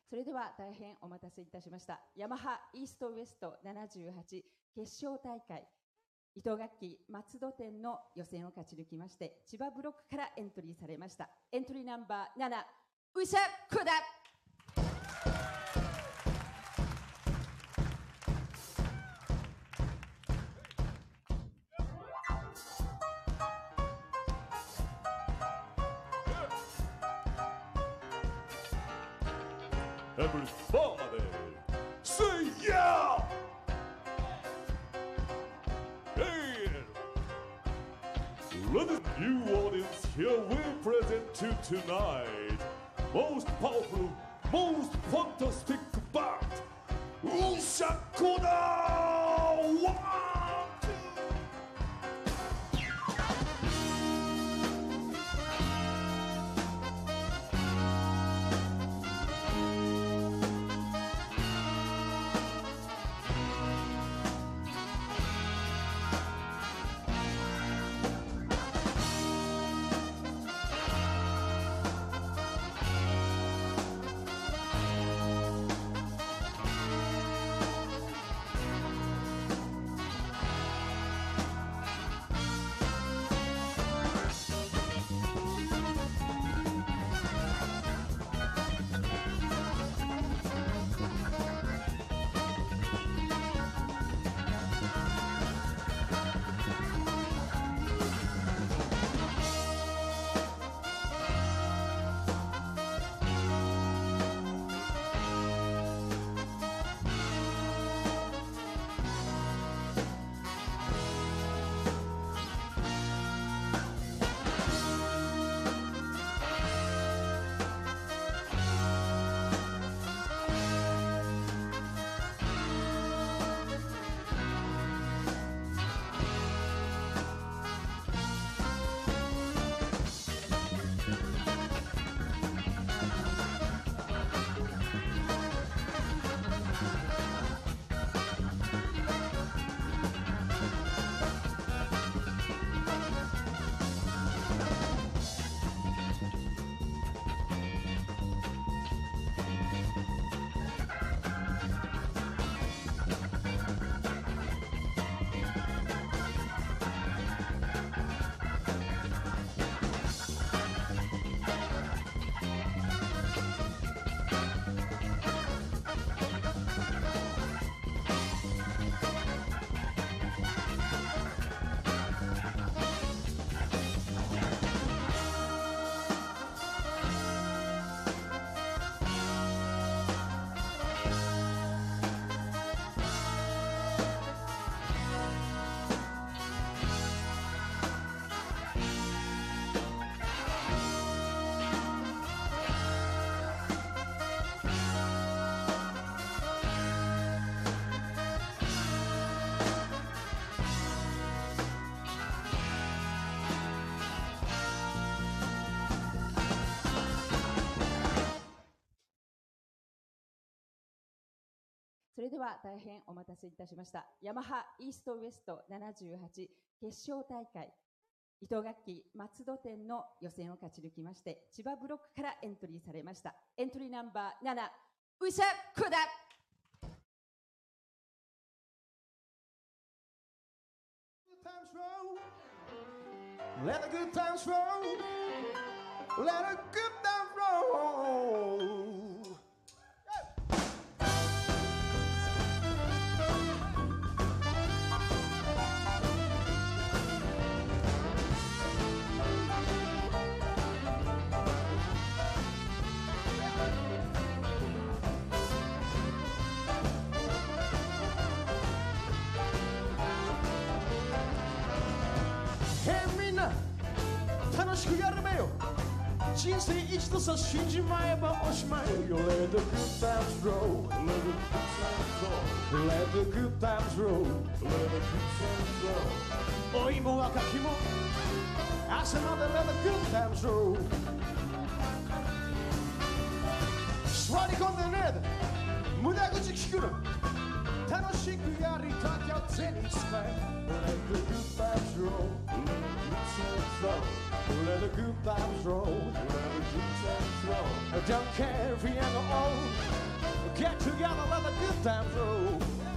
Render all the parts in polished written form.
それでは大変お待たせいたしました。ヤマハイーストウエスト78決勝大会糸楽器松戸店の予選を勝ち抜きまして、千葉ブロックからエントリーされました。エントリーナンバー7、うさこだ。 Everybody, say yeah! Hey! Let the new audience here we present to tonight most powerful, most fantastic band, Ushakoda! 1, 2. それでは大変お待たせいたしました。ヤマハイーストウエスト78決勝大会糸楽器松戸店の予選を勝ち抜きまして、千葉ブロックからエントリーされました。エントリーナンバー7、うさこだ。 Let the good times roll. Let the good times roll. Hey, みんな楽しくやるべよ。人生一度さ死んじまえばおしまいよ。 Let the good times roll. Let the good times roll. Let the good times roll. Let the good times roll. 老いも若きも朝まで Let the good times roll. 座り込んでねえで無駄口聞くの。楽しくやりたきゃ手に使え。 Let the good times roll. Let the good times roll. Let the good times roll. Let the good times roll. I don't care if you're young or old. good times roll.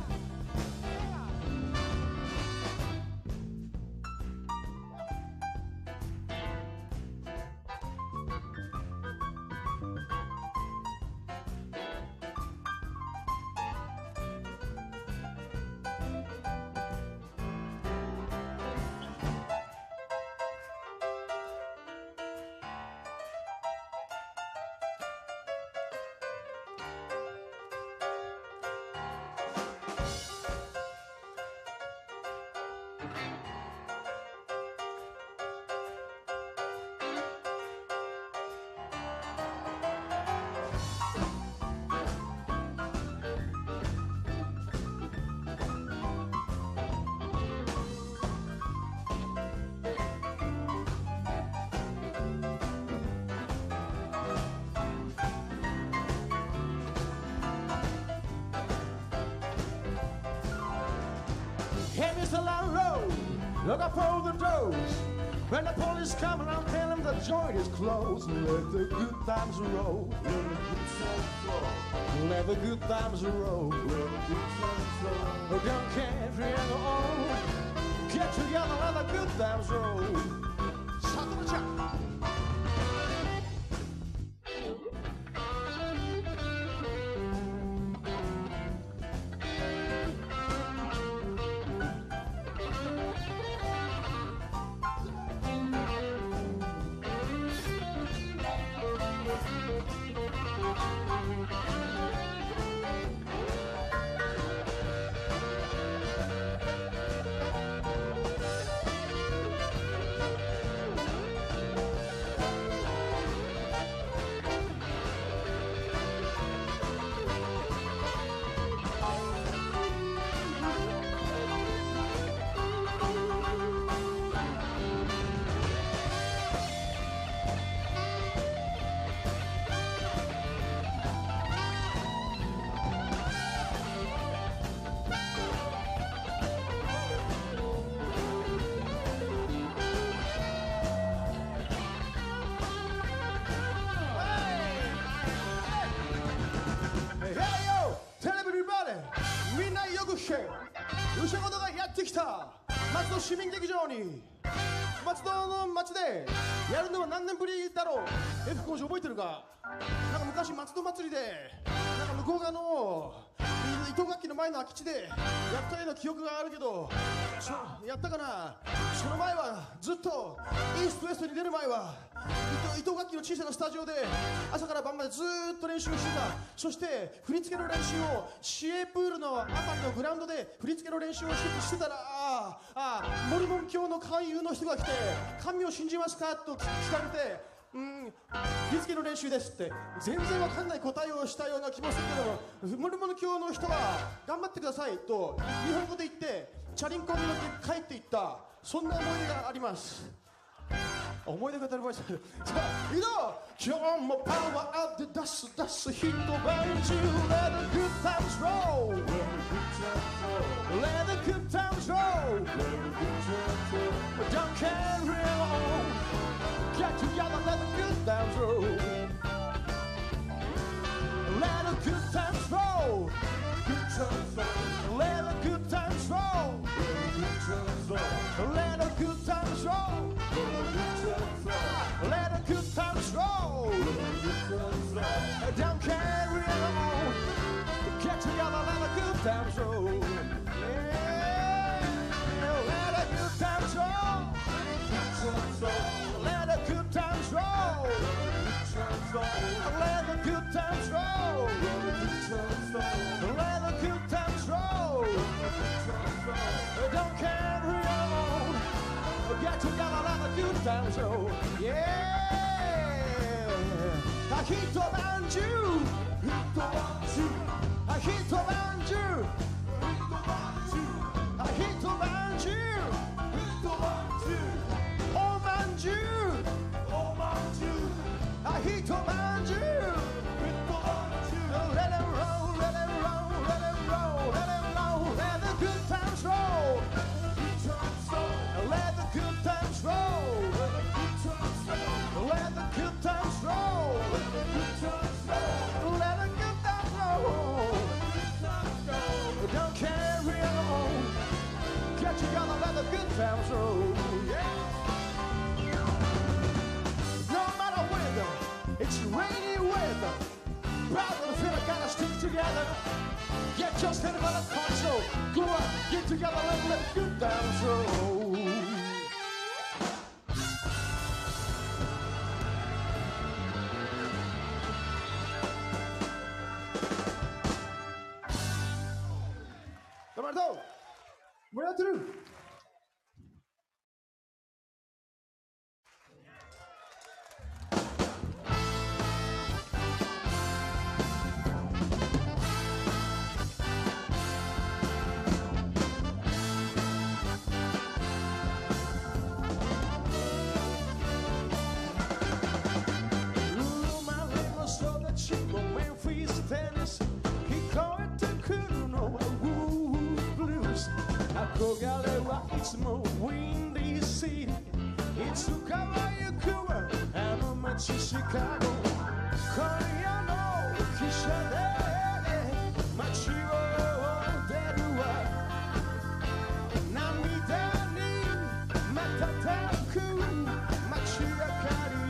Hey, Mr. Landlord, look up for the doors. When the police come around, tell them the joint is closed. Let the good times roll. Let the good times roll. Don't carry on. Get together, let the good times roll. Shut the chat.みんなよく聞け。吉本がやってきた松戸市民劇場に、松戸の街でやるのは何年ぶりだろう。福工事覚えてるか。なんか昔松戸祭りでなんか向こう側の糸楽器の前の空き地でやったような記憶があるけど、やったかな。その前はずっとイーストウエストに出る前は糸楽器の小さなスタジオで朝から晩までずーっと練習をしてた。そして振り付けの練習を市営プールのあたりのグラウンドで振り付けの練習をしてたら、モルモン教の勧誘の人が来て、神を信じますかと聞かれて、振り付けの練習ですって全然わかんない答えをしたような気もするけども、モルモン教の人は頑張ってくださいと日本語で言ってチャリンコに乗って帰っていった、そんな思い出があります。思い出が当たり前です。さあ、いいぞ。今日もパワーアップで出す一晩中 Let the good times roll Let the good times roll Don't carry on Get together, let the good times roll Let the good times roll Let the good times roll Let the good times roll Let the good times roll Don't carry on Get together, let the good times roll Let the good times roll Let the good times roll Let the good times roll Let the good times roll Don't carry on Get together, let the good times roll Yeah 一晩中一晩中一晩中一晩中おまんじゅうおまんじゅう一晩中 Let it roll Let it roll Let it roll Let it roll Let the good times roll Let the good times roll Let the good times roll instead of other control. Go on, get together and let's get down slow. Roberto, what are you doing? It's more windy city. It's to cover your cover. I'm a match Chicago. Korea no Kishade. Machi wo deru wa. Namida ni matataku. Machi akari.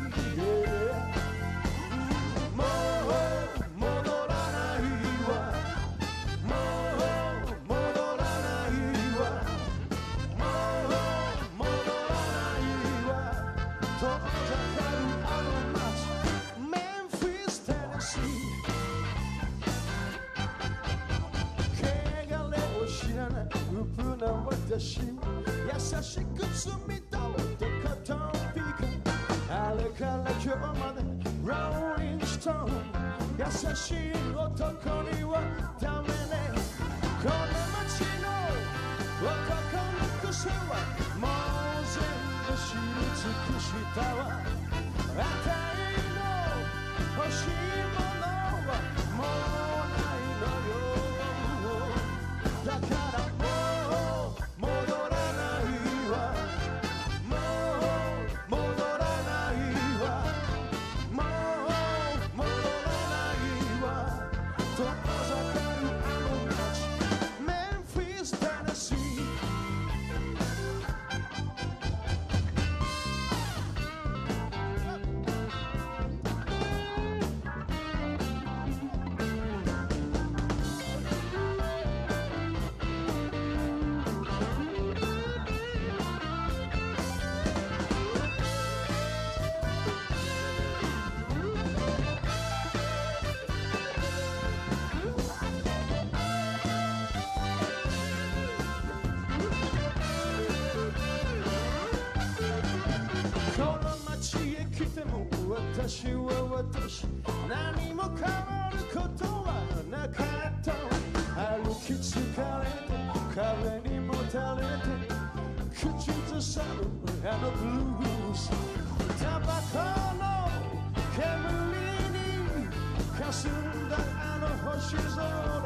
優しく積み倒れて片をピカあれから今日までローリングストーン優しい男にはダメねこの街の男の癖はもう全部知り尽くしたわあたいの欲しいものはもうないのよだから私は私何も変わることはなかった歩き疲れて壁にもたれて口ずさむあのブルースタバコの煙に霞んだあの星空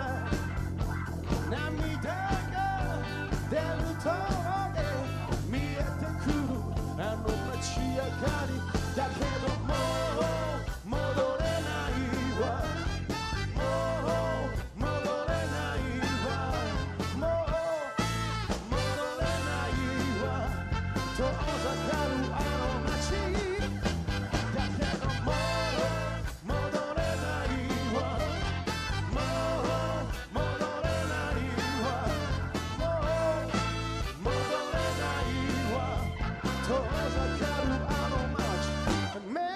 涙が出ると見えてくるあの街明かりだけどもう戻れないわもう戻れないわもう戻れないわ遠ざかるあの街だけどもう戻れないわもう戻れないわもう戻れないわ遠ざかるあの街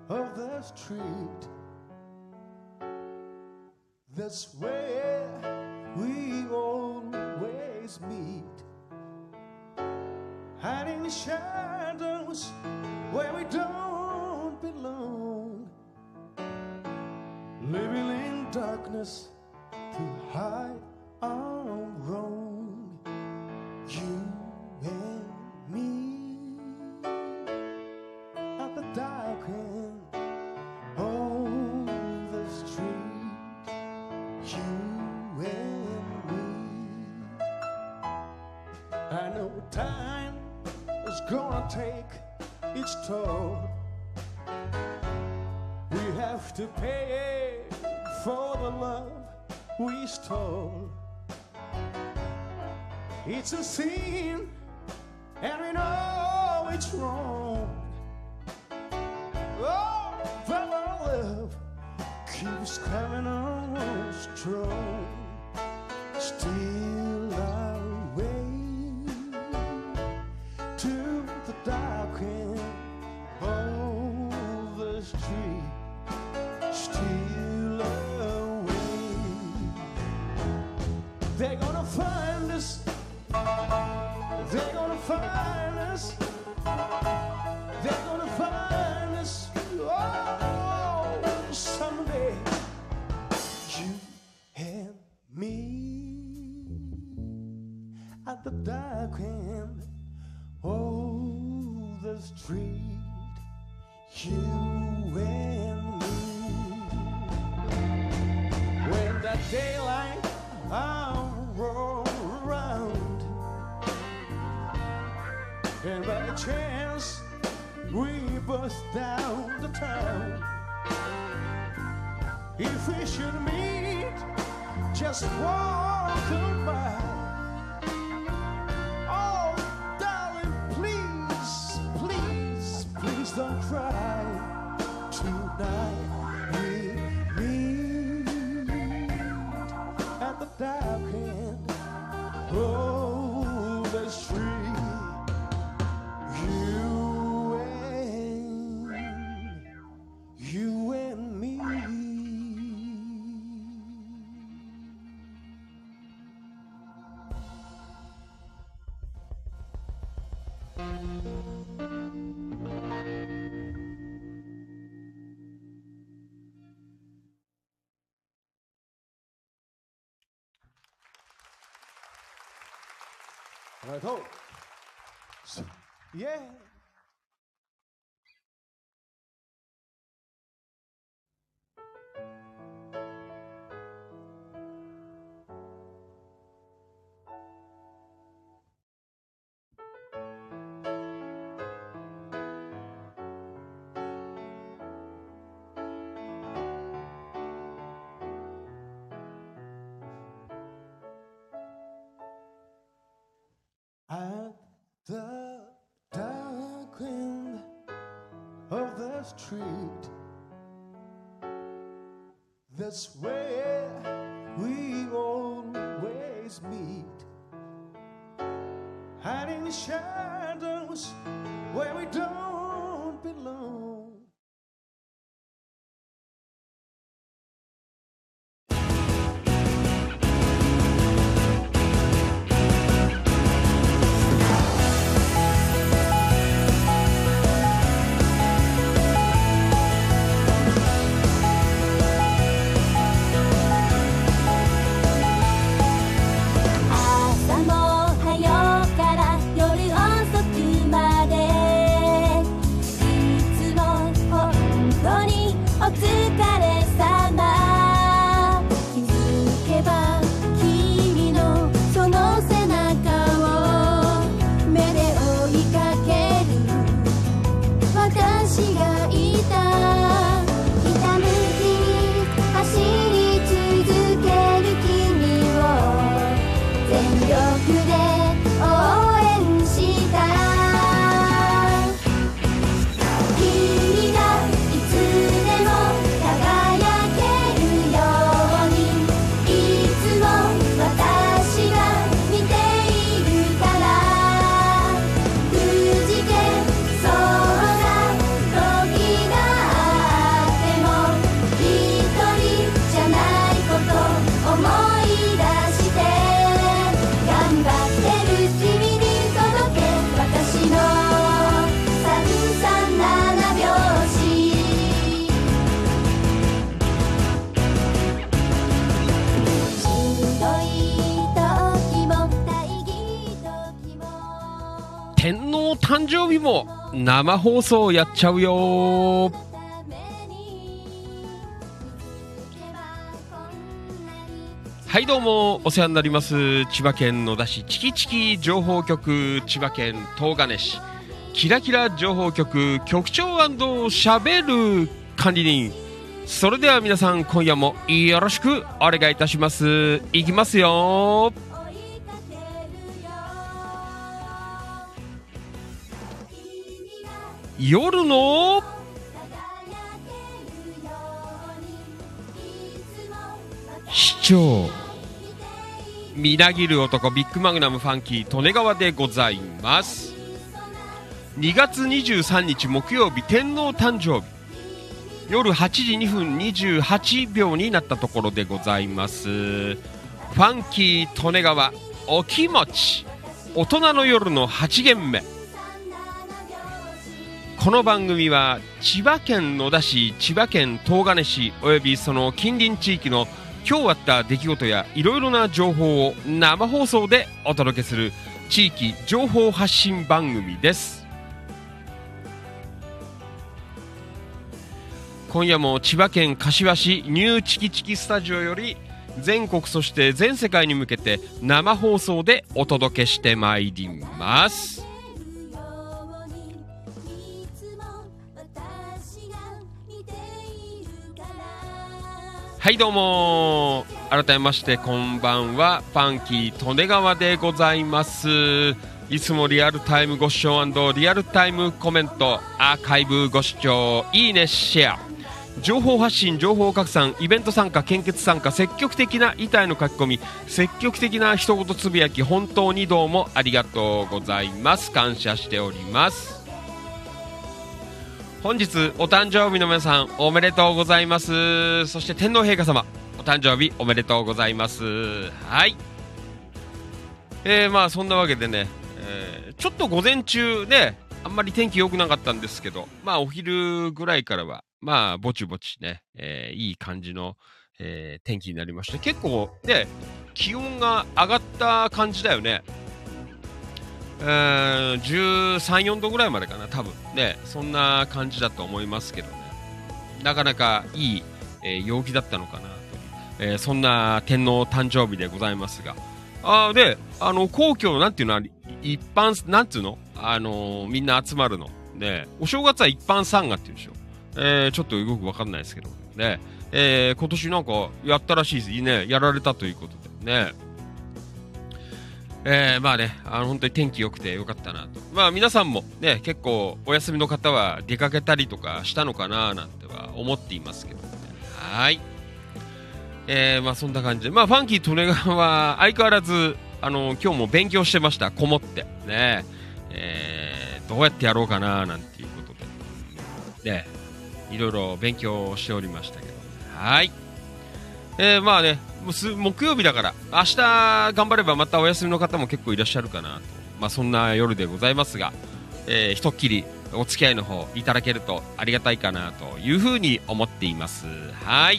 of the street. That's where we always meet. Hiding in the shadows where we don't belong. Living in darkness to hide our wrong. You and me at the dark end of the street. You and me. I know time is gonna take its toll. We have to pay for the love we stole. It's a sin, and we know it's wrong. Oh, but our love keeps coming on strong. Still our way to the dark end of the street. Still away. They're gonna find us. They're gonna find us. They're gonna find us. Oh, someday. You and me at the dark end of the street. You and me. When the daylight roll around, and by the chance we bust down the town. If we should meet, just walking by. Oh, darling, please, please, please don't cry. Tonight we meet at the dark end of the street. You and me. I hope. Yeah. At the dark end of the street, that's where we always meet. Hiding in the shadows where we don't belong. 君がいつでも誕生日も生放送やっちゃうよ。はいどうもお世話になります。千葉県野田市チキチキ情報局、千葉県東金市キラキラ情報局局長しゃべる管理人。それでは皆さん今夜もよろしくお願いいたします。いきますよ。夜の市長みなぎる男ビッグマグナムファンキー利根川でございます。2月23日木曜日、天皇誕生日、夜8時2分28秒になったところでございます。ファンキー利根川お気持ち大人の夜の8限目。この番組は千葉県野田市、千葉県東金市およびその近隣地域の今日あった出来事やいろいろな情報を生放送でお届けする地域情報発信番組です。今夜も千葉県柏市ニューチキチキスタジオより全国そして全世界に向けて生放送でお届けしてまいります。はいどうも改めましてこんばんは、ファンキー利根川でございます。いつもリアルタイムご視聴&リアルタイムコメント、アーカイブご視聴、いいねシェア、情報発信、情報拡散、イベント参加、献血参加、積極的な板への書き込み、積極的な一言つぶやき、本当にどうもありがとうございます。感謝しております。本日お誕生日の皆さんおめでとうございます。そして天皇陛下様お誕生日おめでとうございます。はい、まあそんなわけでね、ちょっと午前中ねあんまり天気良くなかったんですけど、まあお昼ぐらいからはまあぼちぼちね、いい感じの、天気になりまして、結構ね気温が上がった感じだよね。13、4度ぐらいまでかな多分ね、そんな感じだと思いますけどね、なかなかいい、陽気だったのかなという、そんな天皇誕生日でございますが、で皇居なんていうのは一般なんていうの、みんな集まるのね、お正月は一般参賀っていうんでしょ、ちょっとよくわかんないですけどね、今年なんかやったらしいですね、やられたということでね。まあね、本当に天気良くてよかったなと。まあ皆さんもね、結構お休みの方は出かけたりとかしたのかななんては思っていますけどね。はい。まあそんな感じで、まあファンキー利根川は相変わらず、今日も勉強してました。こもって。ね。どうやってやろうかななんていうことで。ね。いろいろ勉強しておりましたけど。はい。まあね、木曜日だから明日頑張ればまたお休みの方も結構いらっしゃるかなと、まあそんな夜でございますが、ひとっきりお付き合いの方いただけるとありがたいかなというふうに思っています。はい、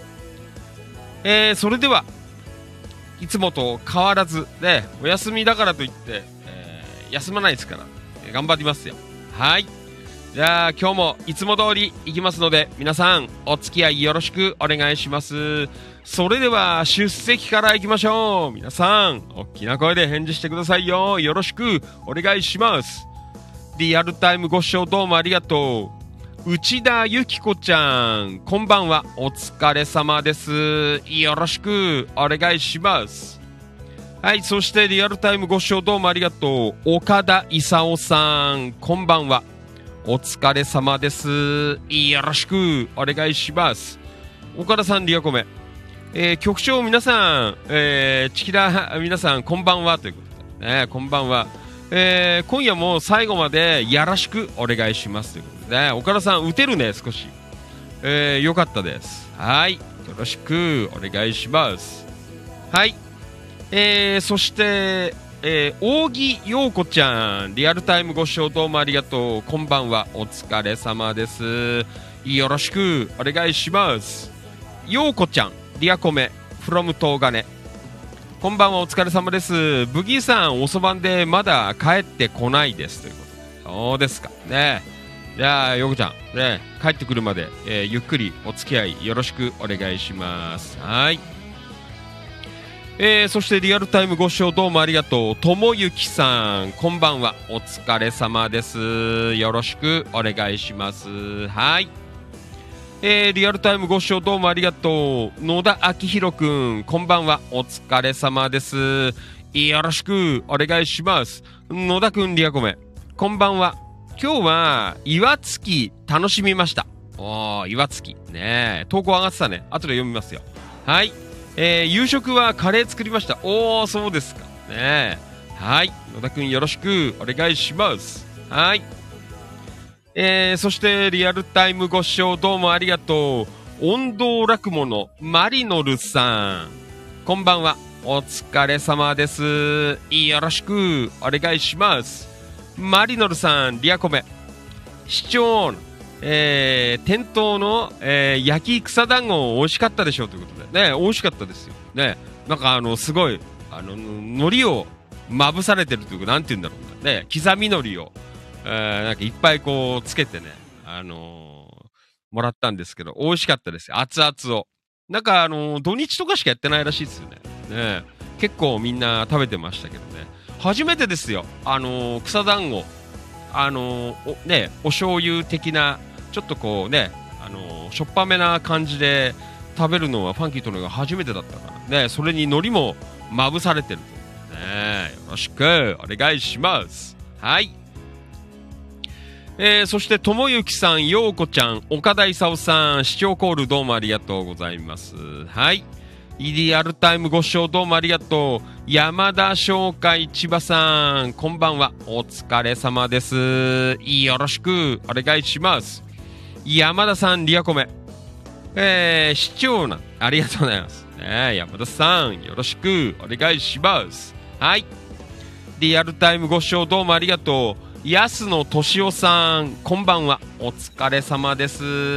それではいつもと変わらずね、お休みだからといって、休まないですから、頑張りますよ。はい、じゃあ今日もいつも通り行きますので、皆さんお付き合いよろしくお願いします。それでは出席から行きましょう。皆さん大きな声で返事してくださいよ。よろしくお願いします。リアルタイムご視聴どうもありがとう。内田由紀子ちゃんこんばんは、お疲れ様です。よろしくお願いします。はい、そしてリアルタイムご視聴どうもありがとう。岡田勲さんこんばんは、お疲れ様です。よろしくお願いします。岡田さんリアコメ、局長皆さん、チキラ皆さんこんばんはということで、ね、こんばんは、今夜も最後までよろしくお願いしますということで、ね、岡田さん打てるね少し、よかったです。はい、よろしくお願いします。はい、そして扇陽子ちゃんリアルタイムご視聴どうもありがとう。こんばんは、お疲れ様です。よろしくお願いします。陽子ちゃんリアコメ from 東金、こんばんは、お疲れ様です。ブギーさん遅番でまだ帰ってこないですということそうですか。ね。じゃあ、ヨコちゃん、ね、帰ってくるまで、ゆっくりお付き合いよろしくお願いします。はい。そしてリアルタイムご視聴どうもありがとう。ともゆきさん、こんばんは。お疲れ様です。よろしくお願いします。はい。リアルタイムご視聴どうもありがとう。野田明宏くん、こんばんは。お疲れ様です。よろしくお願いします。野田くん、リアコメ、こんばんは。今日は岩槻楽しみました。岩槻ね、投稿上がってたね。後で読みますよ。はい。夕食はカレー作りました。そうですかね。はい。野田くんよろしくお願いします。はい。そしてリアルタイムご視聴どうもありがとう。音頭落語のマリノルさん、こんばんは。お疲れ様です。よろしくお願いします。マリノルさん、リアコメ、市長の、店頭の、焼き草団子美味しかったでしょうということでね、美味しかったですよね。なんかすごい海苔をまぶされてるというか、なんて言うんだろうね、刻み海苔を、なんかいっぱいこうつけてね、もらったんですけど、美味しかったですよ、熱々を。なんか土日とかしかやってないらしいですよね。ね、結構みんな食べてましたけどね。初めてですよ、草団子、ね、お醤油的なちょっとこうね、しょっぱめな感じで食べるのはファンキーとのが初めてだったからね。それに海苔もまぶされてるとね。よろしくお願いします。はい。そしてともゆきさん、ようこちゃん、岡田勲さん、視聴コールどうもありがとうございます。はい。リアルタイムご視聴どうもありがとう。山田商会千葉さん、こんばんは。お疲れ様です。よろしくお願いします。山田さん、リアコメ、視聴な、ありがとうございます。山田さん、よろしくお願いします。はい。リアルタイムご視聴どうもありがとう。安野俊夫さん、こんばんは。お疲れ様です。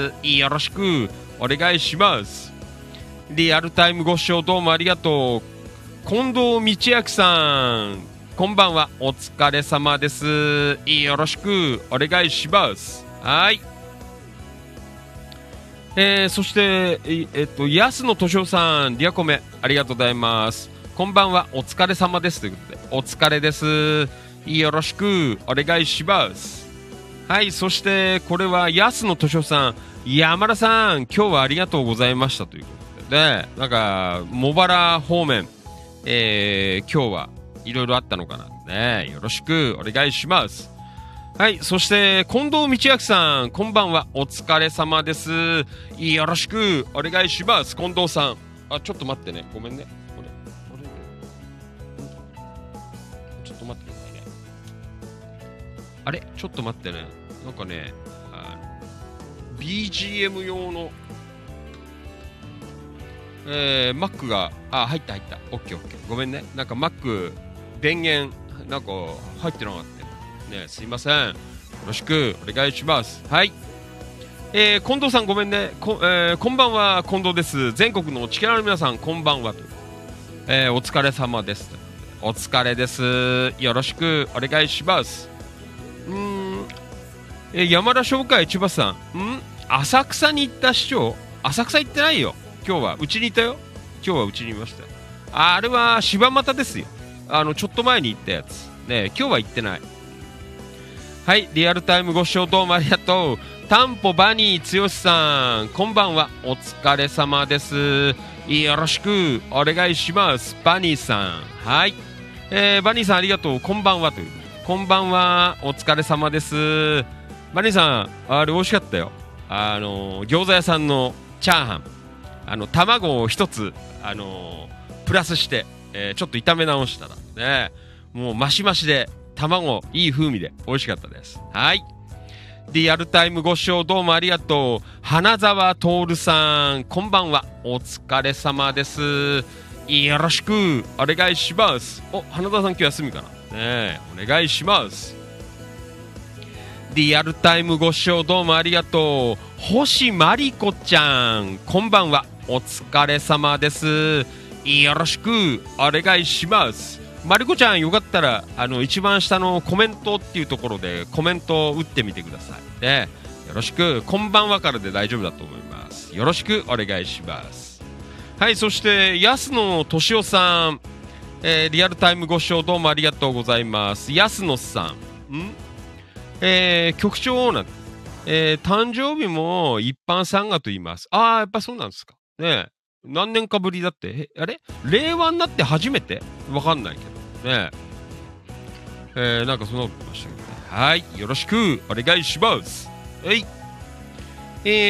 よろしくお願いします。リアルタイムご視聴どうもありがとう。近藤道明さん、こんばんは。お疲れ様です。よろしくお願いします。はい。そして、安野俊夫さん、リアコメ、ありがとうございます。こんばんは。お疲れ様です。ということで、お疲れです。よろしくお願いします。はい。そして、これは安野俊夫さん、山田さん、今日はありがとうございましたということで、なんか茂原方面、今日はいろいろあったのかなね。よろしくお願いします。はい。そして近藤道明さん、こんばんは。お疲れ様です。よろしくお願いします。近藤さん、ちょっと待ってね、ごめんね。ちょっと待ってくださいね。あれ、ちょっと待ってね。なんかね、BGM 用のMac が、入った。オッケー。ごめんね。なんか Mac、電源、なんか入ってなかったね。すいません。よろしくお願いします。はい。近藤さんごめんね。こんばんは、近藤です。全国の力の皆さん、こんばんは。お疲れ様です。お疲れです。よろしくお願いします。山田商会千葉さん、浅草に行った市長？浅草行ってないよ。今日はうちにいたよ。今日はうちにいました。あれは柴又ですよ。ちょっと前に行ったやつね。今日は行ってない。はい。リアルタイムご視聴どうもありがとう。タンポバニー剛さん、こんばんは。お疲れ様です。よろしくお願いします。バニーさん、はい。バニーさんありがとう。こんばんはという。こんばんは。お疲れ様です。バニーさん、あれ美味しかったよ。餃子屋さんのチャーハン。卵を一つ、プラスして、ちょっと炒め直したらね、もうマシマシで卵いい風味で美味しかったです。はい。リアルタイムご視聴どうもありがとう。花沢徹さん、こんばんは。お疲れ様です。よろしくお願いします。花沢さん今日休みかなね。お願いします。リアルタイムご視聴どうもありがとう。星真理子ちゃん、こんばんは。お疲れ様です。よろしくお願いします。 まるこちゃんよかったら一番下のコメントっていうところでコメントを打ってみてくださいね。よろしく。こんばんはからで大丈夫だと思います。よろしくお願いします。はい、そして安野俊夫さん、リアルタイムご視聴どうもありがとうございます。安野さん、局長なんて、誕生日も一般参賀と言います。やっぱそうなんですかね。何年かぶりだって、あれ令和になって初めてわかんないけどね。なんかそんなこと言いましたけどね。はい、よろしくお願いします。はい。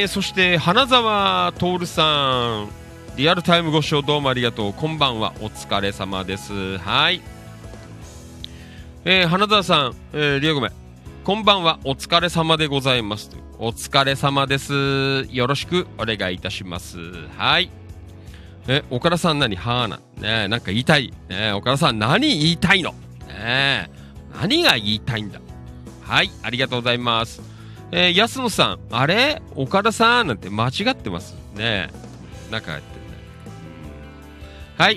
そして花沢徹さん、リアルタイムご視聴どうもありがとう。こんばんは、お疲れ様です。はい。花沢さん、リアごめん。こんばんは、お疲れ様でございます。お疲れ様です。よろしくお願いいたします。はい。岡田さん何はーな。ね、なんか言いたい。ね、岡田さん何言いたいの。ね、何が言いたいんだ。はい、ありがとうございます。安野さん、あれ岡田さんなんて間違ってますね。なんかやってるね。はい、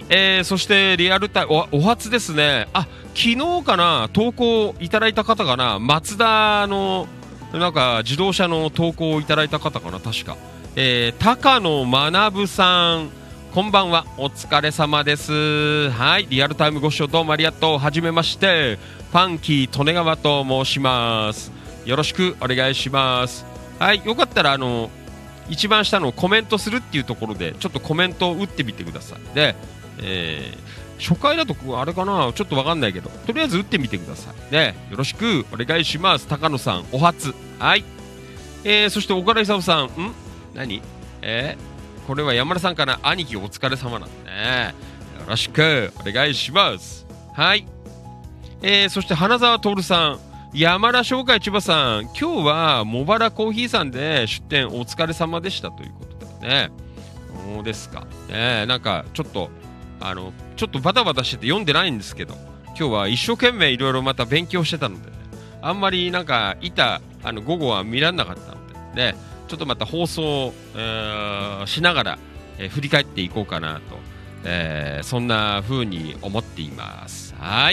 そしてリアルタイムお初ですね。昨日かな、投稿いただいた方かな、マツダのなんか自動車の投稿をいただいた方かな、確か。高野学さん、こんばんは、お疲れ様です。はい、リアルタイムご視聴どうもありがとう。はじめまして、ファンキー利根川と申します。よろしくお願いします。はい、よかったら一番下のコメントするっていうところでちょっとコメントを打ってみてください。で、初回だとあれかな、ちょっとわかんないけど、とりあえず打ってみてください。ね、よろしくお願いします。高野さん、お初。はい。そして岡田勲さん、何？これは山田さんかな。兄貴お疲れ様なんでね。よろしくお願いします。はい。そして花沢徹さん、山田商会千葉さん、今日は茂原コーヒーさんで出店お疲れ様でしたということでね。そうですか。なんかちょっとバタバタしてて読んでないんですけど、今日は一生懸命いろいろまた勉強してたので、あんまりなんか午後は見られなかったので、ね、ちょっとまた放送、しながら、振り返っていこうかなと、そんな風に思っています。はい。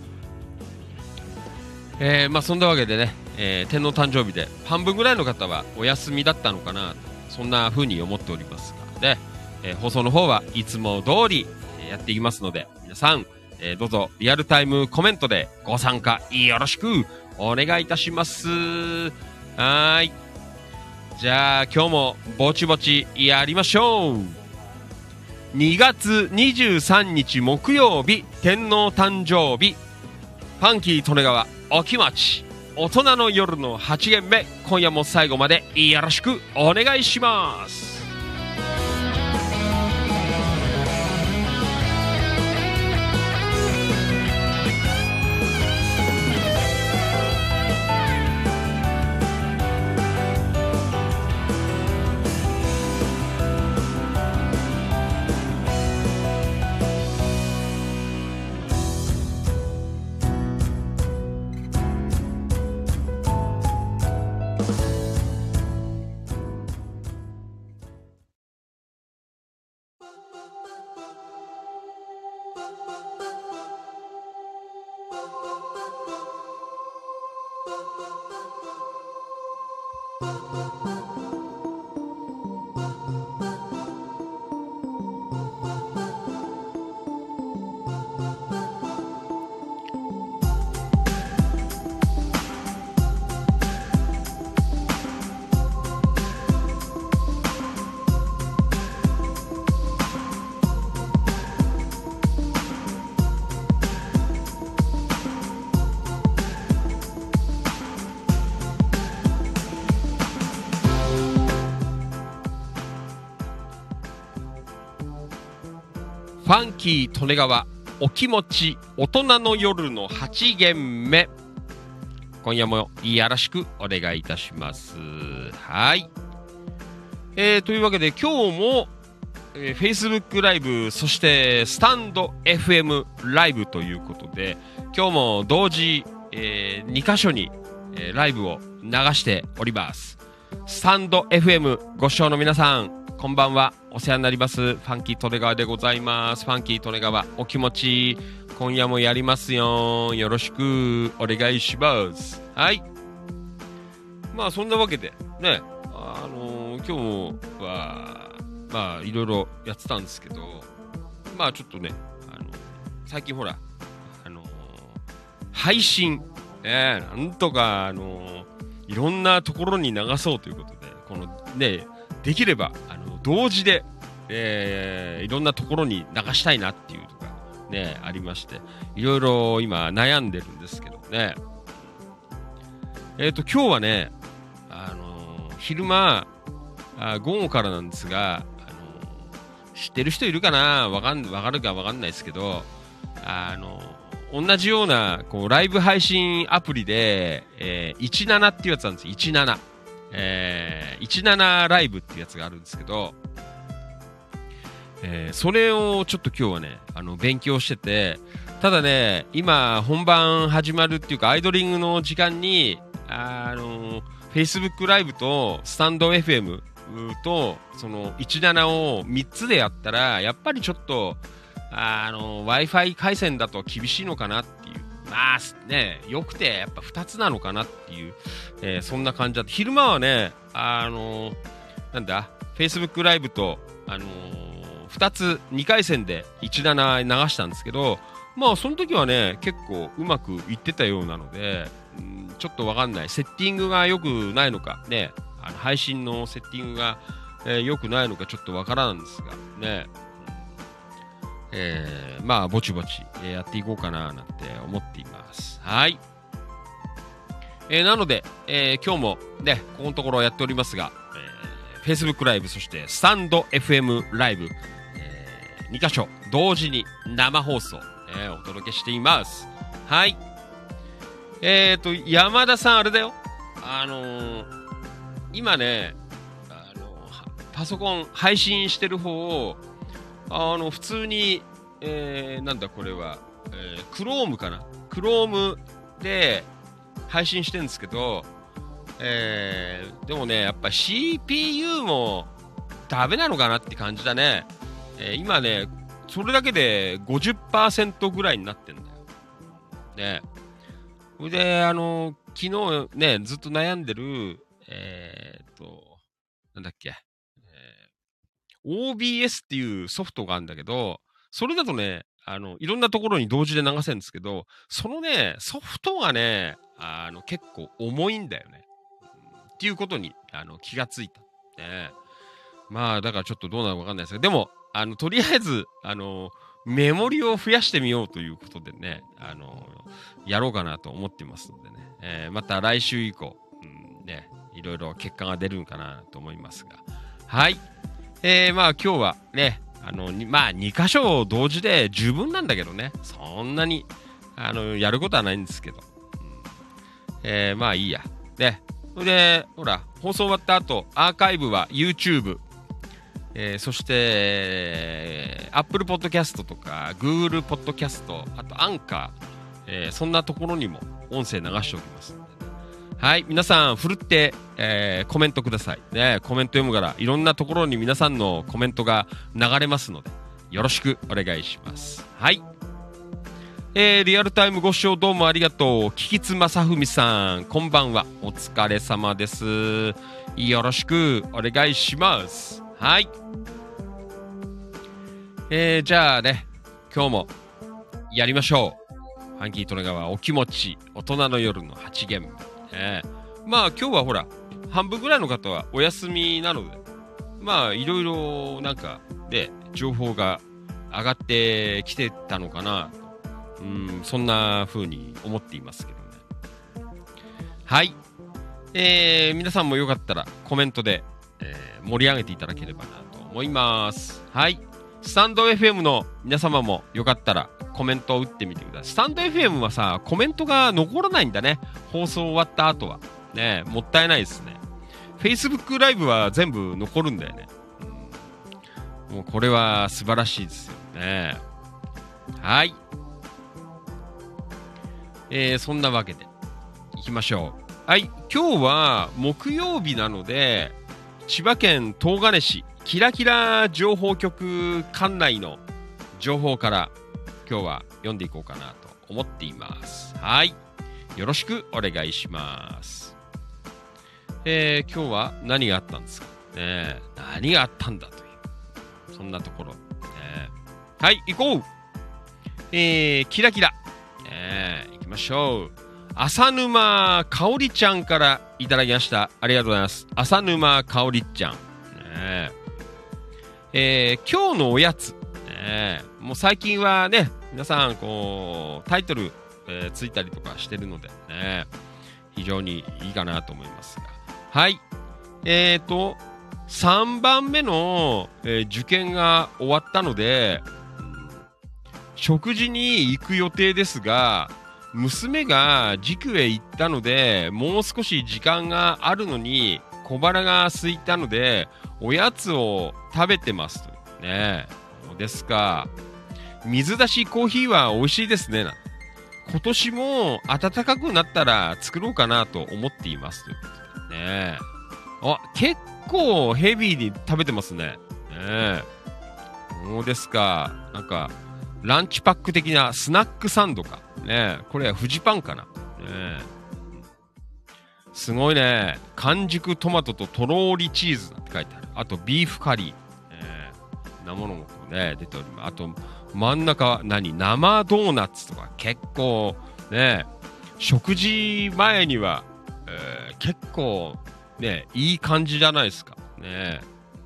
そんなわけでね、天皇誕生日で半分ぐらいの方はお休みだったのかなと、そんな風に思っておりますがね、放送の方はいつも通りやっていきますので、皆さん、どうぞリアルタイムコメントでご参加よろしくお願いいたします。はい。じゃあ今日もぼちぼちやりましょう。2月23日木曜日、天皇誕生日、ファンキー利根川お気持ち大人の夜の8限目、今夜も最後までよろしくお願いします。ファンキー利根川お気持ち大人の夜の8限目、今夜もよろしくお願いいたします。はい、というわけで今日も、Facebook ライブ、そしてスタンド FM ライブということで、今日も同時、2箇所に、ライブを流しております。スタンド FM ご視聴の皆さん、こんばんは。お世話になります。ファンキー利根川でございます。ファンキー利根川お気持ち今夜もやりますよ。よろしくお願いします。はい。まあそんなわけでね、今日はまあいろいろやってたんですけど、まあちょっとね、最近ほら配信、なんとかいろんなところに流そうということで、このね、できれば同時で、いろんなところに流したいなっていうとかねありまして、いろいろ今悩んでるんですけどね。今日はね、昼間午後からなんですが、知ってる人いるかな、わかるかわかんないですけど、同じようなこうライブ配信アプリで、17っていうやつなんですよ。17、17ライブっていうやつがあるんですけど、それをちょっと今日はね勉強してて、ただね今本番始まるっていうかアイドリングの時間にFacebook ライブとスタンド FM とその17を3つでやったらやっぱりちょっとWi-Fi 回線だと厳しいのかなっていう、まあね、よくてやっぱ2つなのかなっていう、そんな感じだった。昼間はねなんだ Facebook ライブと2つ2回戦で17流したんですけど、まあその時はね結構うまくいってたようなので、ちょっとわかんない、セッティングが良くないのかね、配信のセッティングが良くないのかちょっとわからんですがね、まあぼちぼちやっていこうかななんて思っています。はい。なので、今日もねここのところやっておりますが、Facebook ライブそしてスタンド FM ライブ、2箇所同時に生放送、お届けしています。はい。山田さんあれだよ、今ねパソコン配信してる方を普通に、なんだこれは、Chrome かな、 Chrome で配信してるんですけど、でもねやっぱ CPU もダメなのかなって感じだね。今ねそれだけで 50% ぐらいになってんだよね。それで昨日ねずっと悩んでるなんだっけ、OBS っていうソフトがあるんだけど、それだとねいろんなところに同時で流せるんですけど、そのねソフトがね結構重いんだよね、っていうことに気がついた、ね。まあだからちょっとどうなるかわかんないですけど、でもとりあえずメモリを増やしてみようということでねやろうかなと思ってますのでね、また来週以降、ねいろいろ結果が出るんかなと思いますが、はい。まあ今日はねまあ2箇所同時で十分なんだけどね、そんなにやることはないんですけど、まあいいや。でそれでほら放送終わった後アーカイブは YouTube、そして、Apple Podcast とか Google Podcast、 あとアンカー、そんなところにも音声流しておきますので、はい、皆さんふるって、コメントくださいね。コメント読むからいろんなところに皆さんのコメントが流れますのでよろしくお願いします。はい。リアルタイムご視聴どうもありがとう。キキツ正文さんこんばんは、お疲れ様です。よろしくお願いします。はい。じゃあね今日もやりましょう。ファンキー利根川お気持ち大人の夜の8限目、まあ今日はほら半分ぐらいの方はお休みなので、まあいろいろなんかで情報が上がってきてたのかなと、そんな風に思っていますけどね。はい。皆さんもよかったらコメントで、盛り上げていただければなと思います。はい。スタンド FM の皆様もよかったらコメントを打ってみてください。スタンド FM はさコメントが残らないんだね、放送終わった後はね。もったいないですね。 Facebook ライブは全部残るんだよね、もうこれは素晴らしいですよね。はい。そんなわけでいきましょう。はい。今日は木曜日なので千葉県東金市キラキラ情報局管内の情報から今日は読んでいこうかなと思っています。はい。よろしくお願いします。今日は何があったんですかね。何があったんだという。そんなところ。はい、行こう。キラキラ。行きましょう。浅沼かおりちゃんからいただきました。ありがとうございます。浅沼かおりちゃん。今日のおやつ。もう最近はね、皆さん、こう、タイトル、ついたりとかしてるので、ね、非常にいいかなと思いますが。はい。3番目の、受験が終わったので、食事に行く予定ですが、娘が塾へ行ったので、もう少し時間があるのに、小腹が空いたので、おやつを食べてますと。ね。そうですか。水出しコーヒーは美味しいですね。今年も暖かくなったら作ろうかなと思っていますということでね。あ、結構ヘビーに食べてますね。ね。そうですか。なんか、ランチパック的なスナックサンドか。ね、これはフジパンかな。ね、すごいね。完熟トマトととろーりチーズって書いてある。あとビーフカリー。なものもね、出ております。あと、真ん中は生ドーナツとか結構ね、食事前には、結構ね、いい感じじゃないですか。ね。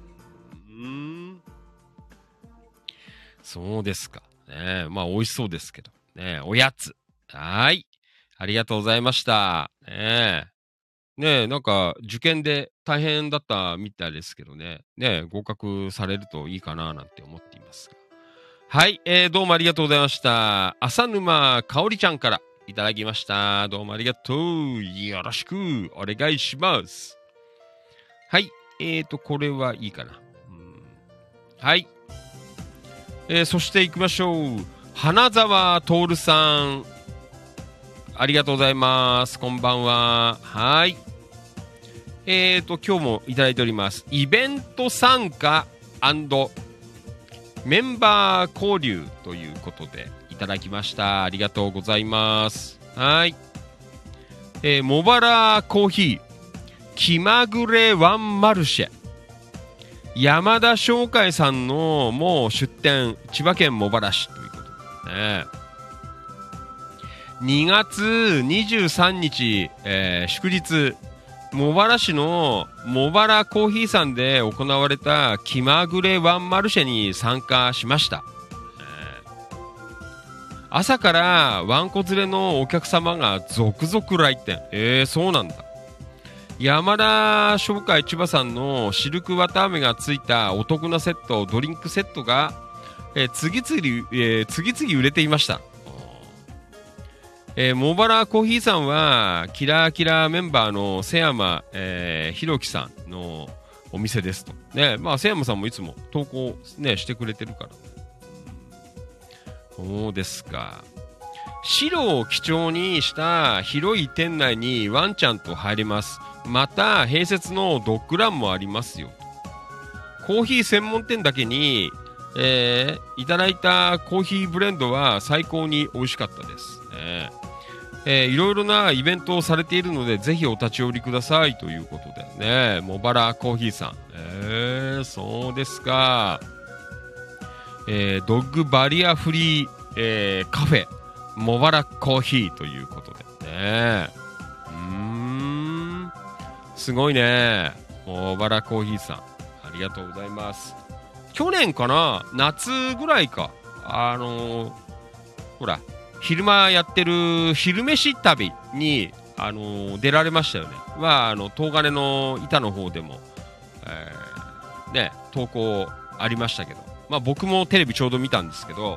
そうですか。ね、まあ美味しそうですけど。ね、おやつ。はい。ありがとうございました。ねえ、なんか受験で大変だったみたいですけどね。ね、合格されるといいかななんて思っていますが。はい、どうもありがとうございました。浅沼かおりちゃんからいただきました。どうもありがとう。よろしくお願いします。はい、これはいいかな。はい。そして行きましょう。花沢徹さん。ありがとうございます。こんばんは。はい。今日もいただいております。イベント参加&メンバー交流ということでいただきました。ありがとうございます。はい。茂原コーヒー、気まぐれワンマルシェ。山田商会さんのもう出店、千葉県茂原市ということでね。2月23日、祝日、茂原市の茂原コーヒーさんで行われた気まぐれワンマルシェに参加しました。朝からワンコ連れのお客様が続々来店。そうなんだ。山田商会千葉さんのシルクわたあめがついたお得なセット、ドリンクセットが、次々売れていました。茂原コーヒーさんはキラーキラーメンバーの瀬山、ひろきさんのお店ですと。ね、まあ瀬山さんもいつも投稿、ね、してくれてるから。そうですか。白を基調にした広い店内にワンちゃんと入れます。また併設のドッグランもありますよ。コーヒー専門店だけに、いただいたコーヒーブレンドは最高に美味しかったです。いろいろなイベントをされているのでぜひお立ち寄りくださいということでね、茂原コーヒーさん、そうですか。ドッグバリアフリー、カフェ茂原コーヒーということでね。すごいね。茂原コーヒーさん、ありがとうございます。去年かな、夏ぐらいか、ほら昼間やってる昼飯旅に、出られましたよね。東金の板の方でも、ね、投稿ありましたけど、まあ僕もテレビちょうど見たんですけど、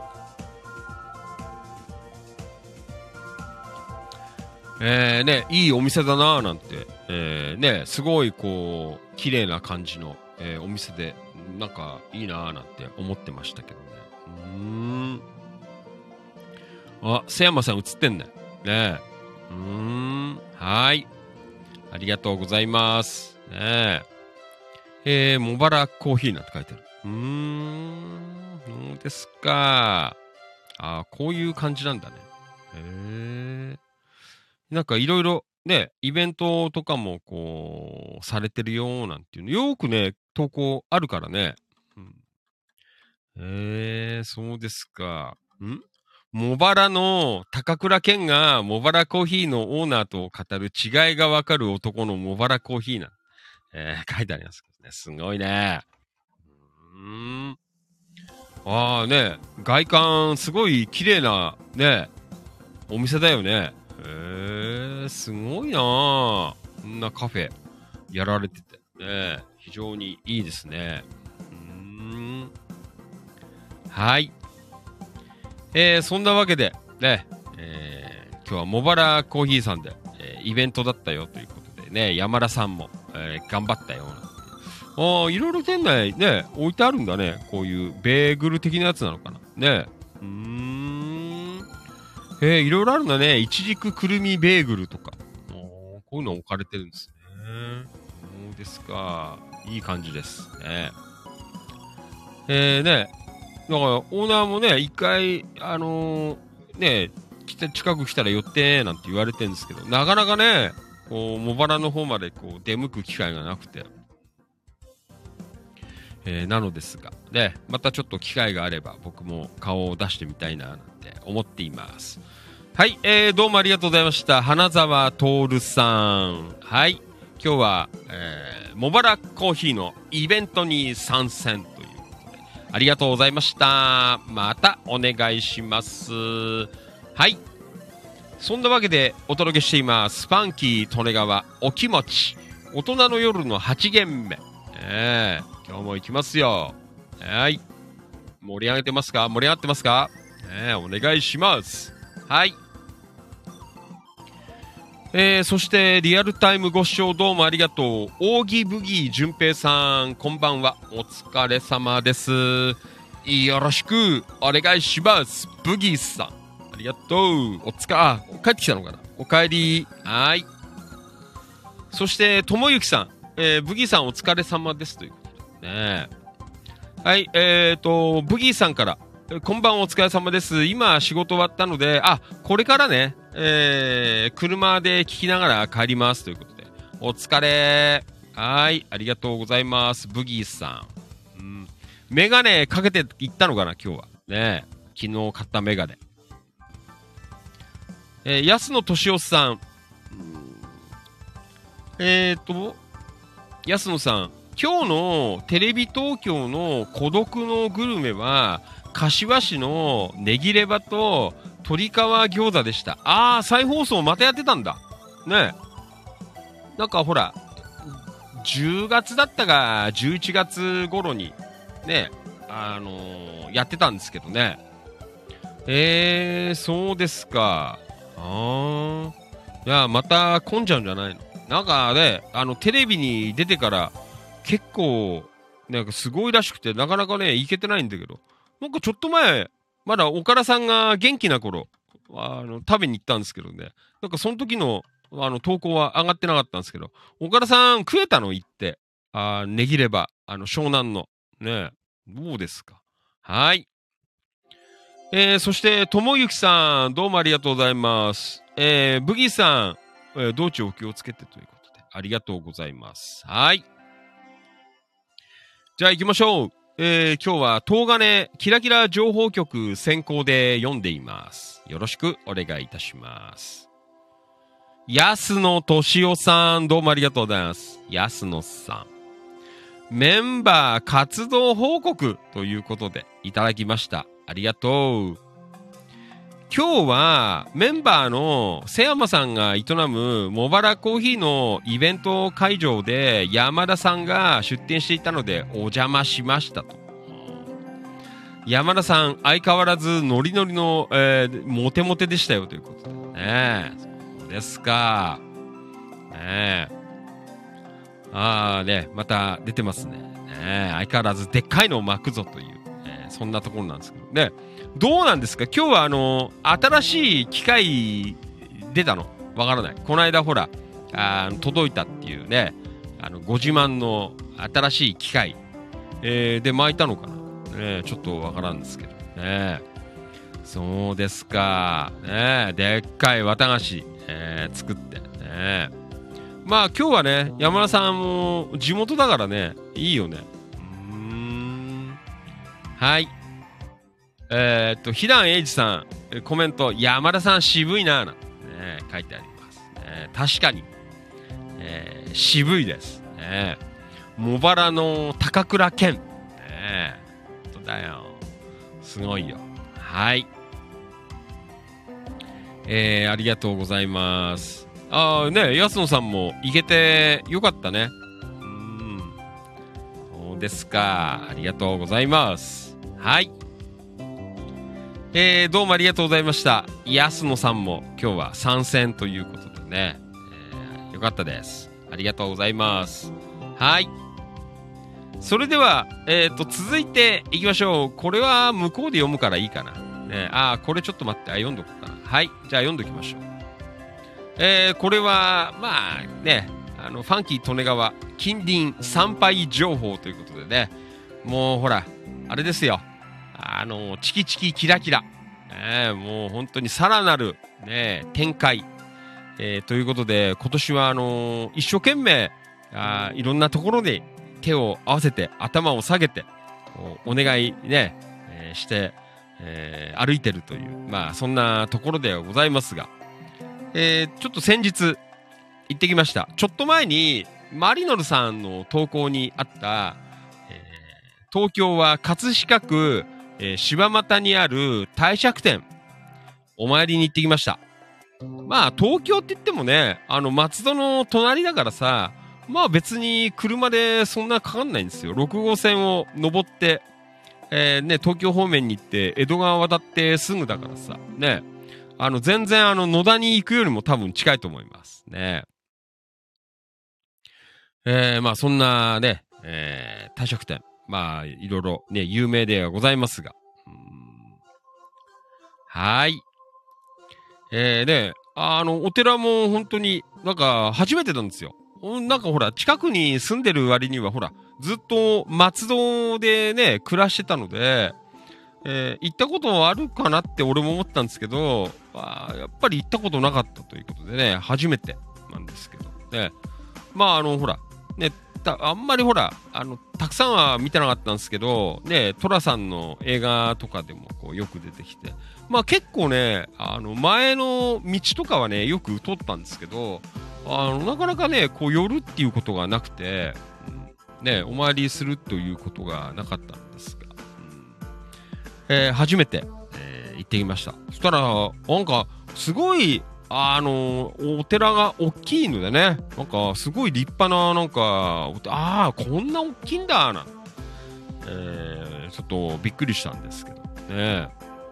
ね、いいお店だなぁなんて、ね、すごいこう綺麗な感じの、お店でなんかいいなぁなんて思ってましたけどね。あ、瀬山さん映ってんね。ねえ。はい。ありがとうございます。ねえ。茂原コーヒーなんて書いてある。そうですか。 ああ、こういう感じなんだね。へえ。なんかいろいろね、イベントとかもこう、されてるよなんていうの、よくね、投稿あるからね。うん、そうですか。茂原の高倉健が茂原コーヒーのオーナーと語る違いがわかる男の茂原コーヒーな、書いてありますけどね。すごいね。ああね、外観すごい綺麗なね、お店だよね。すごいなあ。こんなカフェやられててね、非常にいいですね。はい。そんなわけでね、今日は茂原コーヒーさんで、イベントだったよということでね、山田さんも、頑張ったよなんて。いろいろ店内ね、置いてあるんだね。こういうベーグル的なやつなのかな。ね。いろいろあるんだね。いちじくくるみベーグルとか。こういうの置かれてるんですね。そうですか。いい感じですね。ね。だからオーナーもね、一回、ね、近く来たら寄ってなんて言われてるんですけど、なかなかね、こう、茂原の方までこう出向く機会がなくて。なのですが、ね、またちょっと機会があれば僕も顔を出してみたいななんて思っています。はい、どうもありがとうございました。花沢徹さん。はい、今日は、茂原コーヒーのイベントに参戦ということで、ありがとうございました。またお願いします。はい。そんなわけでお届けしています。ファンキー利根川お気持ち。大人の夜の8限目。今日も行きますよ。はい。盛り上げてますか？盛り上がってますか？お願いします。はい。そしてリアルタイムご視聴どうもありがとう。オーギブギー淳平さん、こんばんは。お疲れ様です。よろしくお願いします。ブギーさん、ありがとう。帰ってきたのかな？お帰り。はい。そしてともゆきさん、ブギーさんお疲れ様ですということでね。はい、ブギーさんから、こんばんお疲れ様です。今仕事終わったので、これからね、車で聞きながら帰りますということで、お疲れ。はい、ありがとうございます。ブギーさん。メガネかけて行ったのかな、今日は。ね、昨日買ったメガネ。安野俊夫さん。安野さん。今日のテレビ東京の孤独のグルメは、柏市のネギレバと鶏皮餃子でした。再放送またやってたんだ。ね。なんかほら、10月だったか11月頃にね、やってたんですけどね。そうですか。いや、また混んじゃうんじゃないの？なんかね、テレビに出てから結構、なんかすごいらしくて、なかなかね、行けてないんだけど、なんかちょっと前、まだ岡田さんが元気な頃、食べに行ったんですけどね、なんかその時の、投稿は上がってなかったんですけど、岡田さん食えたの？行って。ネギレバ、湘南の。ね、どうですか？はい。そして、ともゆきさん、どうもありがとうございます。ブギーさん、道中お気をつけてということで、ありがとうございます。はい。じゃあ行きましょう。今日は東金キラキラ情報局先行で読んでいます。よろしくお願いいたします。安野俊夫さん、どうもありがとうございます。安野さん。メンバー活動報告ということでいただきました。ありがとう。今日はメンバーの瀬山さんが営む茂原コーヒーのイベント会場で山田さんが出店していたのでお邪魔しましたと。山田さん相変わらずノリノリの、モテモテでしたよということでね。そうですか。ねね、また出てますね。相変わらずでっかいのを巻くぞという、そんなところなんですけどね。どうなんですか？今日は新しい機械出たの？わからない。この間ほら、届いたっていうね、ご自慢の新しい機械、で巻いたのかな、ちょっとわからんですけどね。 そうですか。ね、でっかい綿菓子、作って。ね、まあ今日はね、山田さんも地元だからね、いいよね。はい。ひだんえいじさん、コメント、山田さん渋いなぁな、ね、書いてあります。確かに、渋いです。茂原の高倉健。本当だよ。すごいよ。はい。ありがとうございます。安野さんも行けてよかったね。そうですか。ありがとうございます。はい。どうもありがとうございました。安野さんも今日は参戦ということでね。よかったです。ありがとうございます。はい。それでは、続いていきましょう。これは向こうで読むからいいかな。ね、これちょっと待って。読んどこうかな。はい。じゃあ読んどきましょう。これは、まあね、ファンキー利根川近隣参拝情報ということでね。もうほら、あれですよ。チキチキキラキラ。もう本当にさらなる、ね、展開。ということで、今年は一生懸命、いろんなところで手を合わせて、頭を下げて、お願いね、して、歩いてるという、まあそんなところではございますが、ちょっと先日行ってきました。ちょっと前にマリノルさんの投稿にあった、東京は葛飾区、柴又にある帝釈天お参りに行ってきました。まあ東京って言ってもね、松戸の隣だからさ、まあ別に車でそんなかかんないんですよ。6号線を登って、東京方面に行って江戸川渡ってすぐだからさ、ね、全然野田に行くよりも多分近いと思いますね。まあそんなね、帝釈天、まあいろいろね有名ではございますが、はい。ね、お寺も本当になんか初めてなんですよ。なんかほら近くに住んでる割にはほらずっと松戸でね暮らしてたので、行ったことあるかなって俺も思ったんですけど、やっぱり行ったことなかったということでね、初めてなんですけどね。まあほらね、あんまりほらたくさんは見てなかったんですけどね、寅さんの映画とかでもこうよく出てきて、まあ結構ね前の道とかはねよく通ったんですけど、なかなかねこう寄るっていうことがなくて、ね、お参りするということがなかったんですが、初めて、行ってきました。そしたらなんかすごいお寺が大きいのでね、なんかすごい立派ななんかこんな大きいんだな、ちょっとびっくりしたんですけどね。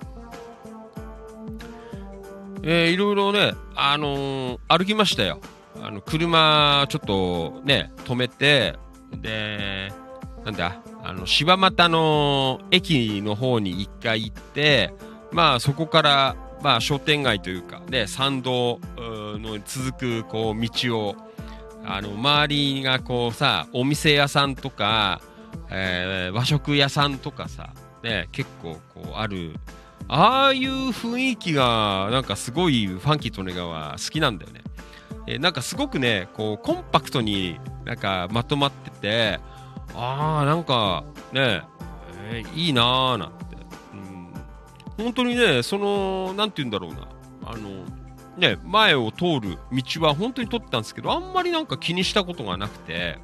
いろいろね歩きましたよ。車ちょっとね止めて、でなんだ柴又の駅の方に一回行って、まあそこからまあ商店街というかね参道の続くこう道を周りがこうさお店屋さんとか、和食屋さんとかさね結構こうある、ああいう雰囲気がなんかすごいファンキー利根川好きなんだよね。なんかすごくねこうコンパクトになんかまとまってて、なんかね、いいなーなんて、本当にねなんて言うんだろうな、ね前を通る道は本当に通ったんですけど、あんまりなんか気にしたことがなくて、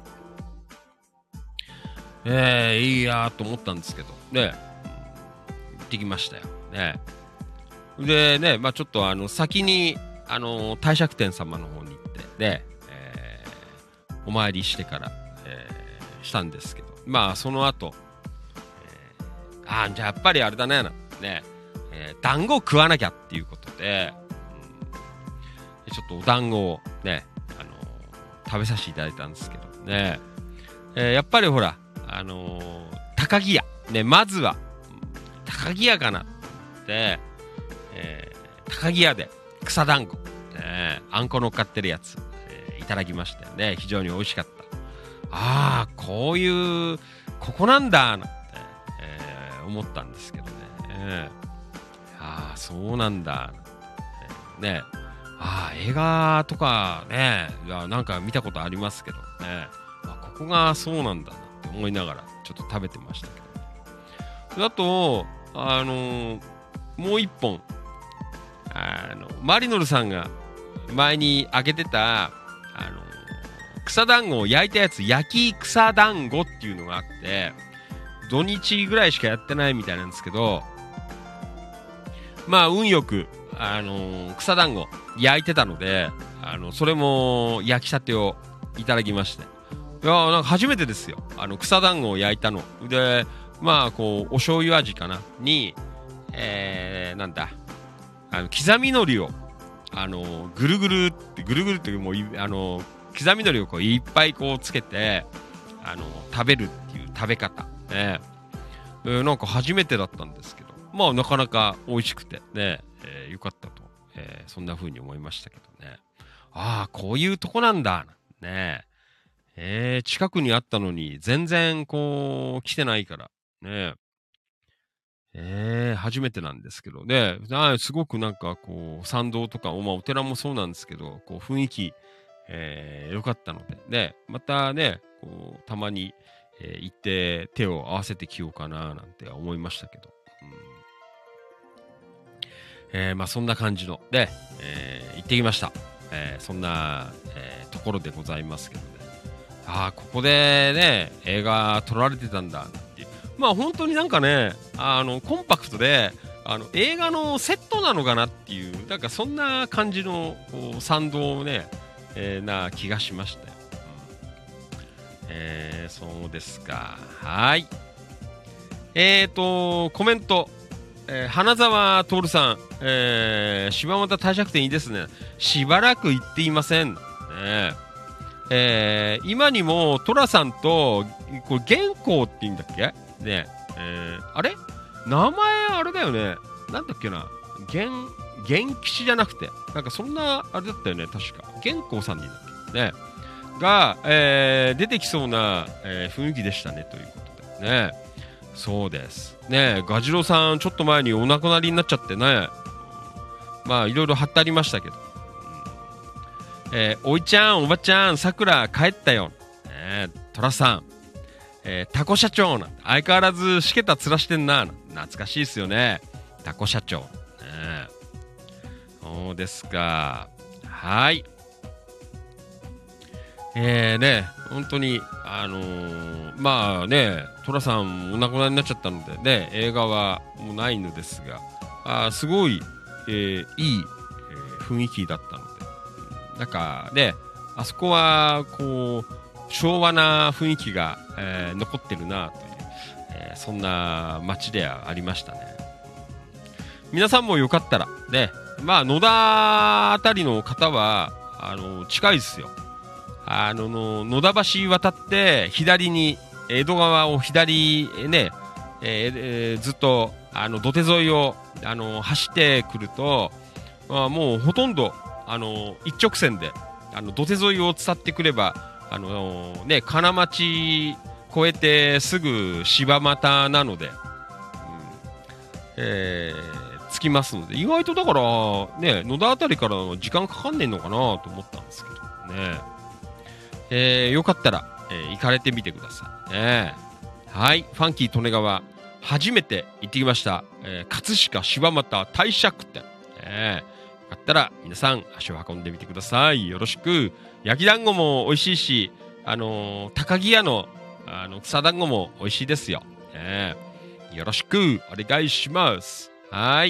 いいやーと思ったんですけどね、行ってきましたよね。でね、まあちょっと先に帝釈天様の方に行ってで、お参りしてから、したんですけど、まあその後、じゃあやっぱりあれだねね、団子を食わなきゃっていうことで、ちょっとお団子をね食べさせていただいたんですけどね、やっぱりほら高木屋ね、まずは高木屋かなって、高木屋で草団子、あんこ乗っかってるやつ、いただきましたよね。非常に美味しかった。こういうここなんだなんて、思ったんですけどね。 そうなんだ。ね。映画とかね、なんか見たことありますけどね。ここがそうなんだなって思いながらちょっと食べてましたけど。あと、もう一本、マリノルさんが前にあげてた、草団子を焼いたやつ、焼き草団子っていうのがあって、土日ぐらいしかやってないみたいなんですけど、まあ運よく、草団子焼いてたので、それも焼きたてをいただきまして、いやなんか初めてですよ、草団子を焼いたので、まあこうお醤油味かなに、なんだ、刻み海苔をぐるぐるってもう刻み海苔をこういっぱいこうつけて食べるっていう食べ方ね、なんか初めてだったんですけど、まあなかなか美味しくてね、よかったと、そんな風に思いましたけどね。こういうとこなんだね。近くにあったのに全然こう来てないからね。初めてなんですけどね。すごくなんかこう参道とか、まあお寺もそうなんですけど、こう雰囲気良かったのでね、またね、こうたまに、行って手を合わせてきようかななんて思いましたけど、まあそんな感じので、行ってきました。そんな、ところでございますけどね。ここでね映画撮られてたんだっていう、まあ本当になんかねコンパクトで映画のセットなのかなっていう、なんかそんな感じのこう賛同ね、な気がしましたよ。そうですか。はい。コメント、花沢徹さん、柴又帝釈天いいですね。しばらく行っていません。今にも寅さんとこれ元光って言うんだっけね、あれ名前あれだよね、なんだっけな、元吉じゃなくてなんかそんなあれだったよね、確か元光さんにだっけねが、出てきそうな、雰囲気でしたねということでね。そうですね。ガジロさんちょっと前にお亡くなりになっちゃってね、まあいろいろ貼ってありましたけど、おいちゃんおばちゃんさくら帰ったよ、トラさん、タコ社長なんて相変わらずしけた面してんな、懐かしいですよね、タコ社長、そうですか。はい。ね、本当にまあね、トラさんお亡くなりになっちゃったのでね、映画はもうないのですが、すごい、いい、雰囲気だったので、なんかね、あそこはこう昭和な雰囲気が、残ってるなという、そんな街ではありましたね。皆さんもよかったらね、まあ野田あたりの方は近いですよ。野田橋渡って左に江戸川を左ね、ずっと土手沿いを走ってくると、もうほとんど一直線で土手沿いを伝ってくればね、金町越えてすぐ柴又なので、着きますので、意外とだからね、野田あたりから時間かかんねえのかなと思ったんですけどね。よかったら、行かれてみてくださいね。はい、ファンキー利根川初めて行ってきました、葛飾柴又帝釈天、よかったら皆さん足を運んでみてください。よろしく。焼き団子も美味しいし、高木屋の草団子も美味しいですよ、よろしくお願いします。はい。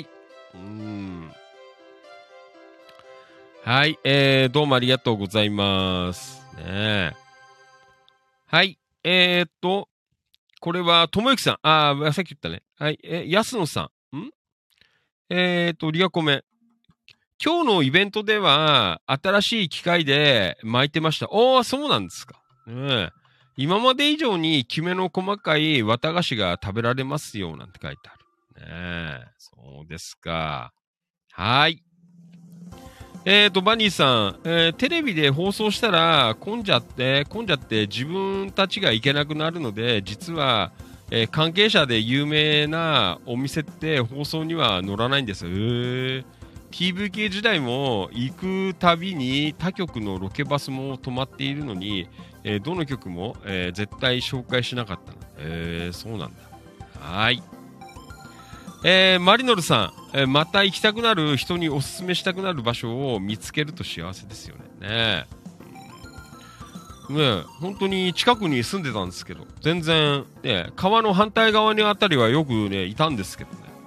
はい、どうもありがとうございますね。はい、これはともゆきさん、さっき言ったね。はい、安野さん、リアコメ。今日のイベントでは新しい機械で巻いてました。そうなんですか。今まで以上にきめの細かい綿菓子が食べられますよなんて書いてある。そうですか。はい。バニーさん、テレビで放送したら混んじゃって自分たちが行けなくなるので、実は関係者で有名なお店って放送には載らないんですよ。TVK 時代も行くたびに他局のロケバスも止まっているのに、どの局も、絶対紹介しなかったの。そうなんだ。はい。マリノルさん、また行きたくなる人におすすめしたくなる場所を見つけると幸せですよね。本当に近くに住んでたんですけど、全然、川の反対側にあたりはよくね、いたんですけど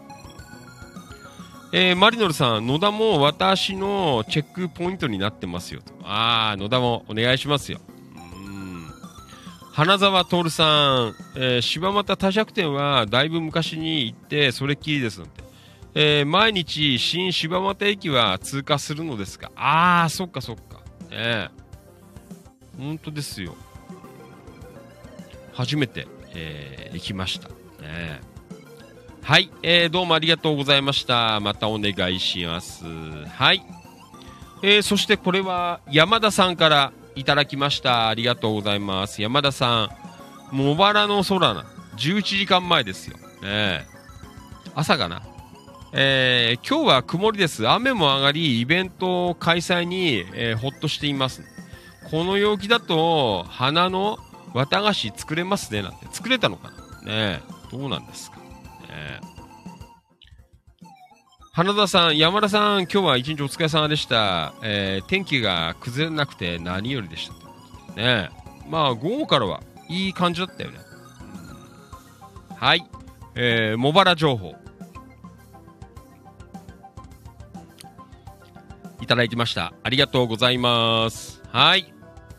ね。マリノルさん、野田も私のチェックポイントになってますよと。野田もお願いしますよ。花沢徹さん、柴又帝釈天はだいぶ昔に行ってそれっきりですなんて。毎日新柴又駅は通過するのですが、そっかそっか。本当ですよ。初めて、行きました。はい、どうもありがとうございました。またお願いします。はい。そしてこれは山田さんからいただきました。ありがとうございます。山田さん、茂原の空な、11時間前ですよ。朝かな。今日は曇りです。雨も上がり、イベント開催に、ほっとしています。この陽気だと、花の綿菓子作れますね、なんて。作れたのかなどうなんですか。花田さん、山田さん、今日は一日お疲れ様でした。天気が崩れなくて何よりでした。まあ、午後からはいい感じだったよね。はい。茂原情報。いただいてました。ありがとうございます。はい。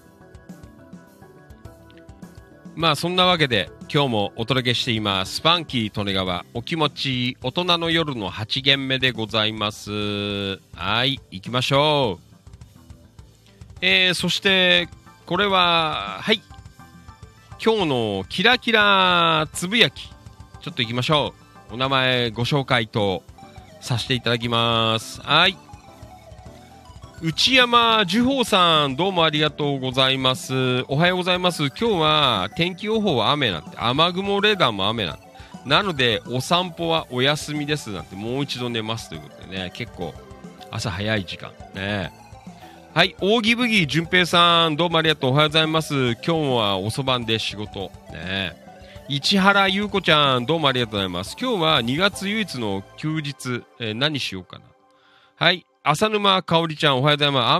まあそんなわけで今日もお届けしていますスパンキー利根川お気持ち大人の夜の8限目でございます。はい、行きましょう。そしてこれははい今日のキラキラつぶやきちょっと行きましょう。お名前ご紹介とさせていただきます。はい、内山樹宝さん、どうもありがとうございます。おはようございます。今日は天気予報は雨なんて、雨雲レーダーも雨なんて、なのでお散歩はお休みですなんて、もう一度寝ますということでね、結構朝早い時間ね。はい、大木ブギ純平さん、どうもありがとう。おはようございます。今日は遅番で仕事ね。市原優子ちゃん、どうもありがとうございます。今日は2月唯一の休日、何しようかな。はい、浅沼香織ちゃん、おはようございます。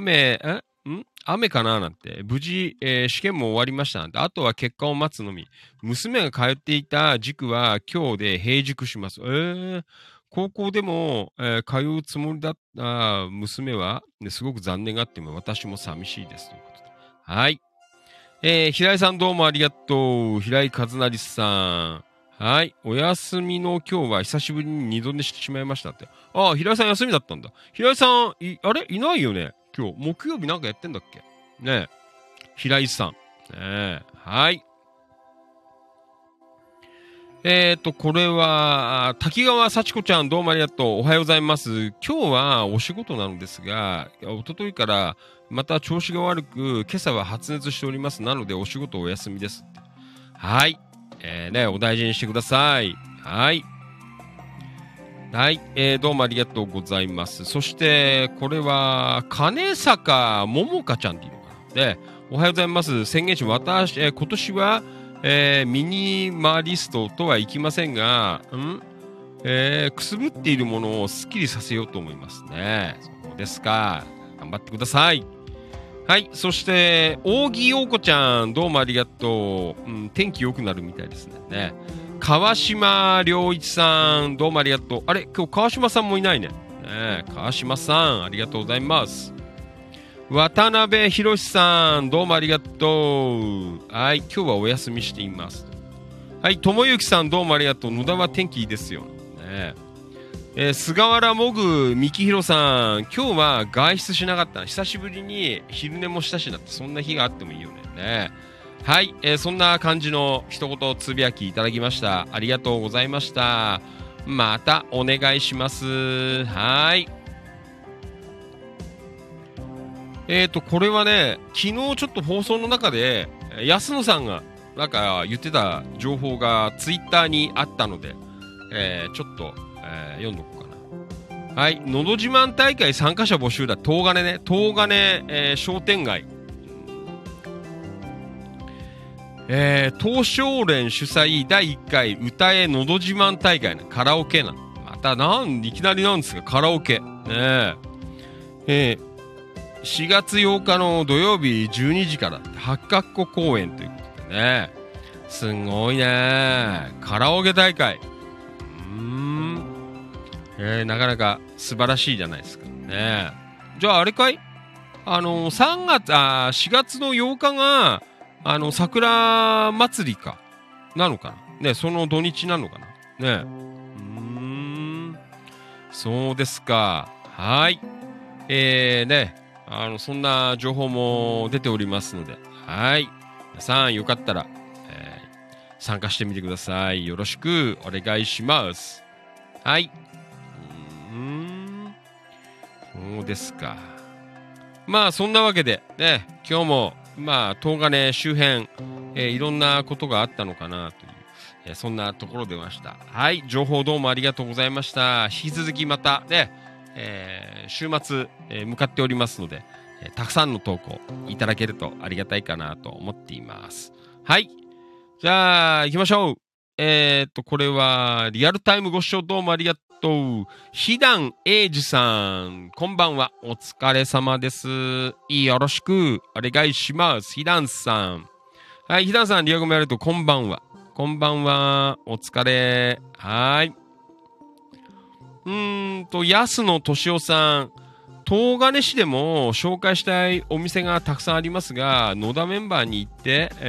雨かななんて。無事、試験も終わりましたなんて。あとは結果を待つのみ。娘が通っていた塾は今日で閉塾します。高校でも、通うつもりだった娘は、ね、すごく残念があっても私も寂しいです。ということで。はい。平井さんどうもありがとう。平井和成さん。はい。お休みの今日は久しぶりに二度寝してしまいましたって。平井さん休みだったんだ。平井さん、あれいないよね今日。木曜日なんかやってんだっけねえ。平井さん。はい。これは、滝川幸子ちゃんどうもありがとう。おはようございます。今日はお仕事なのですが、一昨日からまた調子が悪く、今朝は発熱しております。なのでお仕事お休みです。はい。お大事にしてください。はい。はい。どうもありがとうございます。そして、これは、金坂桃香ちゃんっていうのかな。で、おはようございます。宣言し、今年は、ミニマリストとはいきませんが、くすぶっているものをスッキリさせようと思いますね。そうですか。頑張ってください。はい。そして、扇陽子ちゃん、どうもありがとう。天気良くなるみたいですね。川島良一さん、どうもありがとう。あれ今日川島さんもいないね。川島さん、ありがとうございます。渡辺博さん、どうもありがとう。はい。今日はお休みしています。はい。友之さん、どうもありがとう。野田は天気いいですよ。菅原もぐみきひろさん、今日は外出しなかった。久しぶりに昼寝もしたしなって、そんな日があってもいいよね。はい、そんな感じの一言つぶやきいただきました。ありがとうございました。またお願いします。はい。これはね、昨日ちょっと放送の中で安野さんがなんか言ってた情報がツイッターにあったので、ちょっと、読んどこうかな。はい、のど自慢大会参加者募集だ。東金ね、東金、商店街。東証連主催第1回歌えのど自慢大会カラオケな。またいきなりなんですか、カラオケ。ねえ。4月8日の土曜日12時から八角湖公園ということでね。すごいね。カラオケ大会。なかなか素晴らしいじゃないですかね。じゃああれかい4月の8日が、桜祭りか。なのかなね、その土日なのかなね。そうですか。はい。ね、そんな情報も出ておりますので、はい。皆さんよかったら、参加してみてください。よろしくお願いします。はい。そうですか。まあ、そんなわけで、ね、今日も、まあ、東金周辺、いろんなことがあったのかなという、そんなところでました。はい、情報どうもありがとうございました。引き続きまたね、週末、向かっておりますので、たくさんの投稿いただけるとありがたいかなと思っています。はい。じゃあ、行きましょう。これは、リアルタイムご視聴どうもありがとう。ひだんえいじさん、こんばんは。お疲れ様です。よろしくお願いします。ひだんさん。はい、ひだんさん、リアコメやると、こんばんは。こんばんは。お疲れ。はい。安野俊夫さん。東金市でも紹介したいお店がたくさんありますが、野田メンバーに行って、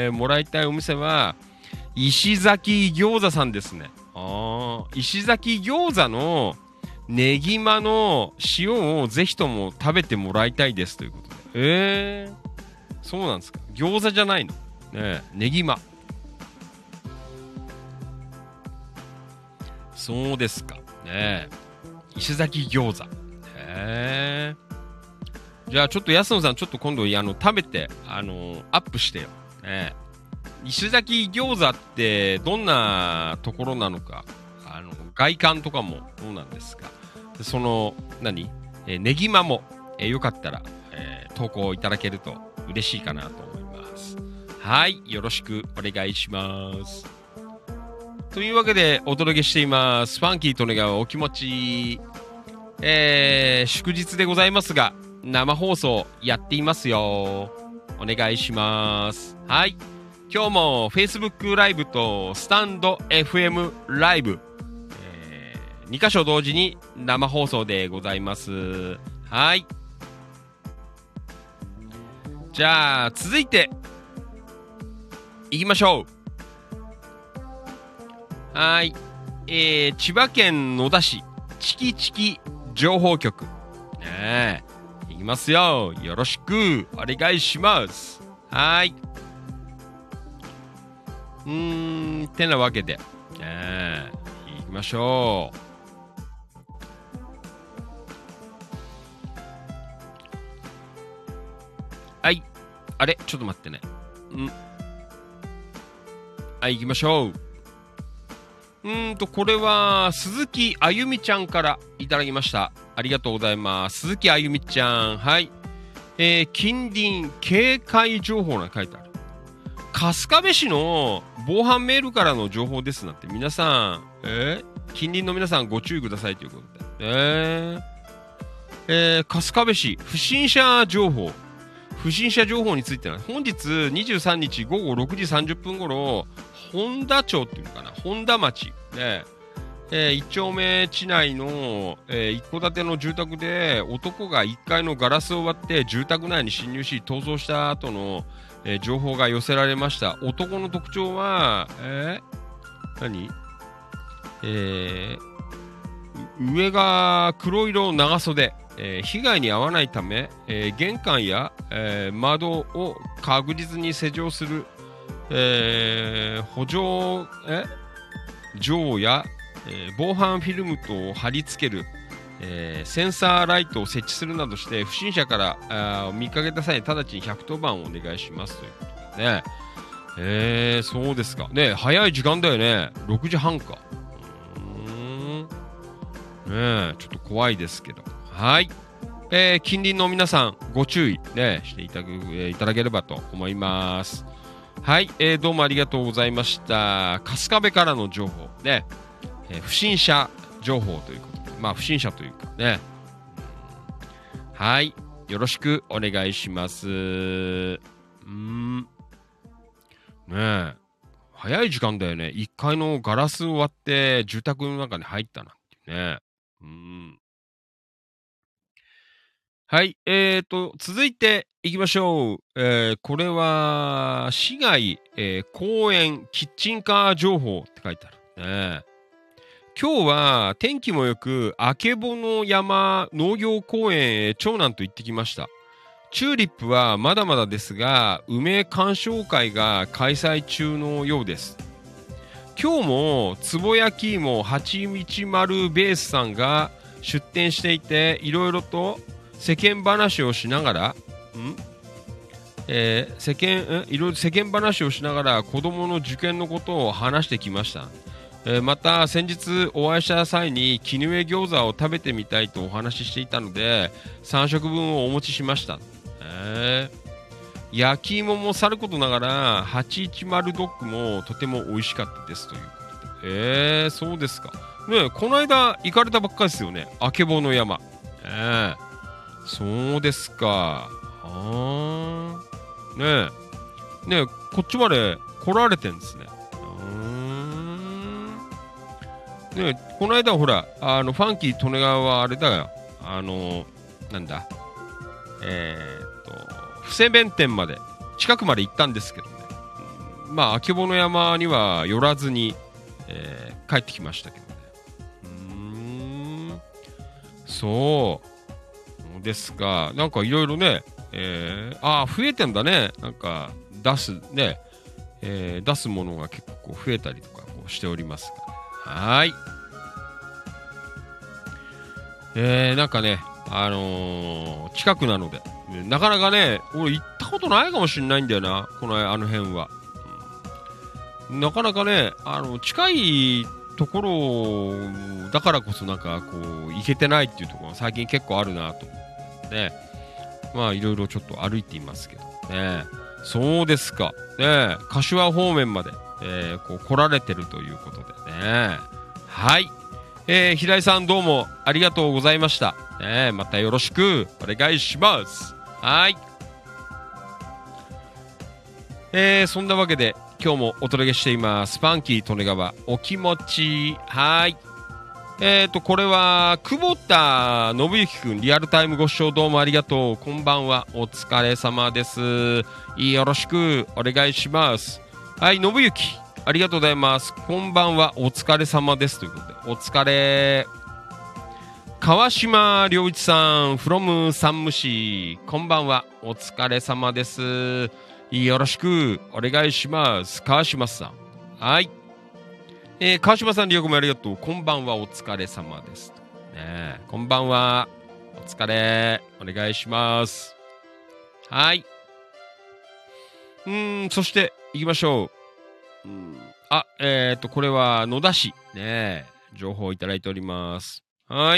もらいたいお店は、石崎餃子さんですね。石崎餃子のネギマの塩をぜひとも食べてもらいたいですということで。そうなんですか。餃子じゃないの。ね、ネギマ。そうですか。ね、石崎餃子。じゃあちょっと安野さん、ちょっと今度食べてアップしてよ。ね、石崎餃子ってどんなところなのか、外観とかもどうなんですか。そのネギマも、よかったら、投稿いただけると嬉しいかなと思います。はい、よろしくお願いします。というわけでお届けしていますファンキーと願うお気持ち、祝日でございますが生放送やっていますよ。お願いします。はい、今日も Facebook ライブとスタンド FM ライブ、2箇所同時に生放送でございます。はい。じゃあ続いていきましょう。はい。千葉県野田市チキチキ情報局。ねえ。いきますよ。よろしくお願いします。はい。てなわけで、いきましょう。はい。あれちょっと待ってね。はい、行きましょう。これは、鈴木あゆみちゃんからいただきました。ありがとうございます。鈴木あゆみちゃん。はい。近隣警戒情報が書いてある。春日部市の防犯メールからの情報ですなんて、皆さん、近隣の皆さんご注意くださいということで。春日部市不審者情報。不審者情報については、本日23日午後6時30分頃、本田町っていうのかな、本田町で、1丁目地内の、一戸建ての住宅で男が1階のガラスを割って住宅内に侵入し逃走した後の、情報が寄せられました。男の特徴は、上が黒色長袖、被害に遭わないため、玄関や、窓を確実に施錠する、補助錠や、防犯フィルム等を貼り付ける、センサーライトを設置するなどして不審者から見かけた際に直ちに110番をお願いしますということでね。 そうですか。ね、早い時間だよね。6時半か。ね、ちょっと怖いですけど。はい。近隣の皆さん、ご注意、ね、していただければと思います。はい。どうもありがとうございました。春日部からの情報、ね、不審者情報ということで、まあ、不審者というかね。はい。よろしくお願いします。ねえ。早い時間だよね。1階のガラスを割って住宅の中に入ったなんてね。はい。続いていきましょう。これは、市街、公園、キッチンカー情報って書いてある。ね、今日は天気もよく、あけぼの山農業公園へ長男と行ってきました。チューリップはまだまだですが、梅鑑賞会が開催中のようです。今日もつぼ焼き芋はちみち丸ベースさんが出店していて、いろいろと世間話をしながら、世間話をしながら子供の受験のことを話してきました。また先日お会いした際に絹江餃子を食べてみたいとお話ししていたので3食分をお持ちしました。焼き芋もさることながら810ドッグもとても美味しかったですということで。そうですかね。この間行かれたばっかりですよね、あけぼの山。そうですか。ねえこっちまで来られてんですね。ねえ、この間ほらファンキー利根川はあれだよ、なんだ布施弁天まで近くまで行ったんですけどね、まああけぼの山には寄らずに、帰ってきましたけどね。そうですか。なんかいろいろね、増えてんだね。なんか出すね、出すものが結構増えたりとかこうしておりますが、はい。なんかね、近くなので、なかなかね、俺行ったことないかもしれないんだよな、このあの辺は。なかなかね、近いところだからこそなんかこう行けてないっていうところが最近結構あるなと思ってね。まあいろいろちょっと歩いていますけどね。そうですか。ね、柏方面まで、こう来られてるということでね。はい。平井さんどうもありがとうございました。またよろしくお願いします。はい。そんなわけで今日もお届けしていますファンキー利根川お気持ち。はい。これは久保田信之くん、リアルタイムご視聴どうもありがとう。こんばんは、お疲れ様です。よろしくお願いします。はい、信之ありがとうございます。こんばんは、お疲れ様ですということで、お疲れ。川島良一さん from 山武市、こんばんは、お疲れ様です。よろしくお願いします。川島さん、はい。川島さん、リアコメありがとう。こんばんは、お疲れ様です。ね、こんばんは、お疲れ。お願いします。はい。そして、行きましょう。これは野田市。ね、情報いただいております。はい。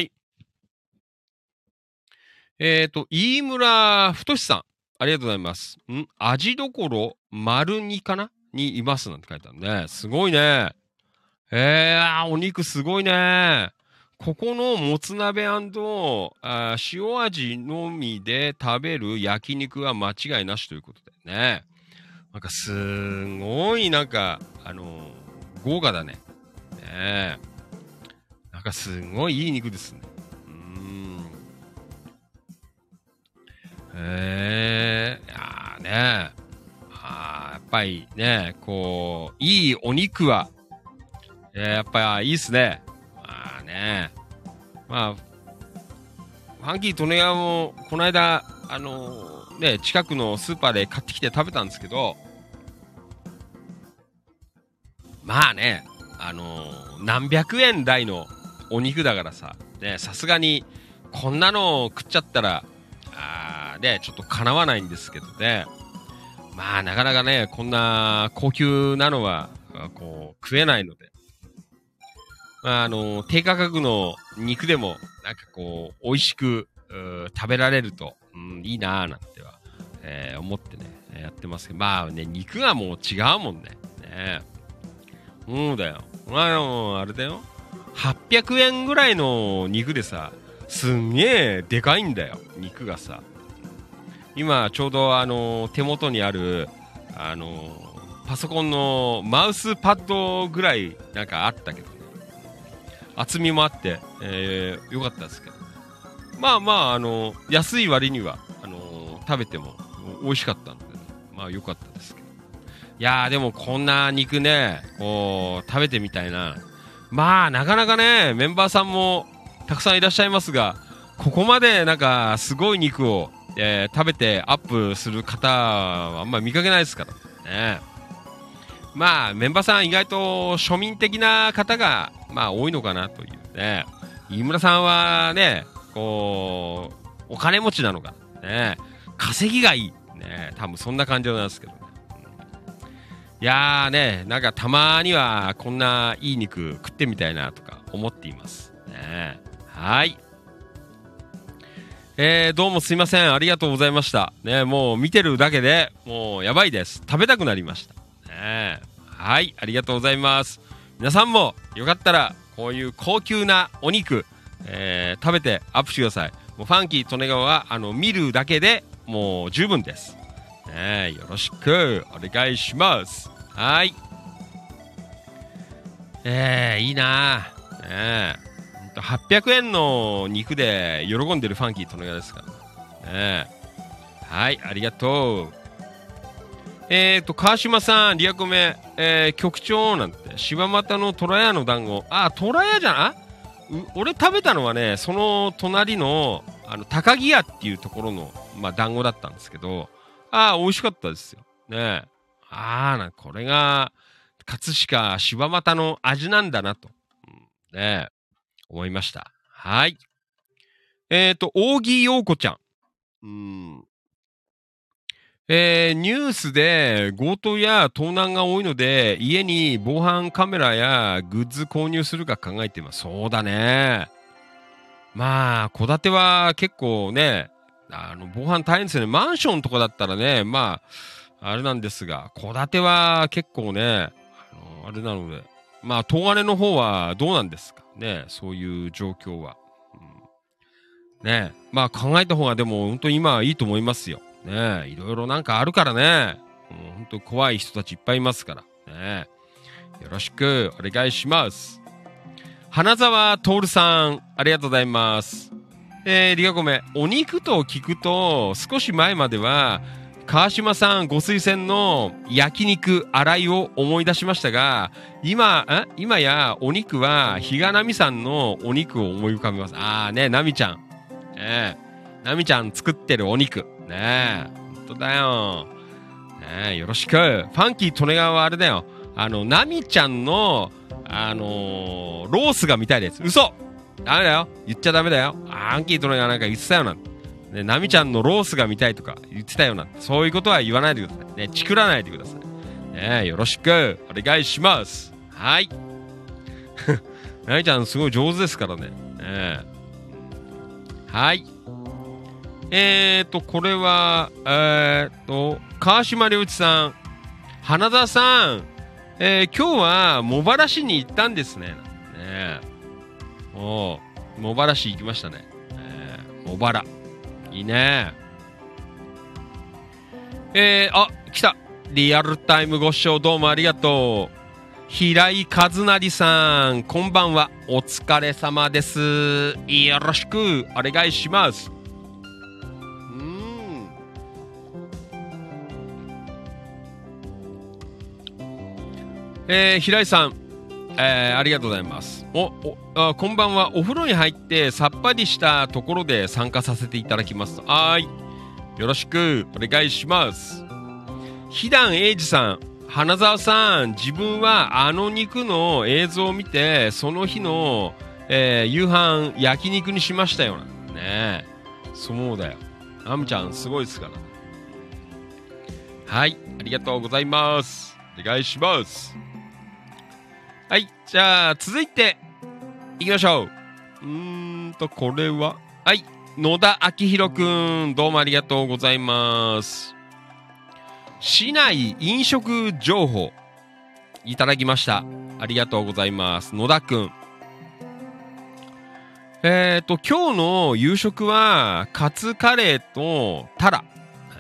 飯村太さん、ありがとうございます。味どころ丸2かなにいますなんて書いてあるね。すごいね。お肉すごいね。ここのもつ鍋&塩味のみで食べる焼肉は間違いなしということでね。なんかすごいなんか豪華だね。なんかすごいいい肉ですね。やっぱりね、こういいお肉は。やっぱいいっすね。ファンキー利根川もこの間近くのスーパーで買ってきて食べたんですけど、まあね、何百円台のお肉だからさ、さすがにこんなの食っちゃったらちょっとかなわないんですけどね。 まあなかなかね、こんな高級なのは、こう、食えないので。まあ低価格の肉でも、なんかこう、美味しく、食べられると、いいなぁなんては、思ってね、やってますけど、まあね、肉がもう違うもんね。ね、そうだよ。あれだよ。800円ぐらいの肉でさ、すんげえでかいんだよ、肉がさ。今、ちょうど手元にある、パソコンのマウスパッドぐらいなんかあったけどね。厚みもあって、よかったですけど。まあまあ、安い割には、食べても美味しかったので、まあよかったですけど。いやーでもこんな肉ね、こう、食べてみたいな。まあなかなかね、メンバーさんもたくさんいらっしゃいますが、ここまでなんかすごい肉を、食べてアップする方はあんまり見かけないですからね。まあメンバーさん意外と庶民的な方がまあ多いのかなというね。飯村さんはね、こうお金持ちなのかね、稼ぎがいいね、多分そんな感じなんですけどね。いやーね、なんかたまにはこんないい肉食ってみたいなとか思っていますね。はい。どうもすいません。ありがとうございました。ね、もう見てるだけでもうやばいです。食べたくなりました。ね、はい、ありがとうございます。皆さんもよかったらこういう高級なお肉、食べてアップしてください。もうファンキー利根川は見るだけでもう十分です。ね、よろしくお願いします。はい。いいなぁ。ね、800円の肉で喜んでるファンキー利根川ですからね。はい、ありがとう。川島さん、リアコメ、局長なんて、柴又の虎屋の団子。あ、虎屋じゃん。俺食べたのはね、その隣の、高木屋っていうところの、まあ、団子だったんですけど、美味しかったですよ。ね、これが、葛飾柴又の味なんだなと、ね、思いました。はい。扇陽子ちゃん。ニュースで強盗や盗難が多いので、家に防犯カメラやグッズ購入するか考えています。そうだね。まあ、戸建ては結構ね、防犯大変ですよね。マンションとかだったらね、まあ、あれなんですが、戸建ては結構ね、あれなので、まあ、東金の方はどうなんですかね、そういう状況は。ね、まあ考えた方がでも本当に今はいいと思いますよ。ね、いろいろなんかあるからね、本当怖い人たちいっぱいいますからね。よろしくお願いします。花沢徹さん、ありがとうございます。リカコメ、お肉と聞くと少し前までは川島さんご推薦の焼肉洗いを思い出しましたが、今やお肉は比嘉奈美さんのお肉を思い浮かべます。ね、奈美ちゃん。奈美ちゃん作ってるお肉。ねえ、ほんとだよ。ねえ、よろしく。ファンキー利根川はあれだよ。奈美ちゃんの、ロースが見たいです。嘘！ダメだよ。言っちゃダメだよ。ファンキー利根川なんか言ってたよなんて。ね、奈美ちゃんのロースが見たいとか言ってたよなんて。そういうことは言わないでください。ね、チクらないでください。ねえ、よろしくお願いします。はい。奈美ちゃんすごい上手ですからね。ねえ。はい。これは、川島良一さん、花田さん、今日は茂原市に行ったんですね。茂原市行きましたね。茂原。いいね。来た。リアルタイムご視聴どうもありがとう。平井和成さん、こんばんは。お疲れ様です。よろしくお願いします。平井さん、ありがとうございます。こんばんは。お風呂に入ってさっぱりしたところで参加させていただきます。よろしくお願いします。飛弾英二さん、花沢さん、自分はあの肉の映像を見てその日の、夕飯焼肉にしましたよね。そうだよ。ナムちゃんすごいですから。はい。 ありがとうございます。お願いします。はい、じゃあ、続いて、行きましょう。これは、はい、野田明宏くん、どうもありがとうございます。市内飲食情報、いただきました。ありがとうございます。野田くん。今日の夕食は、カツカレーとタラ。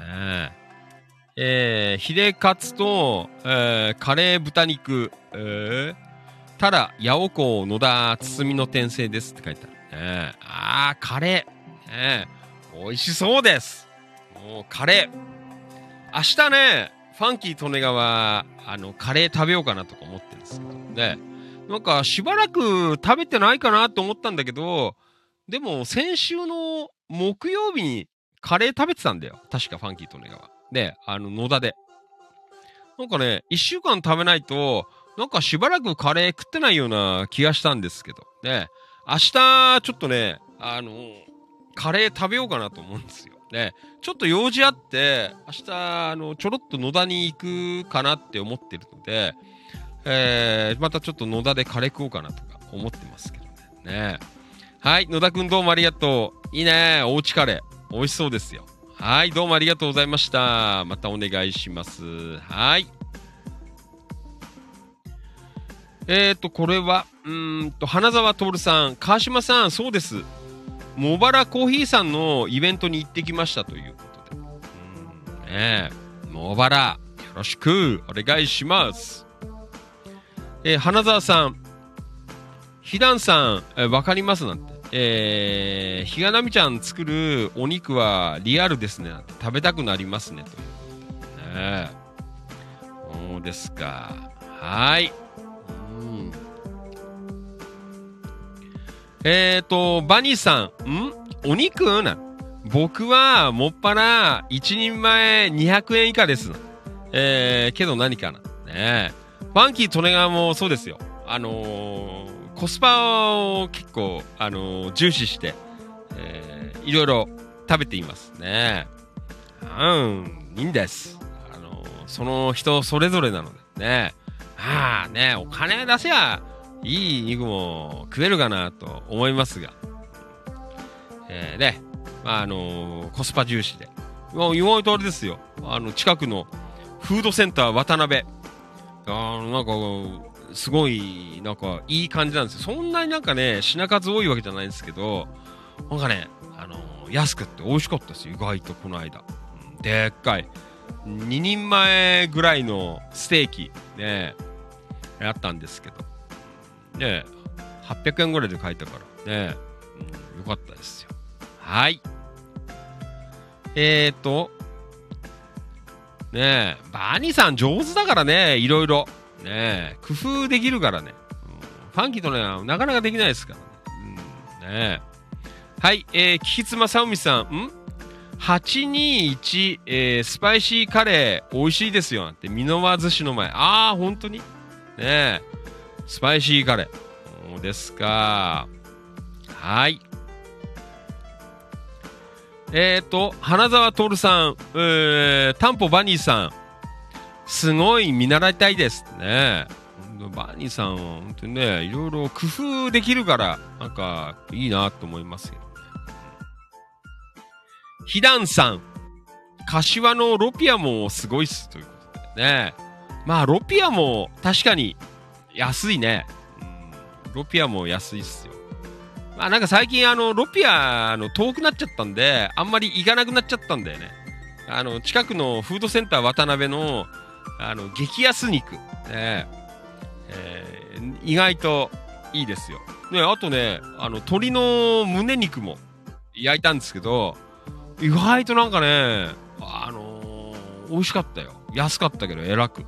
ヒレカツと、カレー豚肉、タラ、ヤオコー、野田、包みの転生ですって書いてある。カレー。美味しそうです。もう、カレー。明日ね、ファンキー利根川、カレー食べようかなとか思ってるんですけど。で、なんか、しばらく食べてないかなと思ったんだけど、でも、先週の木曜日にカレー食べてたんだよ。確かファンキー利根川。で、野田で。なんかね、1週間食べないと、なんかしばらくカレー食ってないような気がしたんですけど。で、明日、ちょっとね、カレー食べようかなと思うんですよ。で、ちょっと用事あって、明日、ちょろっと野田に行くかなって思ってるので、またちょっと野田でカレー食おうかなとか思ってますけどね。はい、野田くんどうもありがとう。いいね、おうちカレー。美味しそうですよ。はい、どうもありがとうございました。またお願いします。はい。これは、花沢徹さん、川島さん、そうです。茂原コーヒーさんのイベントに行ってきましたということで。茂原、よろしくお願いします。花沢さん、ひだんさん、わかりますなんて。ひがなみちゃん作るお肉はリアルですね。なんて食べたくなりますね。ということでね。そうですか。はい。バニーさん、お肉な。僕はもっぱら1人前200円以下です。けど何かな。ね。ファンキー利根川もそうですよ。コスパを結構、重視して、いろいろ食べていますね。いいんです。その人それぞれなのでね。お金出せや、いい肉も食えるかなと思いますが。コスパ重視で。意外とあれですよ。近くのフードセンター渡辺。なんか、すごい、なんか、いい感じなんですよ。そんなになんかね、品数多いわけじゃないんですけど、なんかね、安くって美味しかったですよ。意外とこの間。でっかい。2人前ぐらいのステーキ、ね、あったんですけど。ね、800円ぐらいで買えたからね、よかったですよ。はい。バニーさん上手だからね、いろいろ。ね、工夫できるからね。ファンキーとね、なかなかできないですからね。はい、キキツマサウミさん、821、スパイシーカレー、美味しいですよ。なんて、箕輪寿司の前。本当にね、スパイシーカレー。そうですか。はい。花沢徹さん、タンポバニーさん、すごい見習いたいですね。バニーさんは本当にね、いろいろ工夫できるから、なんか、いいなと思いますけどね。ひだんさん、柏のロピアもすごいっすということでね。まあ、ロピアも確かに安いね。ロピアも安いっすよ。まあなんか最近ロピア遠くなっちゃったんで、あんまり行かなくなっちゃったんだよね。近くのフードセンター渡辺の、激安肉。ね、意外といいですよ。ね、あとね、鶏の胸肉も焼いたんですけど、意外となんかね、美味しかったよ。安かったけど、えらく。ね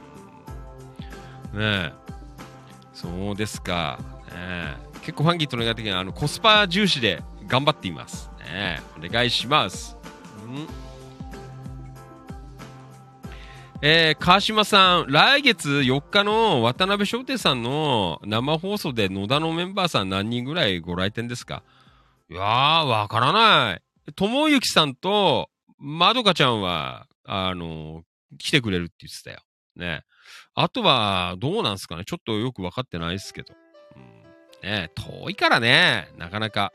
え。そうですか。結構ファンキーとのや的にはコスパ重視で頑張っています。ね、お願いします。川島さん、来月4日の渡辺商店さんの生放送で野田のメンバーさん何人ぐらいご来店ですか？いやー、わからない。ともゆきさんとまどかちゃんは、 来てくれるって言ってたよ。ね。あとは、どうなんすかね。ちょっとよくわかってないですけど。ね、遠いからね、なかなか。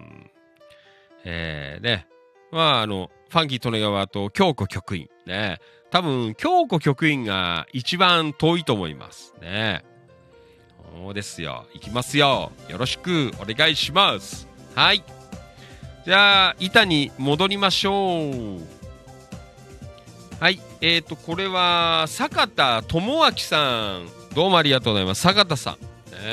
ね。まあ、ファンキー利根川と京子局員。ね。多分、京子局員が一番遠いと思います。ね。そうですよ。行きますよ。よろしくお願いします。はい。じゃあ、板に戻りましょう。はい。これは、坂田智明さん。どうもありがとうございます。坂田さん。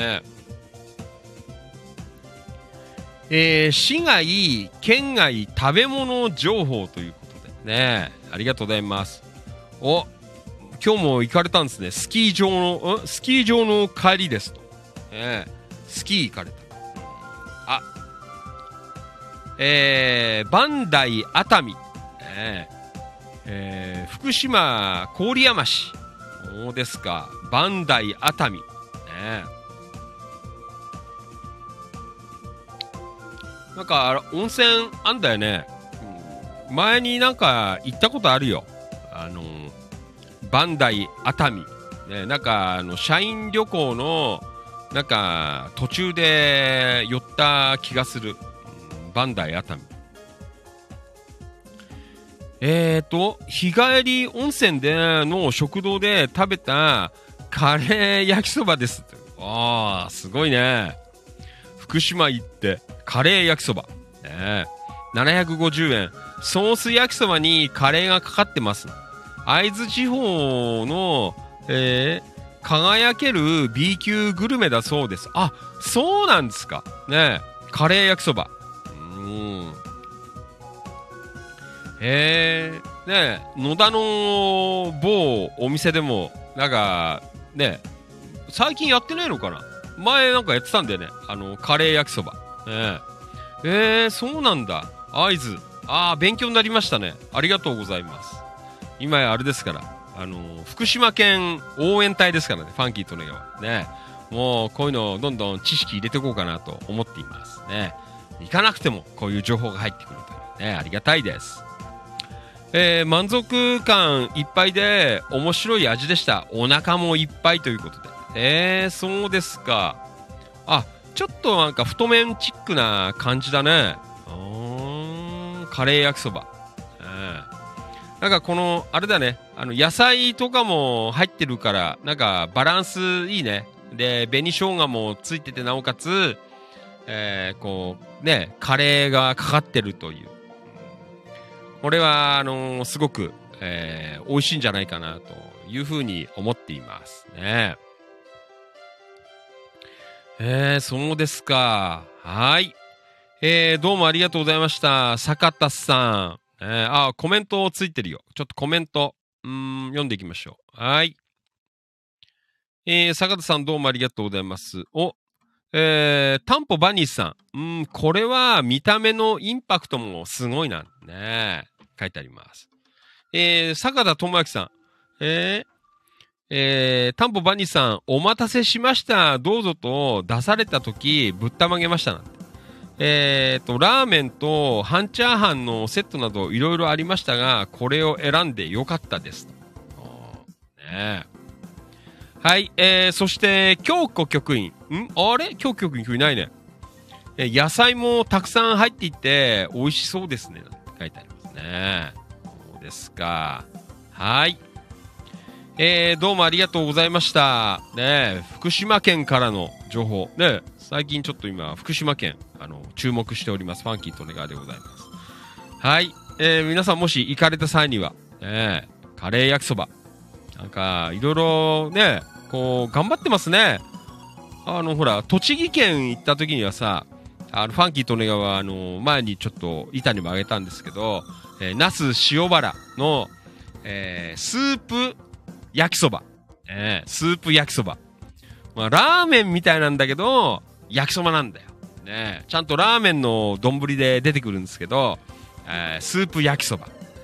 市外、県外食べ物情報ということでね。ありがとうございます。お、今日も行かれたんですね。スキー場の帰りですと。スキー行かれた。磐梯熱海。福島郡山市。そうですか。磐梯熱海。なんか温泉あんだよね。前になんか行ったことあるよ。磐梯熱海、ね、なんか社員旅行のなんか途中で寄った気がする。磐梯熱海。日帰り温泉での食堂で食べたカレー焼きそばです。ああ、すごいね。福島行ってカレー焼きそば、750円。ソース焼きそばにカレーがかかってます。会津地方の、輝ける B 級グルメだそうです。あ、そうなんですかね。カレー焼きそば。ね、野田の某お店でもなんかね、最近やってないのかな。前なんかやってたんだよね、カレー焼きそば。そうなんだ。会津。勉強になりましたね。ありがとうございます。今やあれですから、福島県応援隊ですからね、ファンキー利根川ね。もうこういうのをどんどん知識入れていこうかなと思っていますね。行かなくてもこういう情報が入ってくるというね、ありがたいです。満足感いっぱいで面白い味でした。お腹もいっぱいということで。そうですか。ちょっとなんか太麺チックな感じだね。カレー焼きそば。なんかこのあれだね、野菜とかも入ってるからなんかバランスいいね。で紅生姜もついてて、なおかつ、こうね、カレーがかかってるという。これはすごく、美味しいんじゃないかなというふうに思っていますね。そうですか。はい。どうもありがとうございました。坂田さん。コメントついてるよ。ちょっとコメント、読んでいきましょう。はい。坂田さんどうもありがとうございます。タンポバニーさん。これは見た目のインパクトもすごいな。ね。書いてあります。坂田智明さん。タンポバニーさん、お待たせしました。どうぞと出されたとき、ぶったまげましたなんて。ラーメンと半チャーハンのセットなどいろいろありましたが、これを選んでよかったです。ね、はい、そして京子局員。あれ京子局員いないね。野菜もたくさん入っていて美味しそうですね。書いてありますね。そうですか。はい。どうもありがとうございました。ね、福島県からの情報。ね、最近ちょっと今、福島県、注目しております。ファンキー利根川でございます。はい。皆さんもし行かれた際には、カレー焼きそば。なんか、いろいろね、こう、頑張ってますね。ほら、栃木県行った時にはさ、ファンキー利根川、前にちょっと板にもあげたんですけど、那須塩原の、スープ焼きそば。スープ焼きそば。まあ、ラーメンみたいなんだけど、焼きそばなんだよ。ね、ちゃんとラーメンの丼で出てくるんですけど、スープ焼きそば。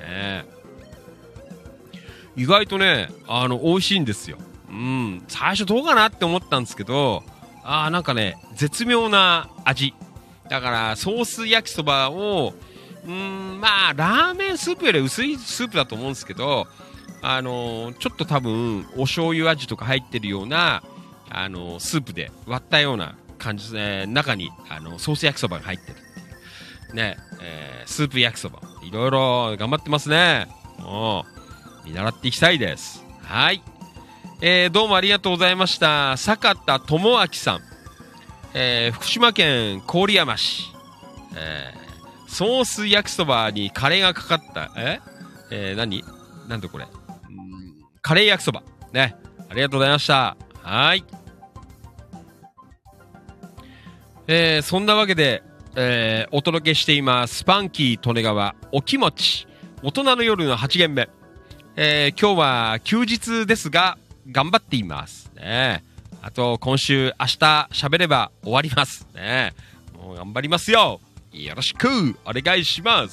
意外とね、美味しいんですよ。最初どうかなって思ったんですけど、なんかね、絶妙な味。だから、ソース焼きそばを、まあ、ラーメンスープより薄いスープだと思うんですけど、 ちょっと多分、お醤油味とか入ってるような、スープで割ったような感じで、中に、ソース焼きそばが入ってるっていう。ね、スープ焼きそば。いろいろ頑張ってますね。もう、見習っていきたいです。はい。どうもありがとうございました。坂田智明さん。福島県郡山市。ソース焼きそばにカレーがかかった。なんでこれ。カレー焼きそば。ね。ありがとうございました。はい。そんなわけで、お届けしています。スパンキー利根川お気持ち。大人の夜の8限目。今日は休日ですが、頑張っていますね。あと今週明日喋れば終わりますね。もう頑張りますよ。よろしくお願いします。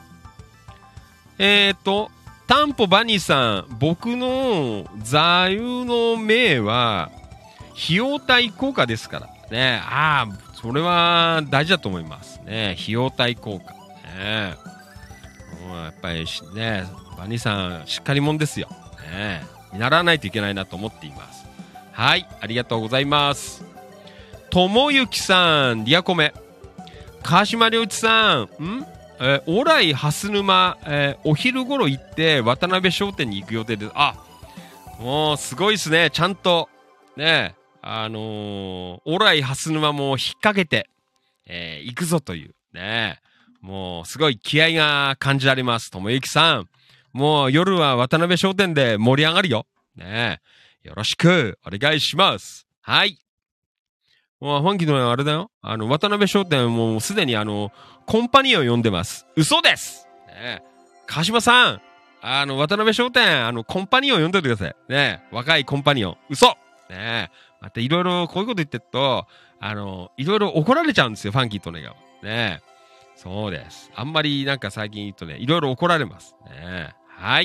タンポバニーさん、僕の座右の銘は費用対効果ですからね。それは大事だと思いますね。費用対効果ね。もうやっぱりね、バニーさんしっかり者ですよね。見習わないといけないなと思っています。はい、ありがとうございます。ともゆきさん、リアコメ。川島良一さん、オライ蓮沼、お昼頃行って渡辺商店に行く予定です。もうすごいですね。ちゃんとね、オライ蓮沼も引っ掛けて、行くぞというね、もうすごい気合が感じられます。ともゆきさん、もう夜は渡辺商店で盛り上がるよ。ね、よろしくお願いします。はい。もうファンキーのあれだよ。渡辺商店もうすでにコンパニオン呼んでます。嘘です。ね、川島さん、渡辺商店、コンパニオン呼んでおいてください。ね、若いコンパニオン。嘘。ね、またいろいろこういうこと言ってると、いろいろ怒られちゃうんですよ、ファンキーとねが。ね、そうです。あんまりなんか最近言うとね、いろいろ怒られます。ね、はい。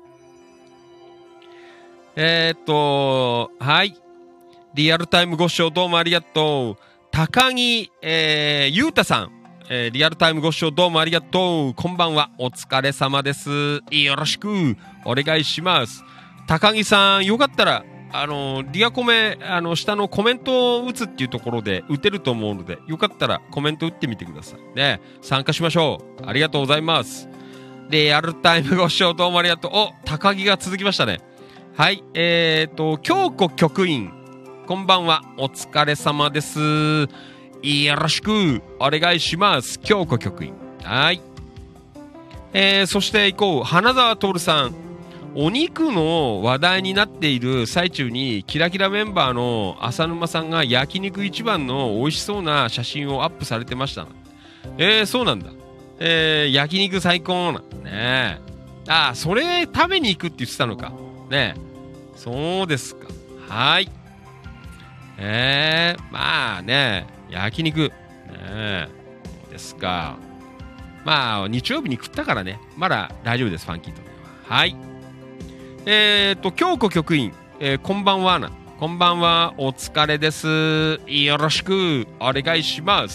はい。リアルタイムご視聴どうもありがとう。高木、ゆうたさん、リアルタイムご視聴どうもありがとう。こんばんは。お疲れ様です。よろしくお願いします。高木さん、よかったら、リアコメ、下のコメントを打つっていうところで打てると思うので、よかったらコメント打ってみてください。ね、参加しましょう。ありがとうございます。リアルタイムご視聴どうもありがとう。高木が続きましたね。はい。京子局員。こんばんは。お疲れ様です。よろしくお願いします。京子局員。はい。そして行こう。花沢徹さん。お肉の話題になっている最中に、キラキラメンバーの浅沼さんが焼肉一番の美味しそうな写真をアップされてました。そうなんだ。焼肉最高なんね。それ食べに行くって言ってたのか。ね。そうですか。はい。まあね、焼肉。ね、ですか。まあ、日曜日に食ったからね、まだ大丈夫です、ファンキーとねは。はい。京子局員、こんばんはな。こんばんは、お疲れです。よろしくお願いします。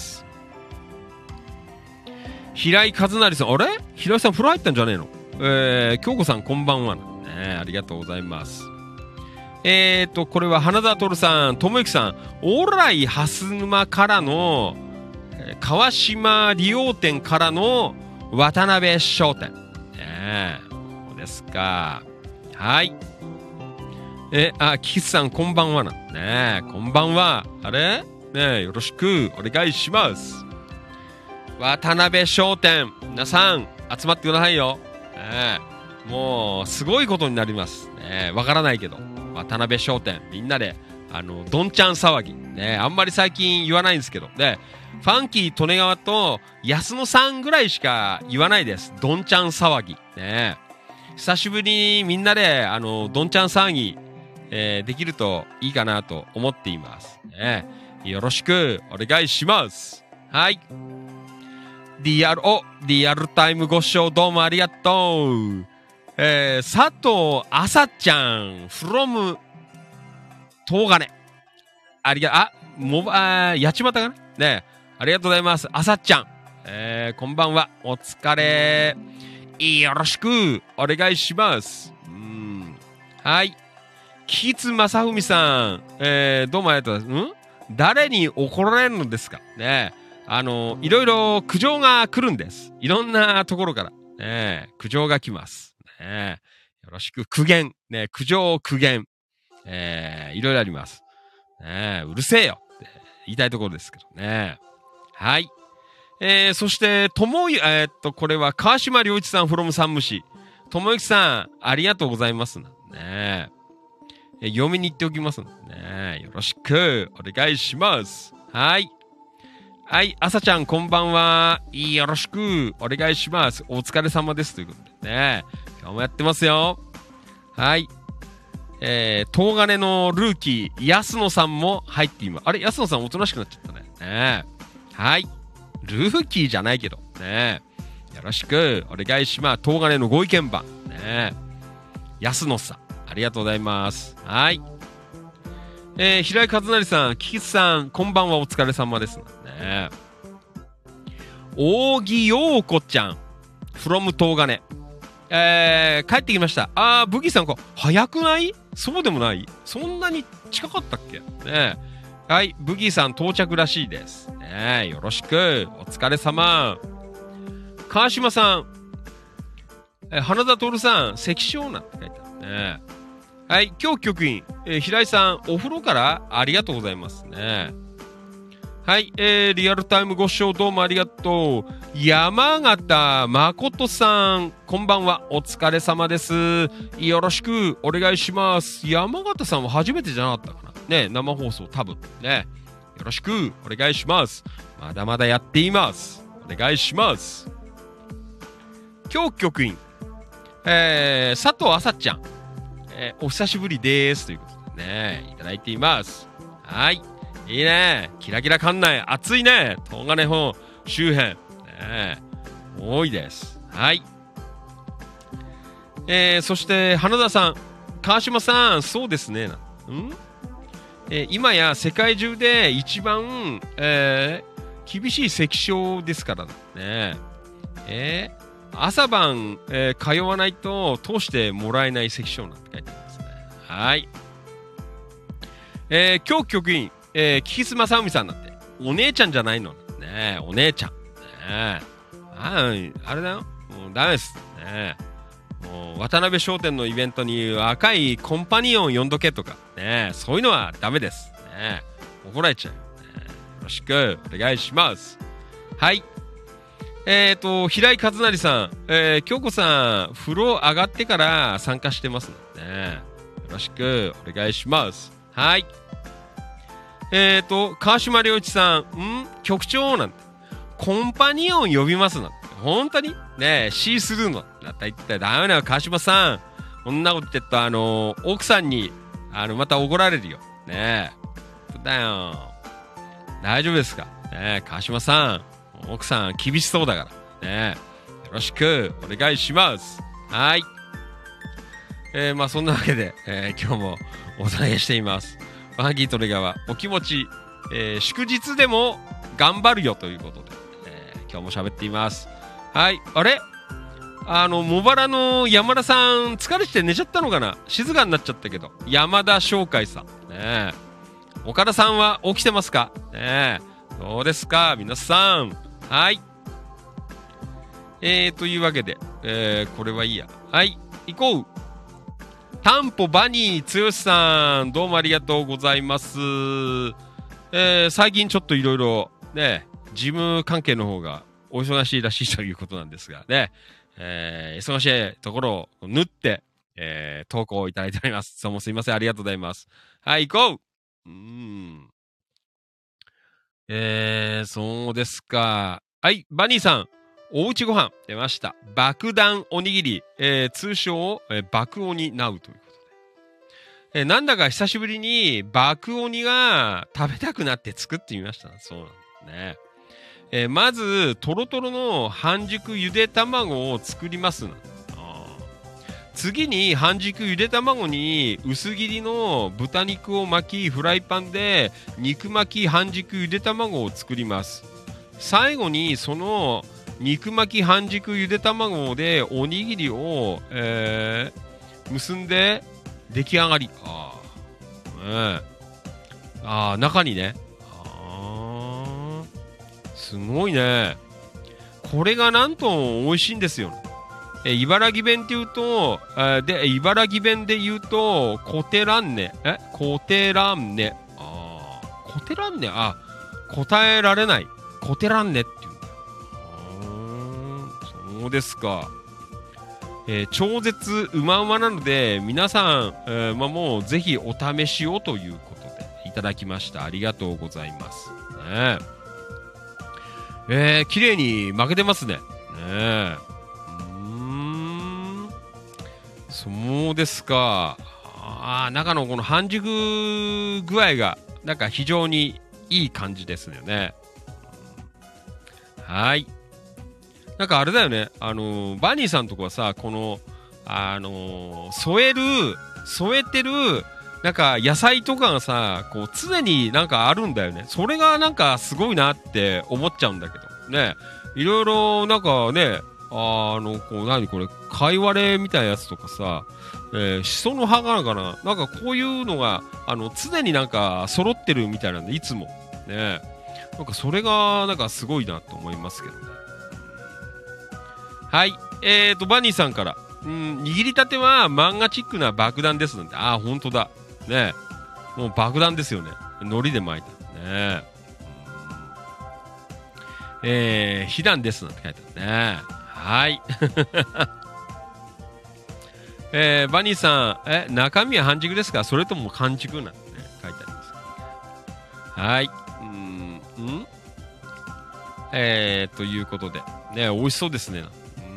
平井和成さん、あれ平井さん風呂入ったんじゃねえの？京子さんこんばんはな。ね、ありがとうございます。これは花田徹さん、智之さん、オーライ蓮沼からの、川島理容店からの渡辺商店。そうですか。はい。キキスさんこんばんはな。ね、こんばんは。あれね、よろしくお願いします。渡辺商店、皆さん集まってくださいよ。もうすごいことになります。わからないけど。渡辺商店、みんなで、どんちゃん騒ぎ。ね、あんまり最近言わないんですけど。で、ファンキー利根川と安野さんぐらいしか言わないです。どんちゃん騒ぎ。ね、久しぶりにみんなで、どんちゃん騒ぎ、できるといいかなと思っています。ね、よろしくお願いします。はい。リアルタイムご視聴どうもありがとう。佐藤あさちゃん from 東金。八幡かなね、ありがとうございます。あさちゃん。こんばんは。お疲れ。よろしくお願いします。 はい。木津正文さん、どうもありがとうございます。誰に怒られるのですかね。いろいろ苦情が来るんです。いろんなところから、ね、苦情が来ます。ね、よろしく、苦言。ね、苦情、苦言。いろいろあります。ね、うるせえよって言いたいところですけどね。はい。そして、これは川島良一さん from 山武市。ともゆきさん、ありがとうございます。ね、読みに行っておきますのでね。よろしくお願いします。はい。はい、朝ちゃんこんばんは。よろしくお願いします。お疲れ様です。ということでね。今日もやってますよ。はい。東金のルーキー、安野さんも入っています。あれ、安野さんおとなしくなっちゃったね。ね、はい。ルーキーじゃないけど。ね、よろしくお願いします。東金のご意見番。ね、安野さん。ありがとうございます。はい。平井和成さん、キキスさん、こんばんは、お疲れ様です。ね、扇陽子ちゃん、from 東金。帰ってきました。ブギーさん、早くない？そうでもない？そんなに近かったっけ？ね、はい、ブギーさん到着らしいです。ね、よろしく、お疲れ様。川島さん、花田徹さん、関所なんて書いてあるね。はい、今日局員、平井さん、お風呂からありがとうございますね。はい、リアルタイムご視聴どうもありがとう。山形誠さん、こんばんは、お疲れ様です。よろしくお願いします。山形さんは初めてじゃなかったかなね、生放送多分ね。よろしくお願いします。まだまだやっています。お願いします。今日局員、佐藤あさちゃん、お久しぶりですということでね、いただいています。はい、いいね、キラキラ館内暑いね、東金本周辺、ね、多いです。はい。そして花田さん、川島さん、そうですね。今や世界中で一番、厳しい関所ですからね。朝晩、通わないと通してもらえない関所なんて書いてありますね。はい。今日局員、キキスマサウミさんなんてお姉ちゃんじゃないのね、お姉ちゃん。ね、あれだよ。もうダメです。ね、もう渡辺商店のイベントに若いコンパニオン呼んどけとか、ね、そういうのはダメです。ね、怒られちゃう、ね。よろしくお願いします。はい。平井和成さん、京子さん、風呂上がってから参加してますので、ね、よろしくお願いします。はい。川島良一さん、局長なんて、コンパニオン呼びますなんて、本当にね、シースルーの、だったら言ってダメだよ、川島さん。こんなこと言ってた奥さんに、また怒られるよ。ねえ。だよ。大丈夫ですかね、川島さん。奥さん厳しそうだからね、よろしくお願いします。はい。まあそんなわけで、今日もお伝えしています。バーギートレガーはお気持ち、祝日でも頑張るよということで、今日も喋っています。はい。あれ茂原の山田さん疲れて寝ちゃったのかな、静かになっちゃったけど、山田翔海さんね、岡田さんは起きてますかね、どうですか皆さん。はい。というわけで、これはいいや。はい、行こう。タンポバニー剛さん、どうもありがとうございます。最近ちょっといろいろね、事務関係の方がお忙しいらしいということなんですがね、忙しいところを縫って、投稿いただいております。どうもすいません、ありがとうございます。はい、行こう。そうですか。はい、バニーさん、おうちご飯出ました。爆弾おにぎり、通称、爆鬼ナウということで。なんだか久しぶりに爆鬼が食べたくなって作ってみました。そうなんですね。まず、トロトロの半熟ゆで卵を作ります。次に半熟ゆで卵に薄切りの豚肉を巻き、フライパンで肉巻き半熟ゆで卵を作ります。最後にその肉巻き半熟ゆで卵でおにぎりを、結んで、 出来上がり。中にね。すごいね。これがなんと美味しいんですよ。茨城弁って言うと、茨城弁で言うと、コテランネ。コテランネ。コテランネ。答えられない。コテランネって言うんだ。そうですか。超絶うまうまなので、皆さん、もうぜひお試しをということでいただきました。ありがとうございます。綺麗に負けてますね。そうですか。中のこの半熟具合が、なんか非常にいい感じですよね。はい。なんかあれだよね。バニーさんとこはさ、この、添えてる、なんか野菜とかがさ、こう常になんかあるんだよね。それがなんかすごいなって思っちゃうんだけど。ね。いろいろなんかね、何これ、貝割れみたいなやつとかさ、しその葉がなんかこういうのが、常になんか揃ってるみたいなんで、いつも。ね。なんかそれが、なんかすごいなと思いますけどね。はい。バニーさんから。握りたては漫画チックな爆弾ですなんて。ほんとだ。ね。もう爆弾ですよね。海苔で巻いた。ね。被弾ですなんて書いてあるね。はい。バニーさん、中身は半熟ですか？それとも完熟なんて、ね、書いてあります。はい。ということで。ね、美味しそうですね。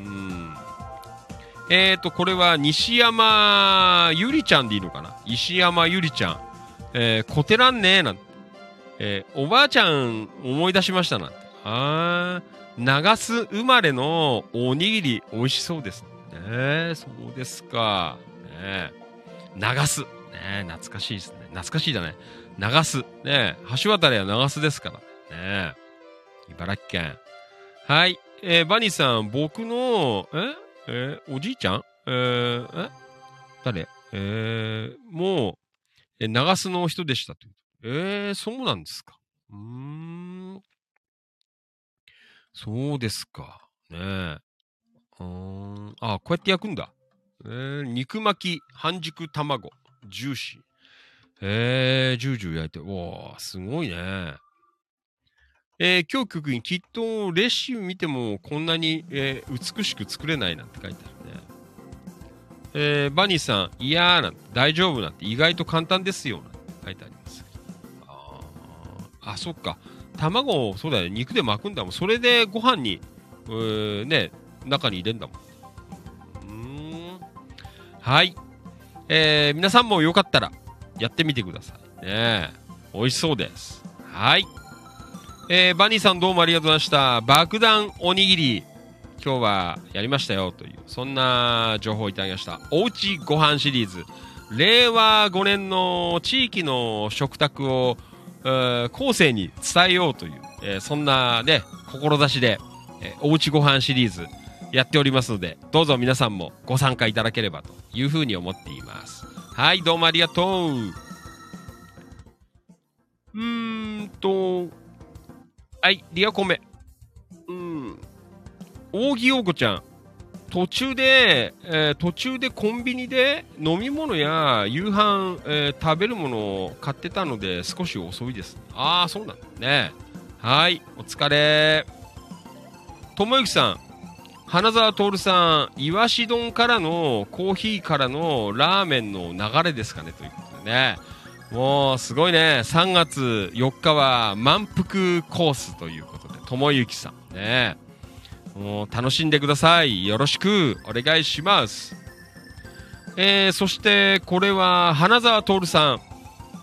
これは西山ゆりちゃんでいいのかな？石山ゆりちゃん。こてらんねーなんて。おばあちゃん思い出しましたなんて。長洲生まれのおにぎり美味しそうですね。そうですか。ね、長洲。ね、懐かしいですね。懐かしいだね。長洲。ね、橋渡りは長洲ですからね。茨城県。はい。バニーさん、僕の、おじいちゃん誰もう、長洲の人でしたと。そうなんですか。そうですか。ねこうやって焼くんだ。肉巻き、半熟卵、ジューシー。ジュージュー焼いて、わー、すごいね。今日曲にきっとレシピ見てもこんなに、美しく作れないなんて書いてあるね。バニーさん、いやーなんて、大丈夫なんて、意外と簡単ですよなんて書いてあります。そっか。卵を、そうだよね、肉で巻くんだもん。それでご飯に、ね、中に入れんだもん。はい。皆さんもよかったら、やってみてください。ね、美味しそうです。はい。バニーさんどうもありがとうございました。爆弾おにぎり、今日はやりましたよという、そんな情報をいただきました。おうちご飯シリーズ。令和5年の地域の食卓を、後世に伝えようという、そんなね、志で、おうちご飯シリーズやっておりますので、どうぞ皆さんもご参加いただければというふうに思っています。はい、どうもありがとう。はい、リアコメ。扇陽子ちゃん。途中でコンビニで飲み物や夕飯、食べるものを買ってたので少し遅いです。そうなんだね。はい、お疲れ。ともゆきさん、花沢徹さん、いわし丼からのコーヒーからのラーメンの流れですかねということでね。もうすごいね。3月4日は満腹コースということで、ともゆきさんね。もう楽しんでください。よろしくお願いします。そしてこれは花沢徹さん。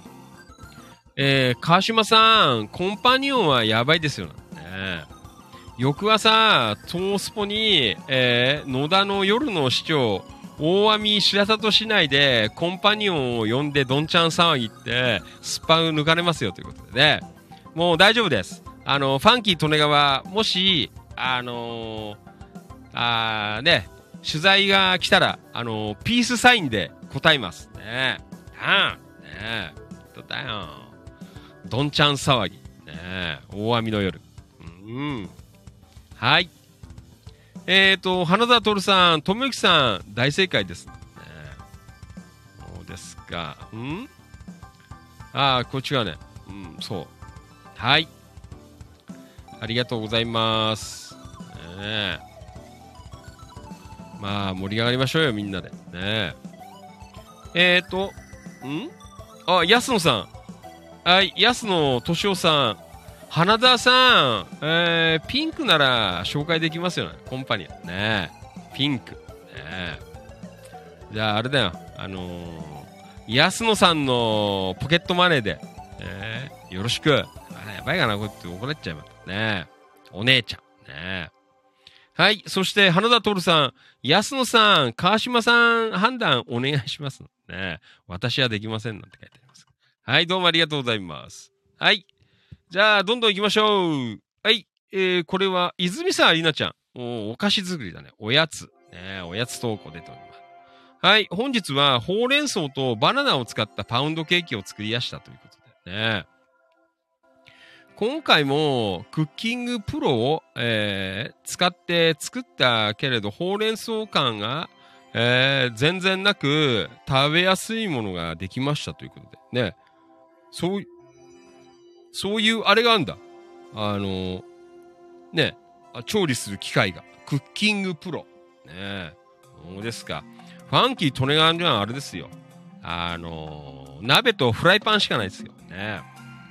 川島さん、コンパニオンはやばいですよね。翌朝、トースポに、野田の夜の市長、大網白里市内でコンパニオンを呼んでどんちゃん騒ぎってスパ抜かれますよということでね。もう大丈夫です。ファンキー利根川、もし、ね、取材が来たら、ピースサインで、 答えますね。ねどうだよ。どんちゃん騒ぎ。ね大網の夜。はい。花田徹さん、智之さん、大正解です。ねそうですか。こっちがね。そう。はい。ありがとうございます。まあ、盛り上がりましょうよ、みんなで。ね安野さん。はい、安野敏夫さん。花田さん、ピンクなら紹介できますよね、コンパニオン。ねピンク。ねじゃあ、あれだよ。安野さんのポケットマネーで、よろしく。やばいかな、こうやって怒られちゃいますね。お姉ちゃん。ねはい。そして、花田徹さん、安野さん、川島さん、判断お願いします。ね私はできませんなんて書いてあります。はい、どうもありがとうございます。はい。じゃあ、どんどん行きましょう。はい。これは、泉沢里奈ちゃん。お菓子作りだね。おやつ。おやつ投稿出ております。はい。本日は、ほうれん草とバナナを使ったパウンドケーキを作り出したということでね。今回も、クッキングプロを、使って作ったけれど、ほうれん草感が、全然なく、食べやすいものができましたということで。ね。そういうあれがあるんだ。調理する機械が。クッキングプロ。ねそうですか。ファンキートネガンじゃんあれですよ。鍋とフライパンしかないですよ。ね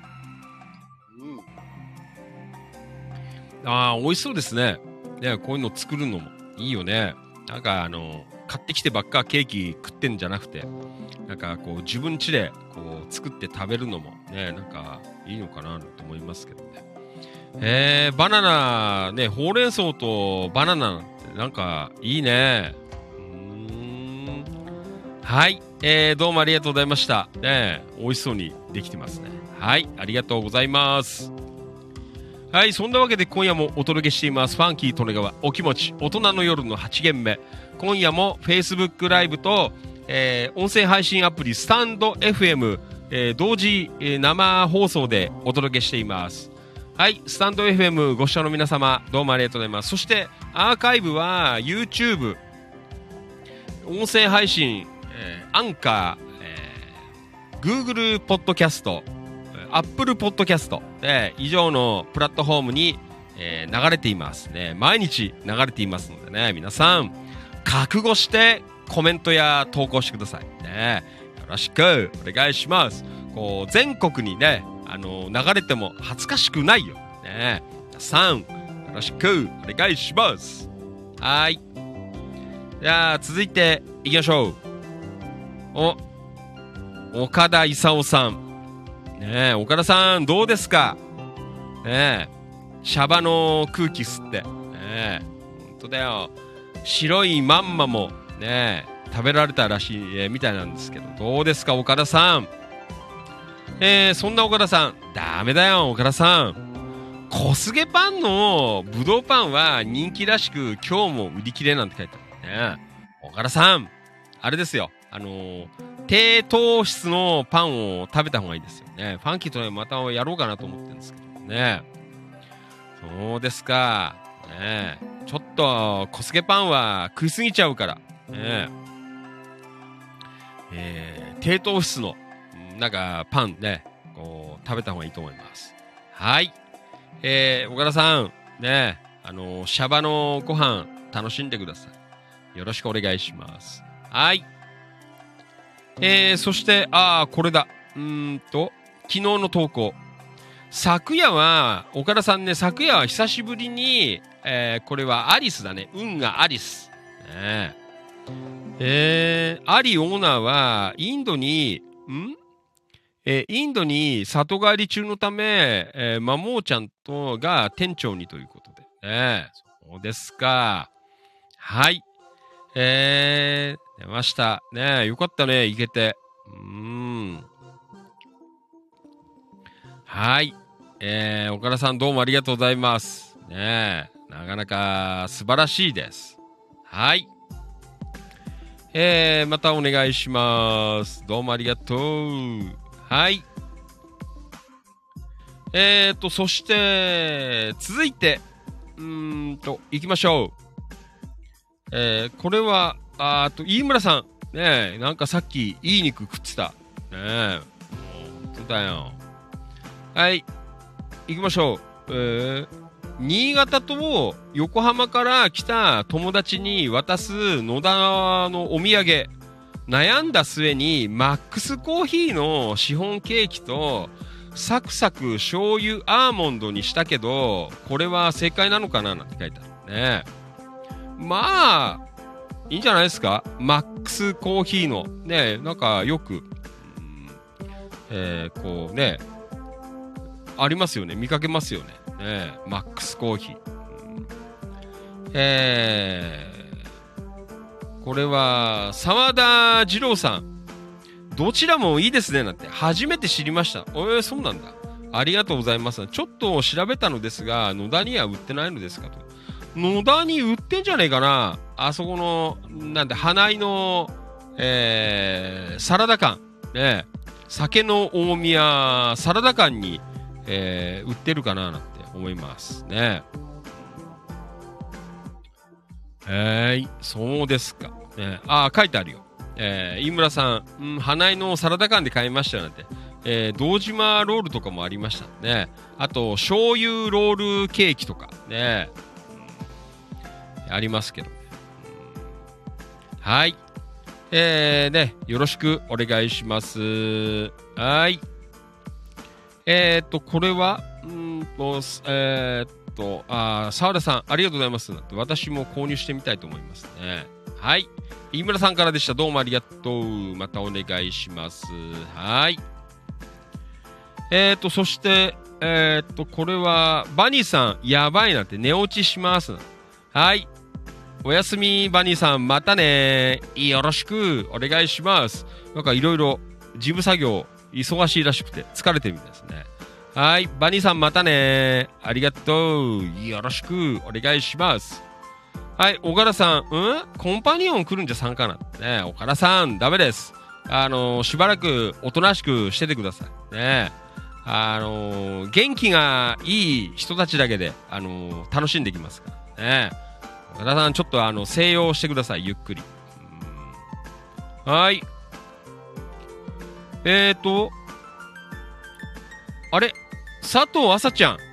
美味しそうですね。ねこういうの作るのもいいよね。なんか買ってきてばっかケーキ食ってんじゃなくて、なんかこう自分家でこう作って食べるのもね、なんかいいのかなと思いますけどね。バナナ、ね、ほうれん草とバナナなんてなんかいいね。はい、どうもありがとうございました。ね、美味しそうにできてますね。はい、ありがとうございます。はい、そんなわけで今夜もお届けしています。ファンキー利根川お気持ち大人の夜の8限目。今夜も Facebook ライブと、音声配信アプリスタンド FM、同時、生放送でお届けしています。はい、スタンド FM ご視聴の皆様どうもありがとうございます。そしてアーカイブは YouTube、音声配信、アンカー、Google ポッドキャスト、Apple ポッドキャスト、以上のプラットフォームに、流れていますね。毎日流れていますのでね、皆さん覚悟してコメントや投稿してくださいね。よろしくお願いします。こう全国にね、流れても恥ずかしくないよね。皆さんよろしくお願いします。はい。じゃあ続いていきましょう。岡田勲さん。ねえ、岡田さんどうですか。ねえ、シャバの空気吸って。ねえ、本当だよ。白いまんまもね食べられたらしい、みたいなんですけど、どうですか岡田さん。そんな岡田さんダメだよ。岡田さん、小菅パンのぶどうパンは人気らしく今日も売り切れなんて書いてあるね。岡田さんあれですよ、低糖質のパンを食べた方がいいですよね。ファンキーとねまたやろうかなと思ってるんですけどね。そうですかね。ちょっと小菅パンは食いすぎちゃうからね。低糖質のなんかパンねこう食べた方がいいと思います。はい。岡田さんね、シャバのご飯楽しんでください。よろしくお願いします。はい。そしてこれだ。昨日の投稿。昨夜は岡田さんね、昨夜は久しぶりに、これはアリスだね。運がアリス。アリオーナーはインドに里帰り中のため、マモーちゃんとが店長にということでね。そうですか。はい。出ましたね。よかったね、行けて。はい。岡田さんどうもありがとうございます。ね、なかなか素晴らしいです。はい。 またお願いします。どうもありがとう。はい。そして、続いて、行きましょう。これは、飯村さん。ねえ、なんかさっき、いい肉食ってた。ねえ、本当だよ。はい。行きましょう。新潟と横浜から来た友達に渡す野田のお土産。悩んだ末にマックスコーヒーのシフォンケーキとサクサク醤油アーモンドにしたけど、これは正解なのかななんて書いてあるね。まあ、いいんじゃないですか。マックスコーヒーの。ね、なんかよく、こうね、ありますよね。見かけますよね。マックスコーヒー。これは、沢田二郎さん。どちらもいいですね。なんて。初めて知りました。そうなんだ。ありがとうございます。ちょっと調べたのですが、野田には売ってないのですかと。野田に売ってんじゃねえかな。あそこの、なんで、花井の、サラダ館。ね。酒の大宮サラダ館に、売ってるかななんて思いますね。そうですか。書いてあるよ。飯村さん、花井のサラダ館で買いましたなんて。堂島ロールとかもありましたね。あと、醤油ロールケーキとかね。ありますけど。はい。ね、よろしくお願いします。はい。これは、沢田さん、ありがとうございます。私も購入してみたいと思いますね。はい。飯村さんからでした。どうもありがとう。またお願いします。はい。そして、これは、バニーさん、やばいなんて寝落ちします。はい。おやすみ、バニーさん、またね。よろしくお願いします。なんかいろいろ、事務作業、忙しいらしくて、疲れてるみたいですね。はい。バニーさんまたね。ありがとう。よろしくお願いします。はい。岡田さん。コンパニオン来るんじゃ3かな。ね岡田さん、ダメです。しばらくおとなしくしててください。ね元気がいい人たちだけで、楽しんできますからね。岡田さん、ちょっと静養してください。ゆっくり。はい。あれ佐藤あさちゃん。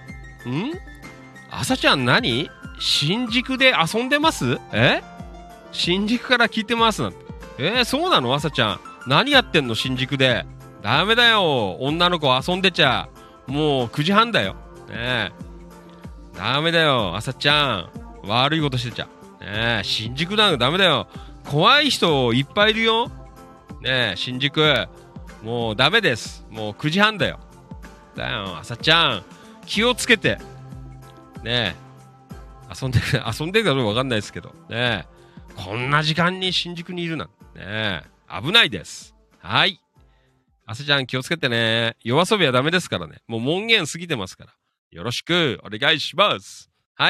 あさちゃん何新宿で遊んでます？新宿から聞いてますなんて。そうなのあさちゃん。何やってんの新宿で。ダメだよ。女の子遊んでちゃ。もう9時半だよ。ダメだよ。あさちゃん。悪いことしてちゃ。新宿なんかダメだよ。怖い人いっぱいいるよ。新宿。もうダメです。もう9時半だよ。だよ、あさちゃん。気をつけて。遊んでるかどうかわかんないですけど。こんな時間に新宿にいるなんて。危ないです。はい。あさちゃん気をつけてね。夜遊びはダメですからね。もう門限過ぎてますから。よろしくお願いします。はい。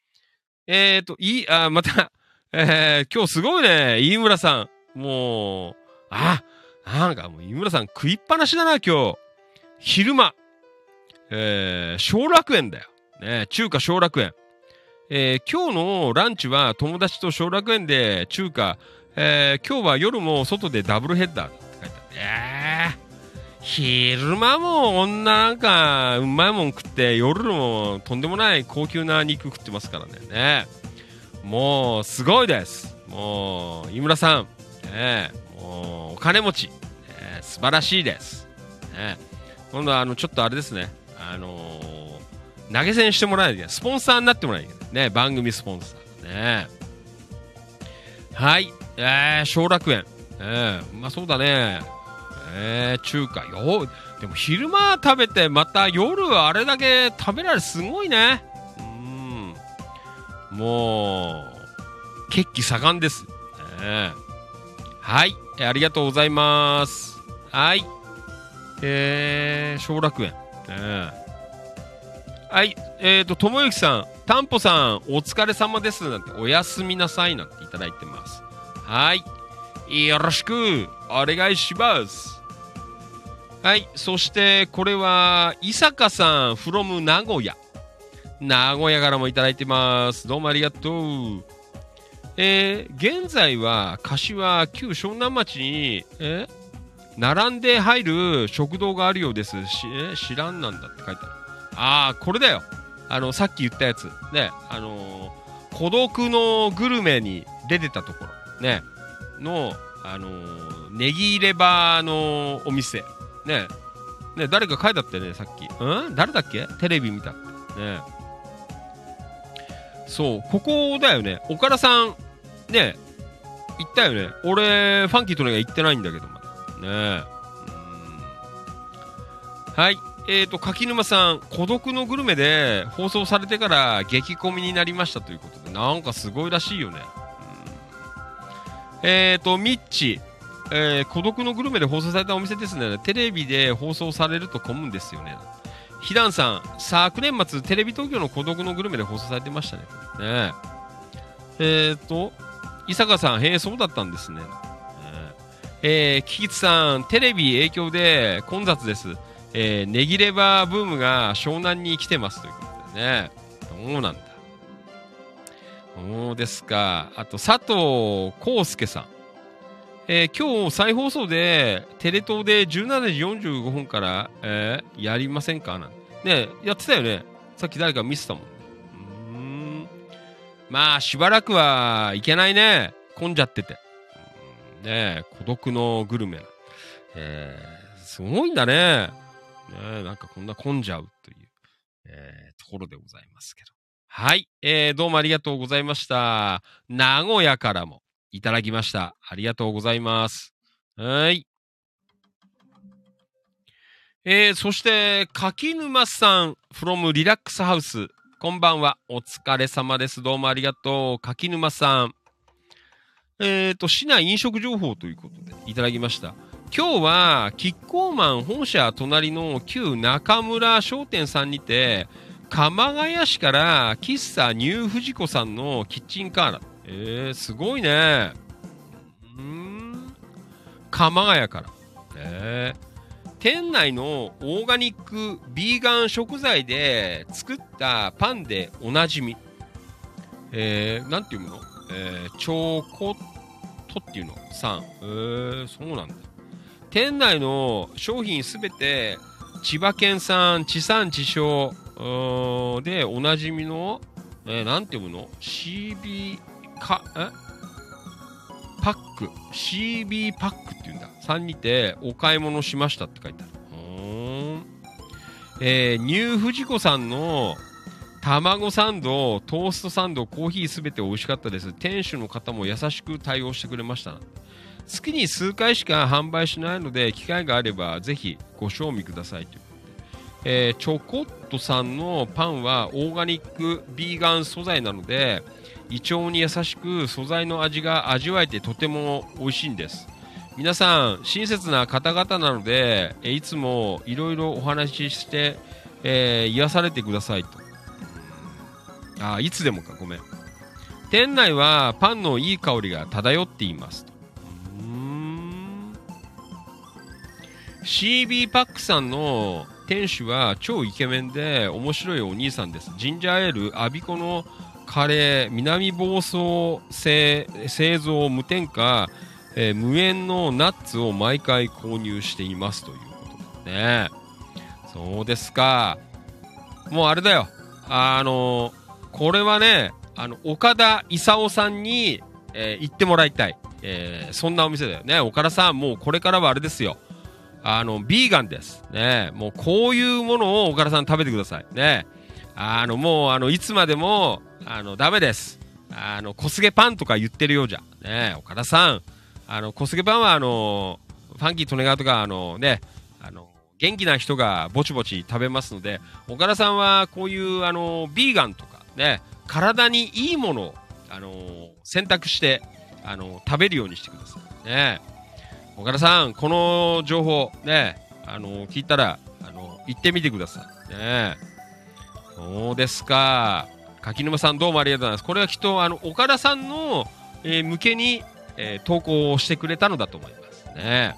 また、今日すごいね。飯村さん。もう、なんかもう飯村さん食いっぱなしだな、今日。昼間。小楽園だよ。中華小楽園。今日のランチは友達と小楽園で中華、今日は夜も外でダブルヘッダーって書いてある。昼間も女なんかうまいもん食って夜もとんでもない高級な肉食ってますからね。もうすごいです。もう飯村さん、もうお金持ち、素晴らしいです。今度はちょっとあれですね。投げ銭してもらえないとスポンサーになってもらえないね。番組スポンサーね。はい。小楽園。まあそうだね。中華よ。でも昼間食べてまた夜あれだけ食べられるすごいね。もう血気盛んです。はい。ありがとうございます。はい。小楽園。はい。ともゆきさん、たんぽさん、お疲れ様です。なんて、おやすみなさい。なんていただいてます。 はい。よろしくお願いします。はい。そして、これは、伊坂さん from 名古屋。名古屋からもいただいてます。どうもありがとう。現在は、柏旧湘南町に、並んで入る食堂があるようです。知らんなんだって書いてある。ああ、これだよ。さっき言ったやつ。ね。孤独のグルメに出てたところ。ね。の、ネギレバのお店。ね。ね、誰か書いてあったよね、さっき。誰だっけ？テレビ見た。ね。そう、ここだよね。岡田さん、ね。行ったよね。俺、ファンキーとねが行ってないんだけど、まだ。ね。はい。柿沼さん、孤独のグルメで放送されてから激コミになりましたということで、なんかすごいらしいよね。ミッチ、孤独のグルメで放送されたお店ですね。テレビで放送されると混むんですよね。ひだんさん、昨年末、テレビ東京の孤独のグルメで放送されてましたね。伊坂さん、そうだったんですね。キキツさん、テレビ影響で混雑です。ネギレバーブームが湘南に来てますということでね。そうなんだ。そうですか。あと、佐藤康介さん。今日再放送でテレ東で17時45分から、やりませんかなんね、やってたよね。さっき誰か見せたもん。まあ、しばらくはいけないね。混んじゃってて。ね、孤独のグルメな。すごいんだね。ね、なんかこんな混んじゃうという、ところでございますけど。はい、どうもありがとうございました。名古屋からもいただきました。ありがとうございます。はい。そして、柿沼さん from リラックスハウス。こんばんは。お疲れ様です。どうもありがとう。柿沼さん。市内飲食情報ということでいただきました。今日はキッコーマン本社隣の旧中村商店さんにて鎌ヶ谷市から喫茶ニューフジコさんのキッチンカーナー、すごいね。鎌ヶ谷から、店内のオーガニックビーガン食材で作ったパンでおなじみ、なんていうもの、チョコトっていうのさん、そうなんだ。店内の商品すべて千葉県産地産地消でおなじみの、なんていうの CB パック CB パックっていうんださんにてお買い物しましたって書いてある。ニューフジコさんの卵サンド、トーストサンド、コーヒーすべて美味しかったです。店主の方も優しく対応してくれました。月に数回しか販売しないので機会があればぜひご賞味くださいということで、チョコットさんのパンはオーガニックビーガン素材なので胃腸に優しく素材の味が味わえてとても美味しいんです。皆さん親切な方々なのでいつもいろいろお話しして、癒されてくださいと。いつでもかごめん。店内はパンのいい香りが漂っていますと。CB パックさんの店主は超イケメンで面白いお兄さんです。ジンジャーエール、アビコのカレー、南房総製造無添加、無塩のナッツを毎回購入していますということですね。そうですか。もうあれだよ。これはね、岡田勲さんに、行ってもらいたい。そんなお店だよね。岡田さん、もうこれからはあれですよ。ビーガンです。ね。もうこういうものを岡田さん食べてください。ね。もういつまでも、ダメです。小菅パンとか言ってるようじゃ。ね。岡田さん、小菅パンはファンキートネガーとか、ね、元気な人がぼちぼち食べますので、岡田さんはこういうビーガンとか、ね、体にいいものを、選択して、食べるようにしてください。ね。岡田さん、この情報、ね、聞いたら、行ってみてください。ね。そうですか。柿沼さん、どうもありがとうございます。これはきっと、岡田さんの、向けに、 投稿をしてくれたのだと思いますね。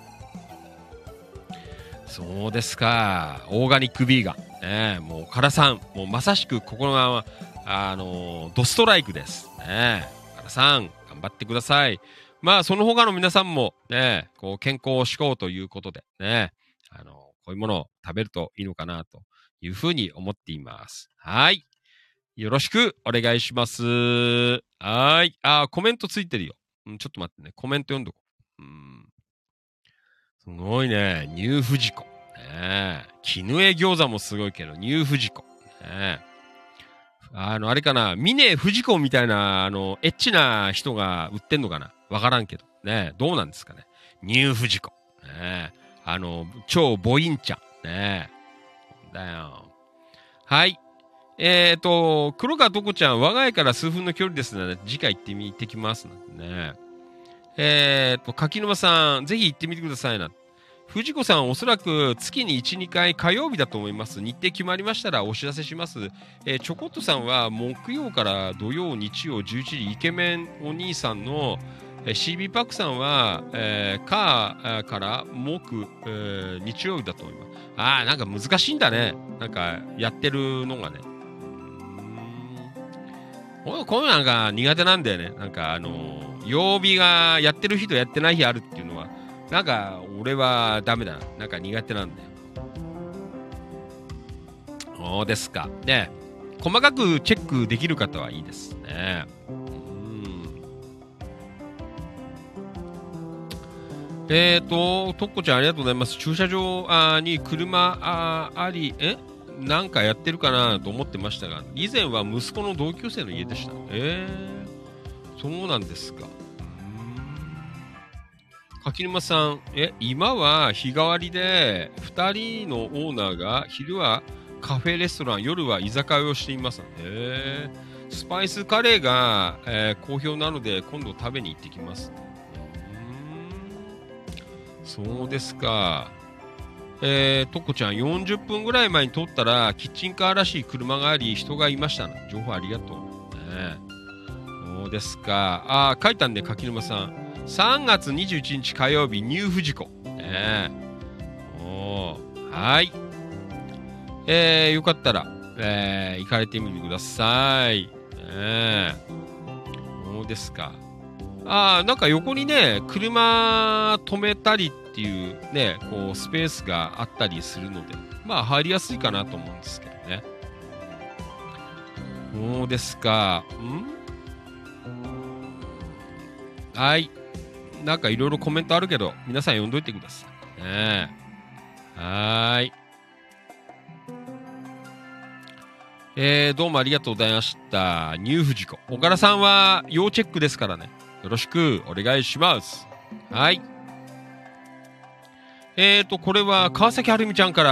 そうですか。オーガニックビーガン。もう岡田さん、もうまさしくここが、ドストライクです。岡田さん、頑張ってください。まあ、その他の皆さんも、ね、こう、健康志向ということで、ね、こういうものを食べるといいのかな、というふうに思っています。はい。よろしくお願いします。はい。コメントついてるよ。ちょっと待ってね。コメント読んどこう。すごいね。ニューフジコ。絹江餃子もすごいけど、ニューフジコ。あれかな。峰フジコみたいな、エッチな人が売ってんのかな。わからんけど。ね。どうなんですかね。ニューフジコ。超ボインちゃん。ね。だよ。はい。黒川とこちゃん、我が家から数分の距離ですので、次回行ってきますね。柿沼さん、ぜひ行ってみてくださいな。藤子さん、おそらく月に1、2回火曜日だと思います。日程決まりましたらお知らせします。ちょこっとさんは木曜から土曜、日曜11時、イケメンお兄さんの、CB パックさんは、から木、日曜日だと思います。なんか難しいんだね。なんかやってるのがね。こういうのなんか苦手なんだよね。なんか曜日がやってる日とやってない日あるっていうのは、なんか俺はダメだな。なんか苦手なんだよ。そうですか。ね。細かくチェックできる方はいいですね。とっこちゃんありがとうございます。駐車場に車あり、なんかやってるかなと思ってましたが、以前は息子の同級生の家でした。そうなんですか。柿沼さん、今は日替わりで2人のオーナーが昼はカフェレストラン、夜は居酒屋をしています。スパイスカレーが、好評なので今度食べに行ってきます。そうですか。とこちゃん、40分ぐらい前に撮ったら、キッチンカーらしい車があり、人がいました。情報ありがとう。そうですか。書いたんで、柿沼さん。3月21日火曜日、ニューフジコ。はい。よかったら、行かれてみてください。そうですか。なんか横にね、車止めたりっていうね、こうスペースがあったりするので、まあ入りやすいかなと思うんですけどね。そうですか。はい。なんかいろいろコメントあるけど、皆さん読んどいてください。はーい。どうもありがとうございました。ニューフジコ。岡田さんは要チェックですからね。よろしくお願いします。はい。これは川崎はるみちゃんから。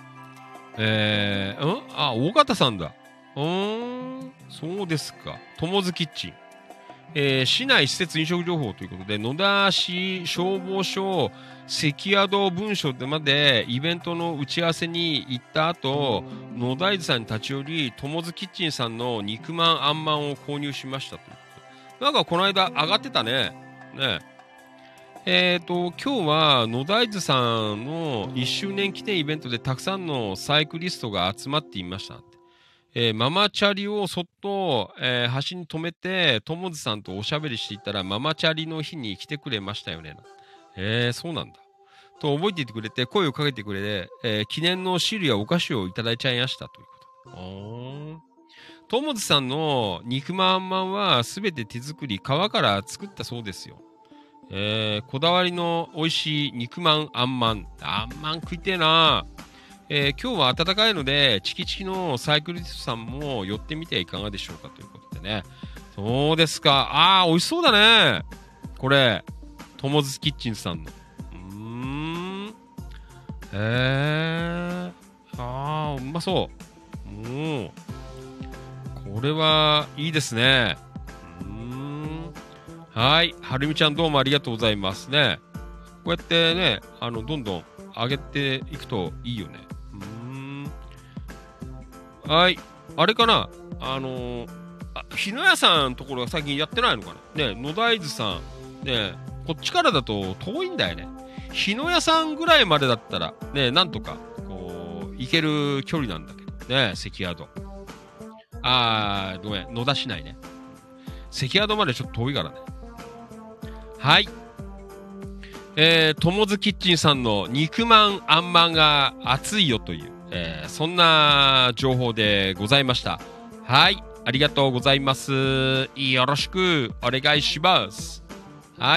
大方さんだ。そうですか。友津キッチン。市内施設飲食情報ということで、野田市消防署関宿分署でまでイベントの打ち合わせに行った後、野田伊豆さんに立ち寄り、友津キッチンさんの肉まんあんまんを購入しましたということで。なんかこの間上がってたね。ね。今日は野田伊豆さんの1周年記念イベントでたくさんのサイクリストが集まっていました。ママチャリをそっと、端に止めて、友津さんとおしゃべりしていたら、ママチャリの日に来てくれましたよね。そうなんだ。と覚えていてくれて、声をかけてくれて、記念のシールやお菓子をいただいちゃいましたということ。友津さんの肉まんまんはすべて手作り、皮から作ったそうですよ。こだわりの美味しい肉まんあんまん。あんまん食いてえな。今日は暖かいので、チキチキのサイクリストさんも寄ってみてはいかがでしょうかということでね。そうですか。美味しそうだね。これ、友津キッチンさんの。うまそう。これはいいですね。はい。はるみちゃんどうもありがとうございますね。こうやってね、どんどん上げていくといいよね。はい。あれかな日野屋さんのところが最近やってないのかなね、野田伊豆さん、 ね、こっちからだと遠いんだよね。日野屋さんぐらいまでだったら、ね、なんとか、こう、行ける距離なんだけど、ね、関宿。ごめん、野田市内ね。関宿までちょっと遠いからね。はい。ともずキッチンさんの肉まんあんまんが熱いよという、そんな情報でございました。はい。ありがとうございます。よろしくお願いします。はい。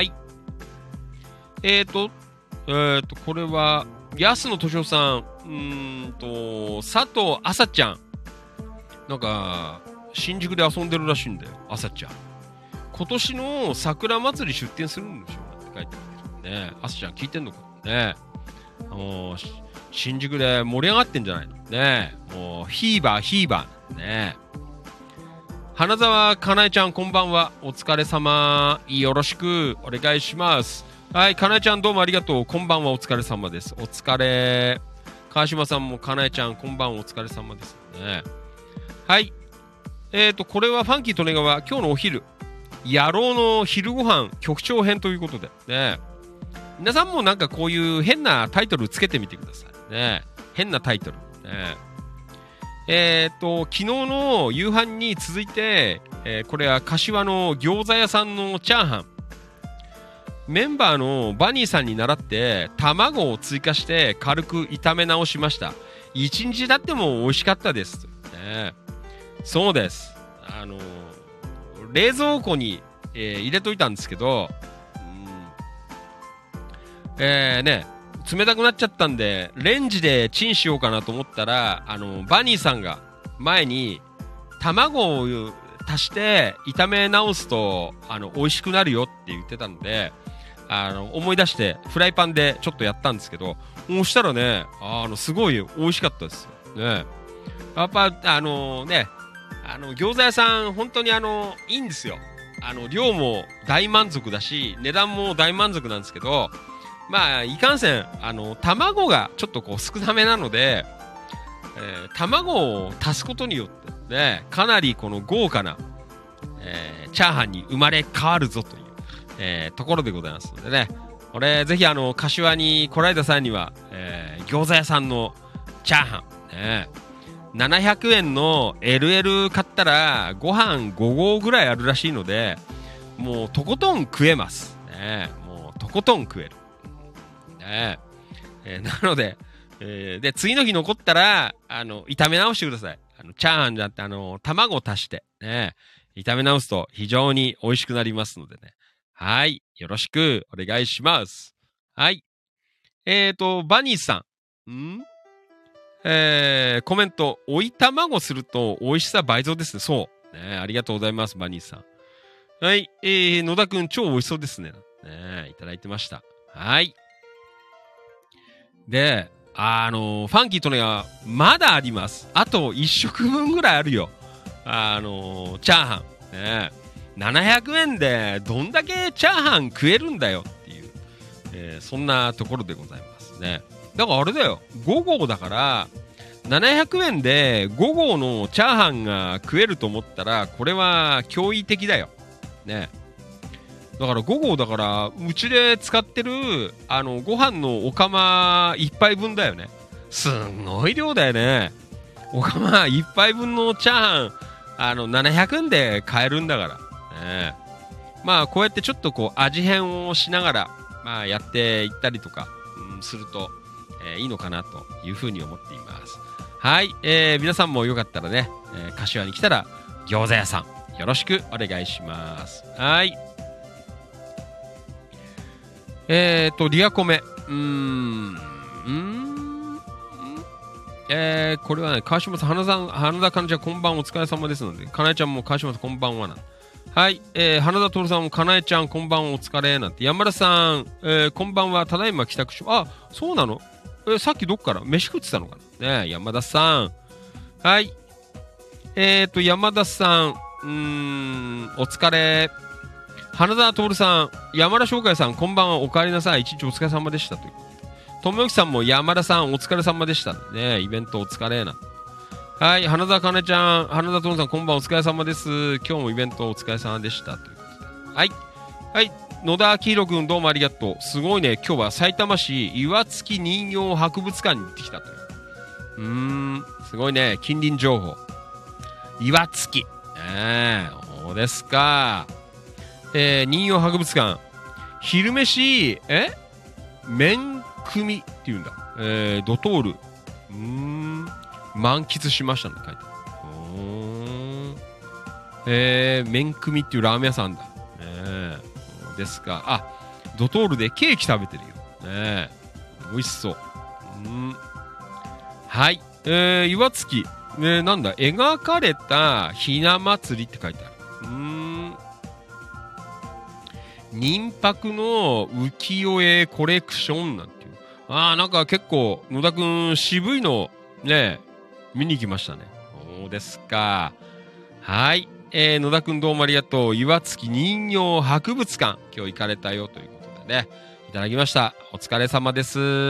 これは、安野敏夫さん、佐藤あさちゃん。なんか、新宿で遊んでるらしいんだよ、あさちゃん。今年の桜祭り出店するんでしょって書いてあるけどね。あさちゃん聞いてんのかね。新宿で盛り上がってんじゃないのね。もう、ヒーバーね。花澤かなえちゃんこんばんは。お疲れ様。よろしくお願いします。はい、かなえちゃんどうもありがとう。こんばんは、お疲れ様です。お疲れ。川島さんもかなえちゃんこんばんは、お疲れ様ですね。はい。これはファンキー利根川、今日のお昼。野郎の昼ご飯局長編ということでね。皆さんもなんかこういう変なタイトルつけてみてくださいね。変なタイトル。ね、昨日の夕飯に続いて、これは柏の餃子屋さんのチャーハン。メンバーのバニーさんに習って卵を追加して軽く炒め直しました。1日経っても美味しかったです。ね、そうです。冷蔵庫に、入れといたんですけど、ね、冷たくなっちゃったんでレンジでチンしようかなと思ったらバニーさんが前に卵を足して炒め直すと美味しくなるよって言ってたので思い出してフライパンでちょっとやったんですけど、そしたらねすごい美味しかったですよね。やっぱね餃子屋さん本当にいいんですよ。量も大満足だし値段も大満足なんですけど、まあいかんせん卵がちょっとこう少なめなので、卵を足すことによってねかなりこの豪華な、チャーハンに生まれ変わるぞという、ところでございますのでね、これぜひ柏に来られた際には、餃子屋さんのチャーハン、ね、700円の LL 買ったらご飯5合ぐらいあるらしいので、もうとことん食えます、ね、もうとことん食える、ねなので、で次の日残ったら炒め直してください。チャーハンじゃなくて卵を足して、ね、炒め直すと非常に美味しくなりますのでね。はい、よろしくお願いします。はい。バニーさん。コメント、追い卵すると美味しさ倍増ですね。そう。ね、ありがとうございます、バニーさん。はい。野田くん、超美味しそうですね。ね、いただいてました。はい。で、ファンキーとねはまだあります。あと1食分ぐらいあるよ。チャーハン。ね、700円でどんだけチャーハン食えるんだよっていう、そんなところでございますね。だからあれだよ、5合だから700円で5合のチャーハンが食えると思ったらこれは驚異的だよね。だから5合だからうちで使ってるご飯のお釜1杯分だよね。すんごい量だよね。お釜1杯分のチャーハン700円で買えるんだからね。まあこうやってちょっとこう味変をしながらまあやっていったりとか、するといいのかなというふうに思っています。はい、皆さんもよかったらね、柏に来たら餃子屋さんよろしくお願いします。はい。リアコメこれはね、川島さん、花田かなちゃんこんばんお疲れ様ですので、かなえちゃんも川島さんこんばんはな。はい、花田徹さんもかなえちゃんこんばんお疲れなんて、山田さん、こんばんは、ただいま帰宅し、あ、そうなの？さっきどっから飯食ってたのかなね、山田さん。はい。山田さん、お疲れ。花田徹さん、山田翔海さん、こんばんは、お帰りなさい。一日お疲れ様でした。という。友之さんも山田さん、お疲れ様でした。ね、イベントお疲れな。はい、花田かねちゃん、花田徹さん、こんばんは、お疲れ様です。今日もイベントお疲れ様でした。ということで。はい。 はい。野田明宏くんどうもありがとう。すごいね。今日は埼玉市岩槻人形博物館に行ってきたという。すごいね。近隣情報。岩槻。そうですか。人形博物館。昼飯、麺組って言うんだ。ドトール。満喫しましたね、書いてある。麺組っていうラーメン屋さんだ。ですか。あ、ドトールでケーキ食べてるよ。美味しそう。はい。岩槻。なんだ、描かれたひな祭りって書いてある。民泊の浮世絵コレクションなんていう。なんか結構、野田くん渋いのね、見に行きましたね。そうですか。はい。野田くんどうもありがとう。岩槻人形博物館。今日行かれたよということでね。いただきました。お疲れ様です。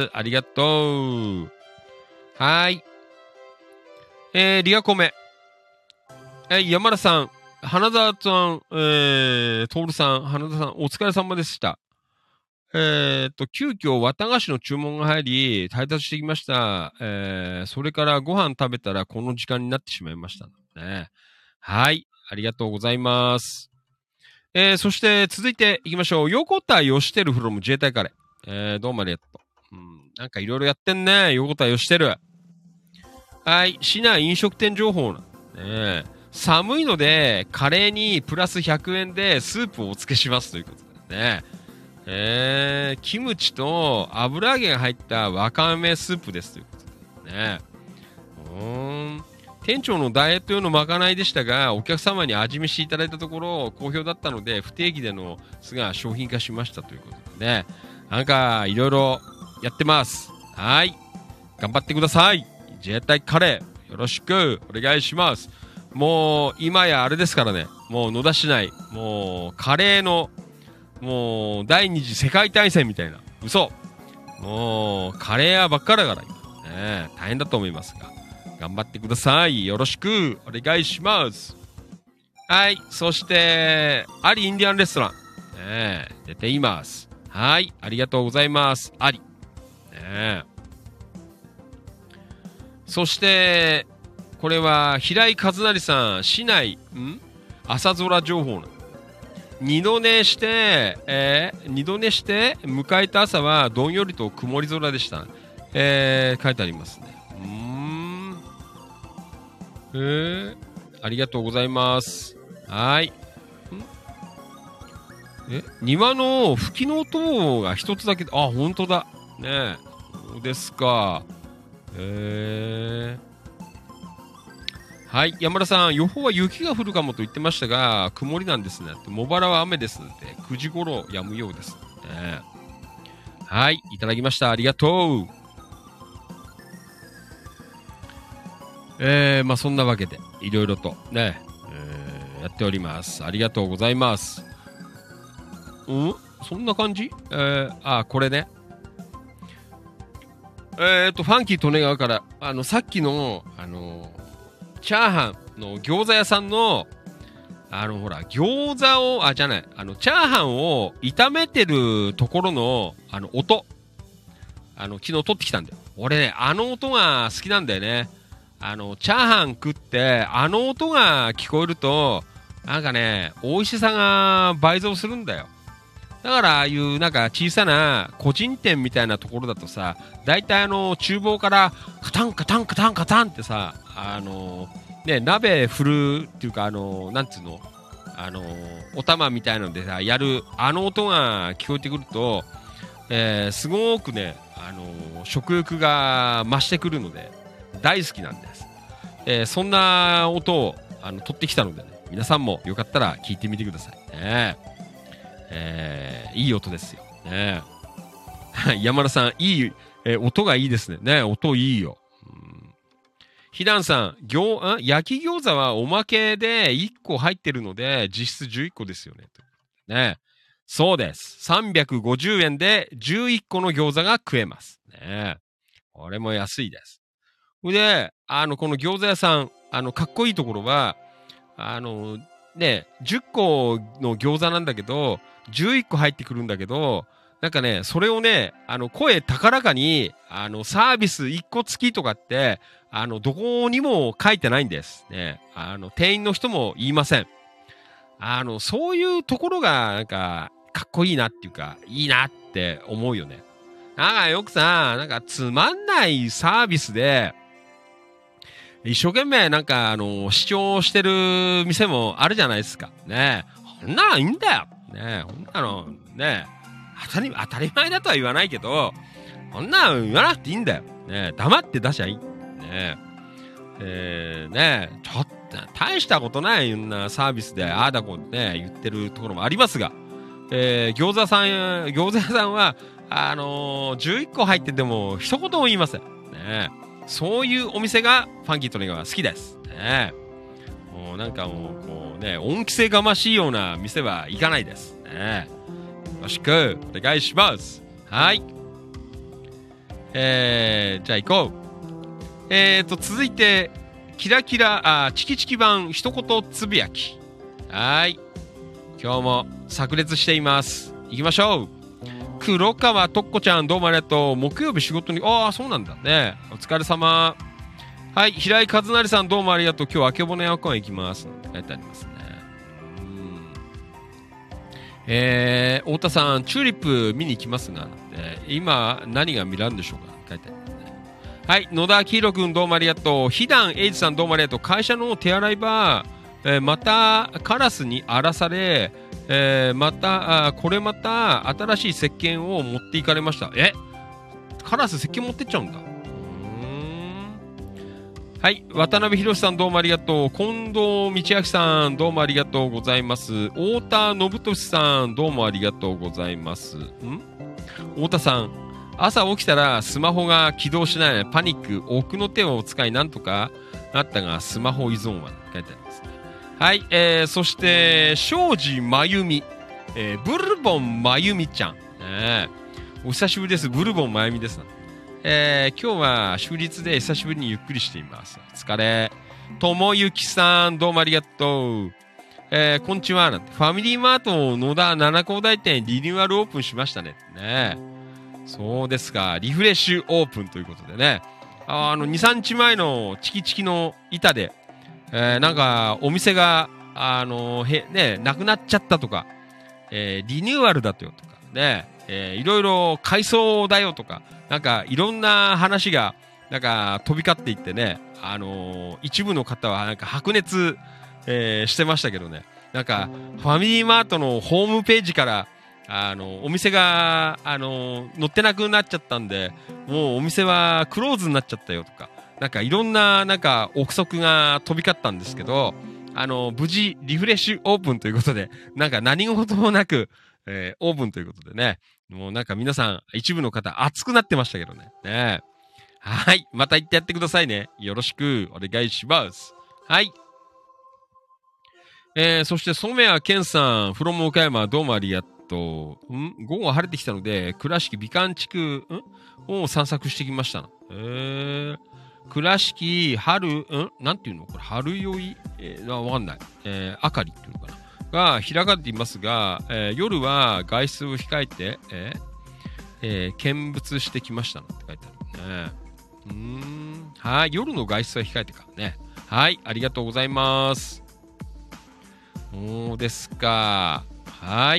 ありがとう。はい。リアコメ。山田さん、花沢さん、徹さん、花田さん、お疲れ様でした。急遽、綿菓子の注文が入り、配達してきました。それからご飯食べたらこの時間になってしまいましたね。はい。ありがとうございます。そして続いて行きましょう。横田義輝フロム自衛隊カレー。どうもありがとう。なんかいろいろやってんね。横田義輝。はい。市内飲食店情報ね。寒いので、カレーにプラス100円でスープをお付けしますということでね。キムチと油揚げが入ったわかめスープですということでね。店長のダイエット用のまかないでしたが、お客様に味見していただいたところ、好評だったので、不定期でのが商品化しましたということでね。なんか、いろいろやってます。はい。頑張ってください。自衛隊カレー、よろしくお願いします。もう、今やあれですからね。もう野田市内、もう、カレーの、もう、第二次世界大戦みたいな。嘘。もう、カレー屋ばっかだから、今。ね、大変だと思いますが。頑張ってください。よろしくお願いします。はい。そして、アリインディアンレストラン。出ています。はい。ありがとうございます。アリ。そして、これは、平井和成さん、市内、朝空情報の。二度寝して、迎えた朝はどんよりと曇り空でした。書いてありますね。ありがとうございます。はい。庭の吹きの音が一つだけ、本当だ。ねえ。そうですか。はい。山田さん、予報は雪が降るかもと言ってましたが、曇りなんですね。茂原は雨ですので、9時頃止むようです、ね。はい。いただきました。ありがとう。まあそんなわけで、いろいろとね、やっております。ありがとうございます。そんな感じ？これね。ファンキー利根川から、さっきの、チャーハンの餃子屋さんの、ほら、餃子を、じゃない、チャーハンを炒めてるところの、音。昨日撮ってきたんだよ。俺ね、音が好きなんだよね。チャーハン食って、音が聞こえると、なんかね、美味しさが倍増するんだよ。だから、ああいうなんか小さな個人店みたいなところだとさ、だいたい厨房からカタンカタンカタンカタンってさ、ね、鍋振るっていうか、なんつうの、お玉みたいなのでさ、やる、音が聞こえてくると、すごくね、食欲が増してくるので、大好きなんです。そんな音を取ってきたのでね、皆さんもよかったら聞いてみてくださいね。いい音ですよ。ね、山田さん、いい、音がいいですね。ね、音いいよ。ひだんさん、焼き餃子はおまけで1個入ってるので、実質11個ですよね。ね、そうです。350円で11個の餃子が食えます。ね、これも安いです。で、この餃子屋さん、かっこいいところは、 ね、10個の餃子なんだけど、11個入ってくるんだけど、なんかね、それをね、声高らかに、サービス1個付きとかって、どこにも書いてないんです。ね。店員の人も言いません。そういうところが、なんか、かっこいいなっていうか、いいなって思うよね。なんかよくさ、なんかつまんないサービスで、一生懸命なんか主張してる店もあるじゃないですか。ねえ。こんなのいいんだよ。ねえ。こんなの、ねえ。当たり前だとは言わないけど、こんなの言わなくていいんだよ。ねえ。黙って出しゃいい。ねえ。ねえ。ちょっと、大したことないようなサービスで、ああだこうね、言ってるところもありますが、餃子屋さんは、11個入ってても一言も言いません。ねえ。そういうお店がファンキートレガーは好きです。ね。もうなんかもう、こうね、恩着せがましいような店は行かないです。ね。よろしくお願いします。はい。じゃあ行こう。続いて、チキチキ版一言つぶやき。はい。今日も炸裂しています。行きましょう。黒川とっこちゃん、どうもありがとう。木曜日仕事に、そうなんだね。お疲れ様。はい、平井和成さん、どうもありがとう。今日、あけぼの山公園行きます。って書いてありますね。太田さん、チューリップ見に行きますが、今、何が見られるんでしょうか。書いてありますね。はい、野田明宏君、どうもありがとう。ひだんえいじさん、どうもありがとう。会社の手洗い場、またカラスに荒らされ、これまた新しい石鹸を持っていかれました。カラス石鹸持ってっちゃうんだ。はい、渡辺博さん、どうもありがとう。近藤道明さん、どうもありがとうございます。太田信俊さん、どうもありがとうございます。太田さん、朝起きたらスマホが起動しないパニック、奥の手を使いなんとかなったがスマホ依存は書いてありますね。はい、そして、庄司真由美、ブルボン真由美ちゃん、お久しぶりです。ブルボン真由美です。今日は祝日で久しぶりにゆっくりしています。お疲れ。ともゆきさん、どうもありがとう。こんにちは。なんてファミリーマート野田七高台店リニューアルオープンしましたね。そうですか。リフレッシュオープンということでね。2、3日前のチキチキの板で、なんか、お店が、なくなっちゃったとか、リニューアルだとよとか、ね、いろいろ改装だよとか、なんか、いろんな話が、なんか、飛び交っていってね、一部の方は、なんか、白熱、してましたけどね、なんか、ファミリーマートのホームページから、お店が、載ってなくなっちゃったんで、もうお店はクローズになっちゃったよとか、なんかいろんな、なんか憶測が飛び交ったんですけど、無事リフレッシュオープンということで、なんか何事もなく、オープンということでね、もうなんか皆さん、一部の方熱くなってましたけどね。はい。また行ってやってくださいね。よろしくお願いします。はい。そして染谷健さん、from岡山、どうもありがとう。午後晴れてきたので、倉敷美観地区、を散策してきましたの。倉敷、なんていうのこれ、春酔いわかんない。あかりっていうのかなが開かれていますが、夜は外出を控えて、見物してきましたのって書いてあるね。はい、夜の外出は控えてからね。はい、ありがとうございます。そうですか。はい。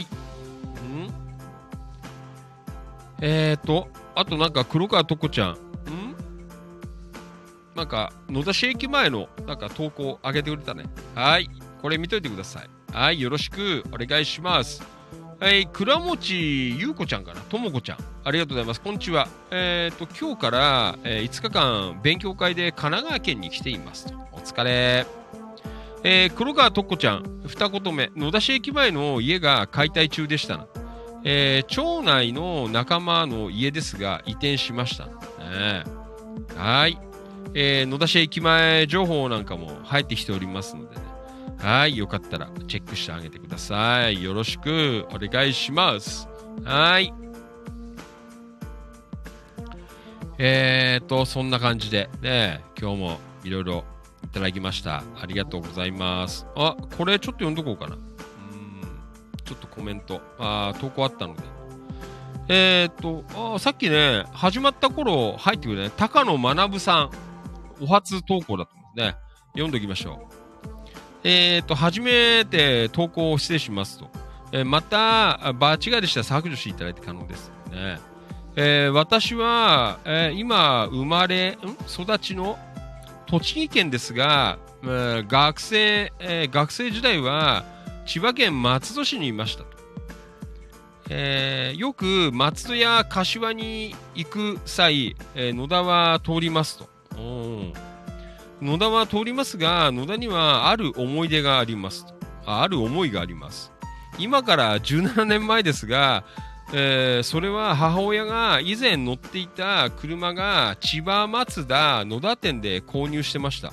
あとなんか黒川とこちゃん。なんか野田市駅前のなんか投稿上げてくれたね。はい。これ見といてください。はい。よろしくお願いします。はい。倉持ゆうこちゃんかな。ともこちゃん。ありがとうございます。こんにちは。今日から、5日間勉強会で神奈川県に来ていますと。お疲れ。黒川とっこちゃん。二言目。野田市駅前の家が解体中でしたな。町内の仲間の家ですが移転しました。はい。野田市駅前情報なんかも入ってきておりますのでね。はい。よかったらチェックしてあげてください。よろしくお願いします。はい。そんな感じでね、今日もいろいろいただきました。ありがとうございます。あ、これちょっと読んどこうかな。ちょっとコメント。投稿あったので。さっきね、始まった頃入ってくるね、高野学さん、お初投稿だったんですね。読んどきましょう。初めて投稿を失礼しますと。また、場違いでしたら削除していただいて可能ですね。私は、今、育ちの栃木県ですが、学生時代は千葉県松戸市にいましたと。よく松戸や柏に行く際、野田は通りますと。野田は通りますが、野田にはある思いがあります。今から17年前ですが、それは母親が以前乗っていた車が千葉マツダ野田店で購入してました。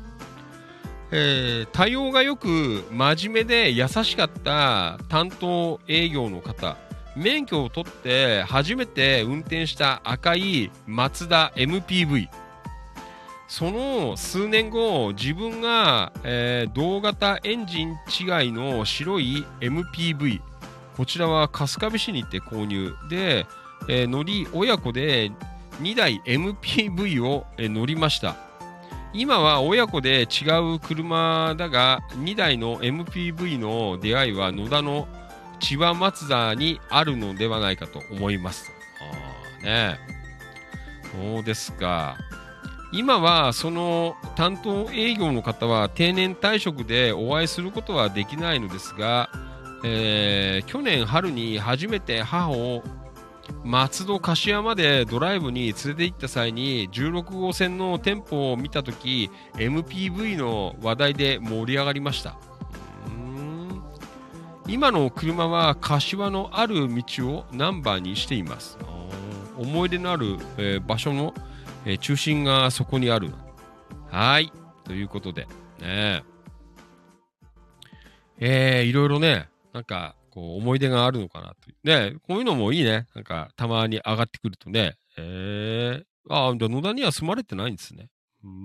対応がよく真面目で優しかった担当営業の方、免許を取って初めて運転した赤いマツダ MPV。その数年後、自分が、同型エンジン違いの白い MPV、こちらは春日部市に行って購入で、親子で2台 MPV を、乗りました。今は親子で違う車だが、2台の MPV の出会いは野田の千葉マツダにあるのではないかと思います。そうですか。今はその担当営業の方は定年退職でお会いすることはできないのですが、去年春に初めて母を松戸柏までドライブに連れて行った際に16号線の店舗を見たとき MPV の話題で盛り上がりました。今の車は柏のある道をナンバーにしています。思い出のある、場所の中心がそこにある。はい。ということで、ね。いろいろね、なんか、こう、思い出があるのかなという。ね、こういうのもいいね。なんか、たまに上がってくるとね。じゃあ野田には住まれてないんですね。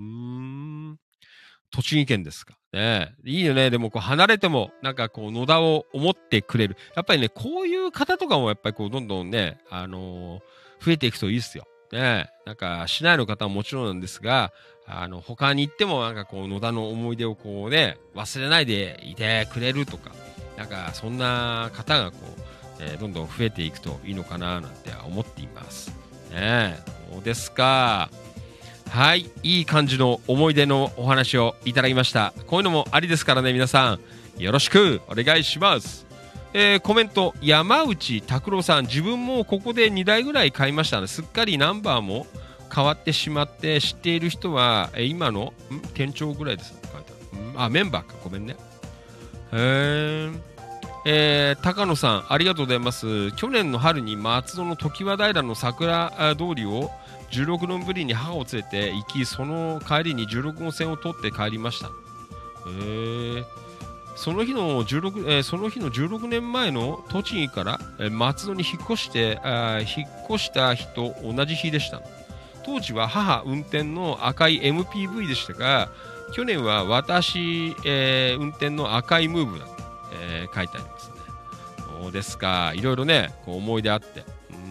栃木県ですか。ね。いいよね。でも、こう、離れても、なんか、こう、野田を思ってくれる。やっぱりね、こういう方とかも、やっぱり、こう、どんどんね、増えていくといいですよ。ね、なんか市内の方はもちろんなんですが、他に行ってもなんかこう野田の思い出をこうね忘れないでいてくれるとか、なんかそんな方がこう、どんどん増えていくといいのかななんて思っていますね。そうですか。はい、いい感じの思い出のお話をいただきました。こういうのもありですからね、皆さんよろしくお願いします。コメント、山内拓郎さん、自分もここで2台ぐらい買いましたね。すっかりナンバーも変わってしまって、知っている人は、今の店長ぐらいです、ね、書いてある。メンバーか、ごめんね。高野さん、ありがとうございます。去年の春に松戸の常盤平の桜通りを16年ぶりに母を連れて行き、その帰りに16号線を通って帰りました。その日の16年前の栃木から、松戸に引っ越した日と同じ日でした。当時は母運転の赤い MPV でしたが、去年は私、運転の赤いムーブだと、書いてありますね。そうですか。いろいろね、こう思い出あって、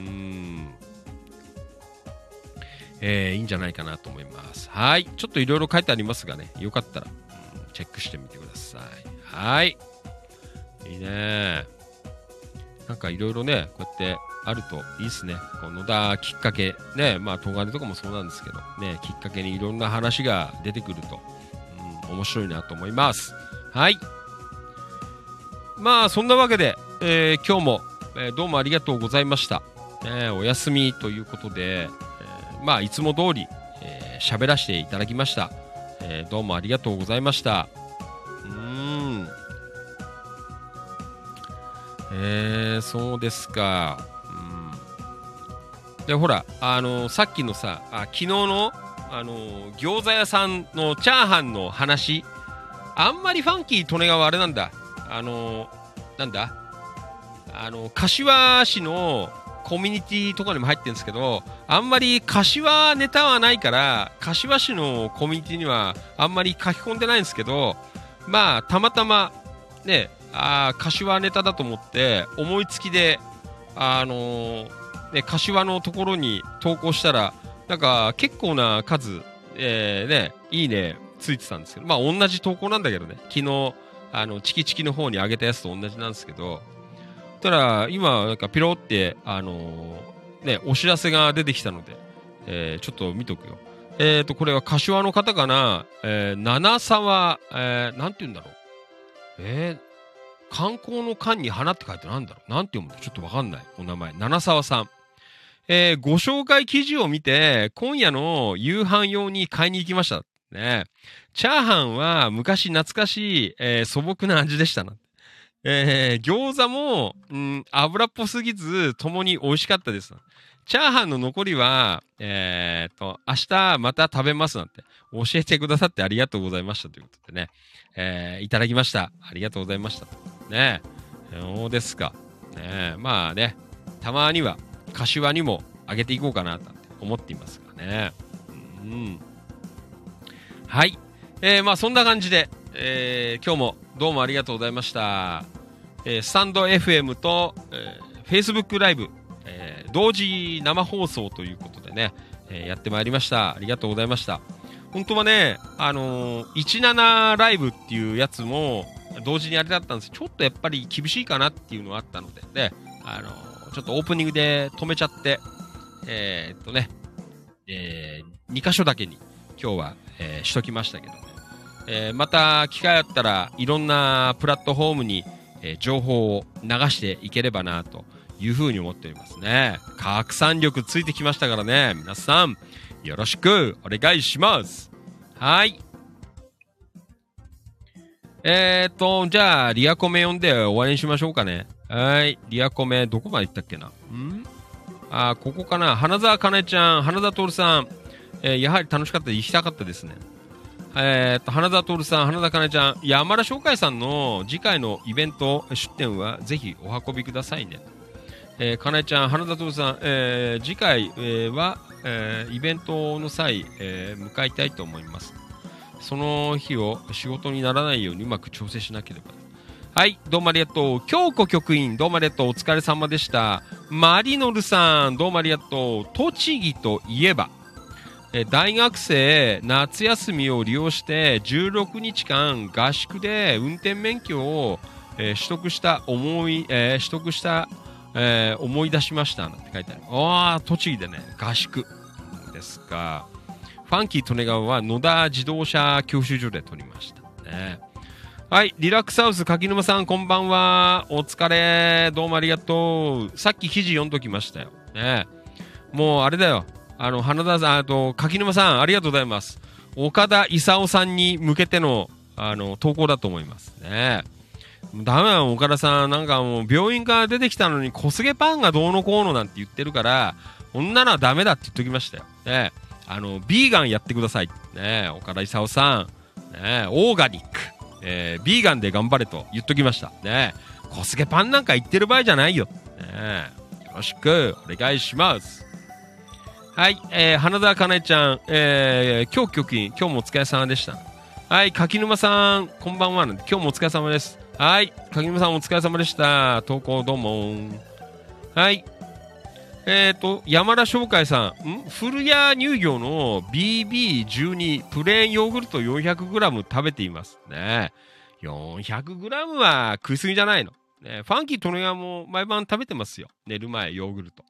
いいんじゃないかなと思います。はい。ちょっといろいろ書いてありますがね、よかったら、チェックしてみてください。はい。いいね。なんかいろいろね、こうやってあるといいですね。この野田きっかけ、ね、まあ、東金とかもそうなんですけど、ね、きっかけにいろんな話が出てくると、面白いなと思います。はい。まあ、そんなわけで、今日も、どうもありがとうございました。お休みということで、まあ、いつも通り、喋らせていただきました。どうもありがとうございました。そうですか。で、ほら、さっきのさ、昨日の、餃子屋さんのチャーハンの話、あんまりファンキー利根川あれなんだ。なんだ柏市のコミュニティとかにも入ってるんですけど、あんまり柏ネタはないから、柏市のコミュニティにはあんまり書き込んでないんですけど、まあ、たまたま、ね、柏ネタだと思って、思いつきで、ね、柏のところに投稿したら、なんか結構な数、ね、いいねついてたんですけど、まあ同じ投稿なんだけどね、昨日、チキチキの方に上げたやつと同じなんですけど、ただ、今、なんかピロって、ね、お知らせが出てきたので、ちょっと見とくよ。これは柏の方かな、七沢、なんて言うんだろう。観光の観に花って書いてなんだろう。なんて読むんだちょっとわかんない。お名前。七沢さん。ご紹介記事を見て、今夜の夕飯用に買いに行きました。ね。チャーハンは昔懐かしい、素朴な味でしたな。餃子も、油っぽすぎず、ともに美味しかったです。チャーハンの残りは、明日また食べますなんて、教えてくださってありがとうございましたということでね、いただきました。ありがとうございました。ねそうですか。ねまあね、たまには、柏にも上げていこうかなと思っていますがね。はい。まあそんな感じで、今日もどうもありがとうございました。スタンド FM と、Facebook ライブ、同時生放送ということでね、やってまいりました。ありがとうございました。本当はね、17ライブっていうやつも同時にやりだったんです。ちょっとやっぱり厳しいかなっていうのがあったので、ね、ちょっとオープニングで止めちゃって、2箇所だけに今日は、しときましたけどね。また機会あったらいろんなプラットフォームに、情報を流していければなというふうに思っておりますね。拡散力ついてきましたからね。皆さんよろしくお願いします。はい。じゃあリアコメ読んで終わりにしましょうかね。はい。リアコメ、どこまで行ったっけなここかな。花澤香菜ちゃん、花澤徹さん。やはり楽しかった。行きたかったですね。花澤徹さん、花澤香菜ちゃん。山田翔海さんの次回のイベント出展はぜひお運びくださいね。香菜ちゃん、花澤徹さん、次回、は、イベントの際、向かいたいと思います。その日を仕事にならないようにうまく調整しなければ。はい、どうもありがとう。京子局員、どうもありがとう。お疲れ様でした。マリノルさん、どうもありがとう。栃木といえば、大学生、夏休みを利用して16日間合宿で運転免許を、取得した思い出しましたなんて書いてある。栃木でね、合宿ですか。ファンキー利根川は野田自動車教習所で撮りましたね。はい、リラックスハウス柿沼さんこんばんは。お疲れ。どうもありがとう。さっき記事読んどきましたよ。ね、もうあれだよ。花田さん、柿沼さんありがとうございます。岡田勲さんに向けての投稿だと思いますね。ダメだよ岡田さん。なんかもう病院から出てきたのに小菅パンがどうのこうのなんて言ってるから、女のはダメだって言っときましたよ。ね、ビーガンやってください。ね、岡田勲さん。ね、オーガニック。ビーガンで頑張れと言っときました。ね、小菅パンなんか言ってる場合じゃないよ。ね、よろしくお願いします。はい、花澤香菜ちゃん、今日局員、今日もお疲れ様でした。はい、柿沼さん、こんばんは。今日もお疲れ様です。はい、柿沼さんお疲れ様でした。投稿どうも。はい。山田翔海さん、古谷乳業の BB12 プレーンヨーグルト 400g 食べていますね。400g は食いすぎじゃないの。ね、ファンキー利根川も毎晩食べてますよ。寝る前ヨーグルト。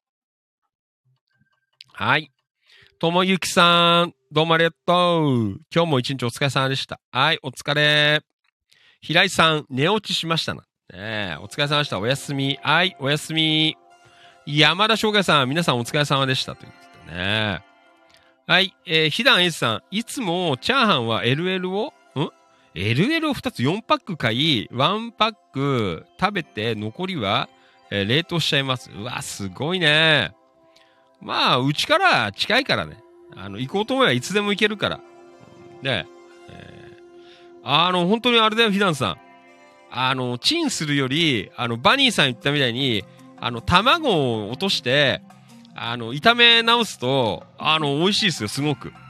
はい。ともゆきさん、どうもありがとう。今日も一日お疲れ様でした。はい、お疲れ。平井さん、寝落ちしましたな。ね、お疲れ様でした。おやすみ。はい、おやすみ。山田翔海さん、皆さんお疲れ様でしたということでね。はい、ひだんえいさん、いつもチャーハンは LL を2つ4パック買い、1パック食べて残りは、冷凍しちゃいます。うわ、すごいね。まあ、うちから近いからね。行こうと思えばいつでも行けるから。ね。本当にあれだよ、ひだんさん。チンするより、バニーさん言ったみたいに、 卵を落として、炒め直すと、美味しいですよ、すごく。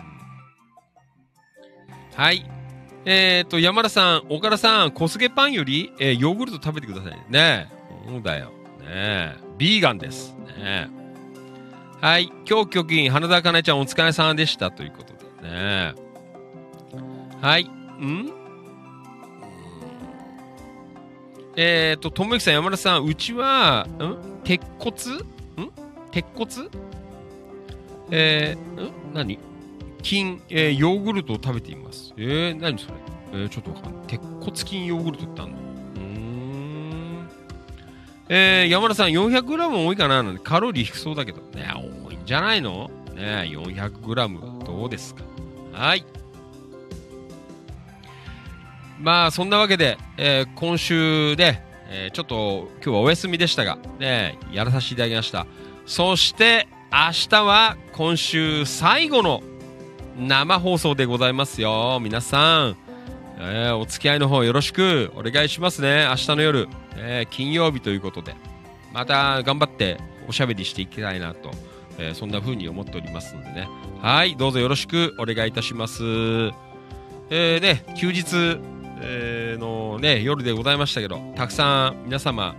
はい。山田さん、岡田さん、小菅パンより、ヨーグルト食べてくださいね。そうだよ。ねビーガンです。ねはい。今日局員、花田かなえちゃんお疲れ様でしたということでね。はい。ともゆきさん、山田さん、うちは、鉄骨鉄骨何菌、ヨーグルトを食べています。何それちょっとわかんない。鉄骨菌ヨーグルトってあんの山田さん、400g 多いかななんてカロリー低そうだけど。ね、多いんじゃないのね、400g どうですか。はい。まあ、そんなわけで、今週で、ちょっと今日はお休みでしたが、ね、やらさせていただきました。そして、明日は今週最後の生放送でございますよ。皆さん、お付き合いの方よろしくお願いしますね。明日の夜、金曜日ということで、また頑張っておしゃべりしていきたいなと、そんな風に思っておりますのでね。はい、どうぞよろしくお願いいたします。ね、休日、のね、夜でございましたけど、たくさん皆様、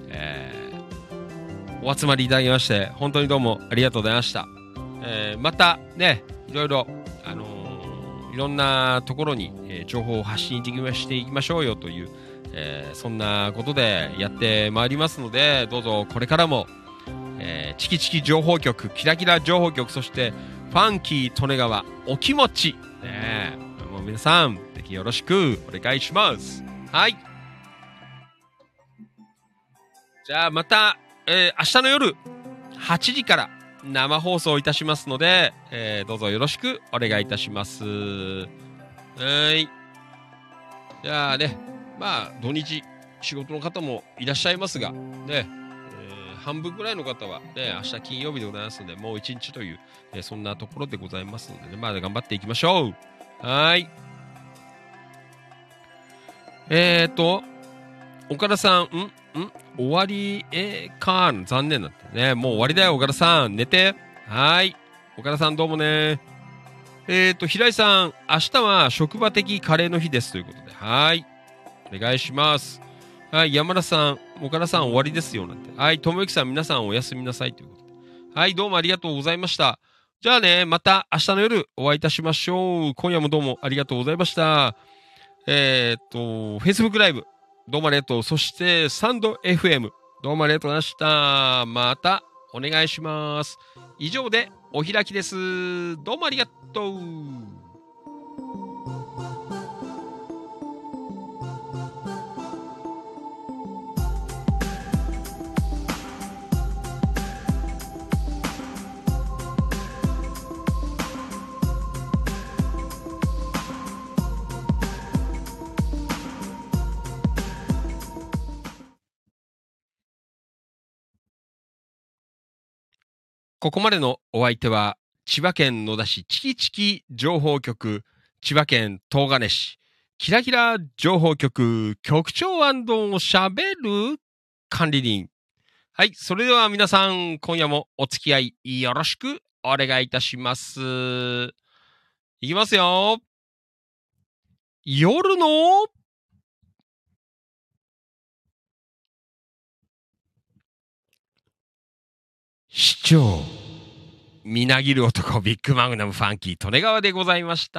お集まりいただきまして、本当にどうもありがとうございました。またね、いろいろ、いろんなところに、情報を発信していきましょうよという、そんなことでやってまいりますので、どうぞこれからも、チキチキ情報局、キラキラ情報局、そしてファンキー利根川お気持ち、もう皆さんぜひよろしくお願いします。はい。じゃあまた、明日の夜8時から生放送いたしますので、どうぞよろしくお願いいたします。はい。じゃあね、まあ土日仕事の方もいらっしゃいますがね、半分ぐらいの方はね、明日金曜日でございますので、もう一日という、そんなところでございますのでね、まだ頑張っていきましょう。はい。岡田さん、終わり、かーん、残念だったね。もう終わりだよ、岡田さん。寝て。はい。岡田さんどうもね。平井さん、明日は職場的カレーの日ですということで。はい。お願いします。はい。山田さん、岡田さん終わりですよ。なんて。はい。ともゆきさん、皆さんおやすみなさいということで。はい。どうもありがとうございました。じゃあね、また明日の夜お会いいたしましょう。今夜もどうもありがとうございました。Facebook ライブ、どうもありがとう。そして、サンド FM、どうもありがとうございました。また、お願いします。以上で、お開きです。どうもありがとう。ここまでのお相手は、千葉県野田市チキチキ情報局、千葉県東金市、キラキラ情報局、局長&しゃべる管理人。はい、それでは皆さん、今夜もお付き合いよろしくお願いいたします。いきますよ。夜の市長。みなぎる男、ビッグマグナムファンキー、利根川でございました。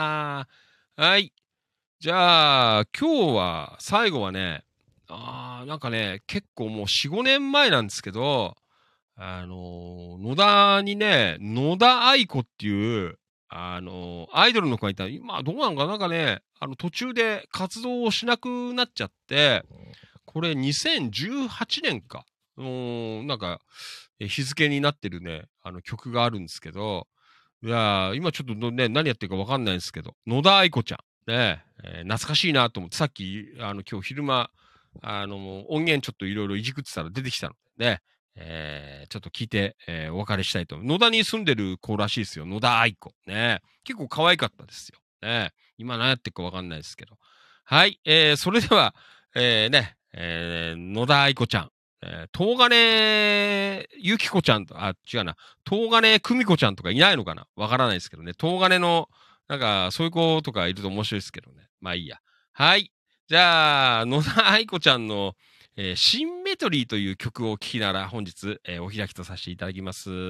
はい。じゃあ、今日は、最後はね、なんかね、結構もう4、5年前なんですけど、野田にね、野田愛子っていう、アイドルの子がいたら、今どうなのかなんかね、途中で活動をしなくなっちゃって、これ2018年か。なんか、日付になってるね、曲があるんですけど、いやー、今ちょっとね、何やってるかわかんないんですけど、野田愛子ちゃん、ね、懐かしいなと思って、さっき、今日昼間、音源ちょっといろいろいじくってたら出てきたので、ね、ちょっと聞いて、お別れしたいと思う。野田に住んでる子らしいですよ、野田愛子。ね、結構可愛かったですよ。ね、今何やってるかわかんないですけど。はい、それでは、ね、野田愛子ちゃん、 東金ゆきこちゃんと、違うな。東金久美子ちゃんとかいないのかなわからないですけどね。東金の、なんか、そういう子とかいると面白いですけどね。まあいいや。はい。じゃあ、野田愛子ちゃんの、シンメトリーという曲を聴きながら本日、お開きとさせていただきます。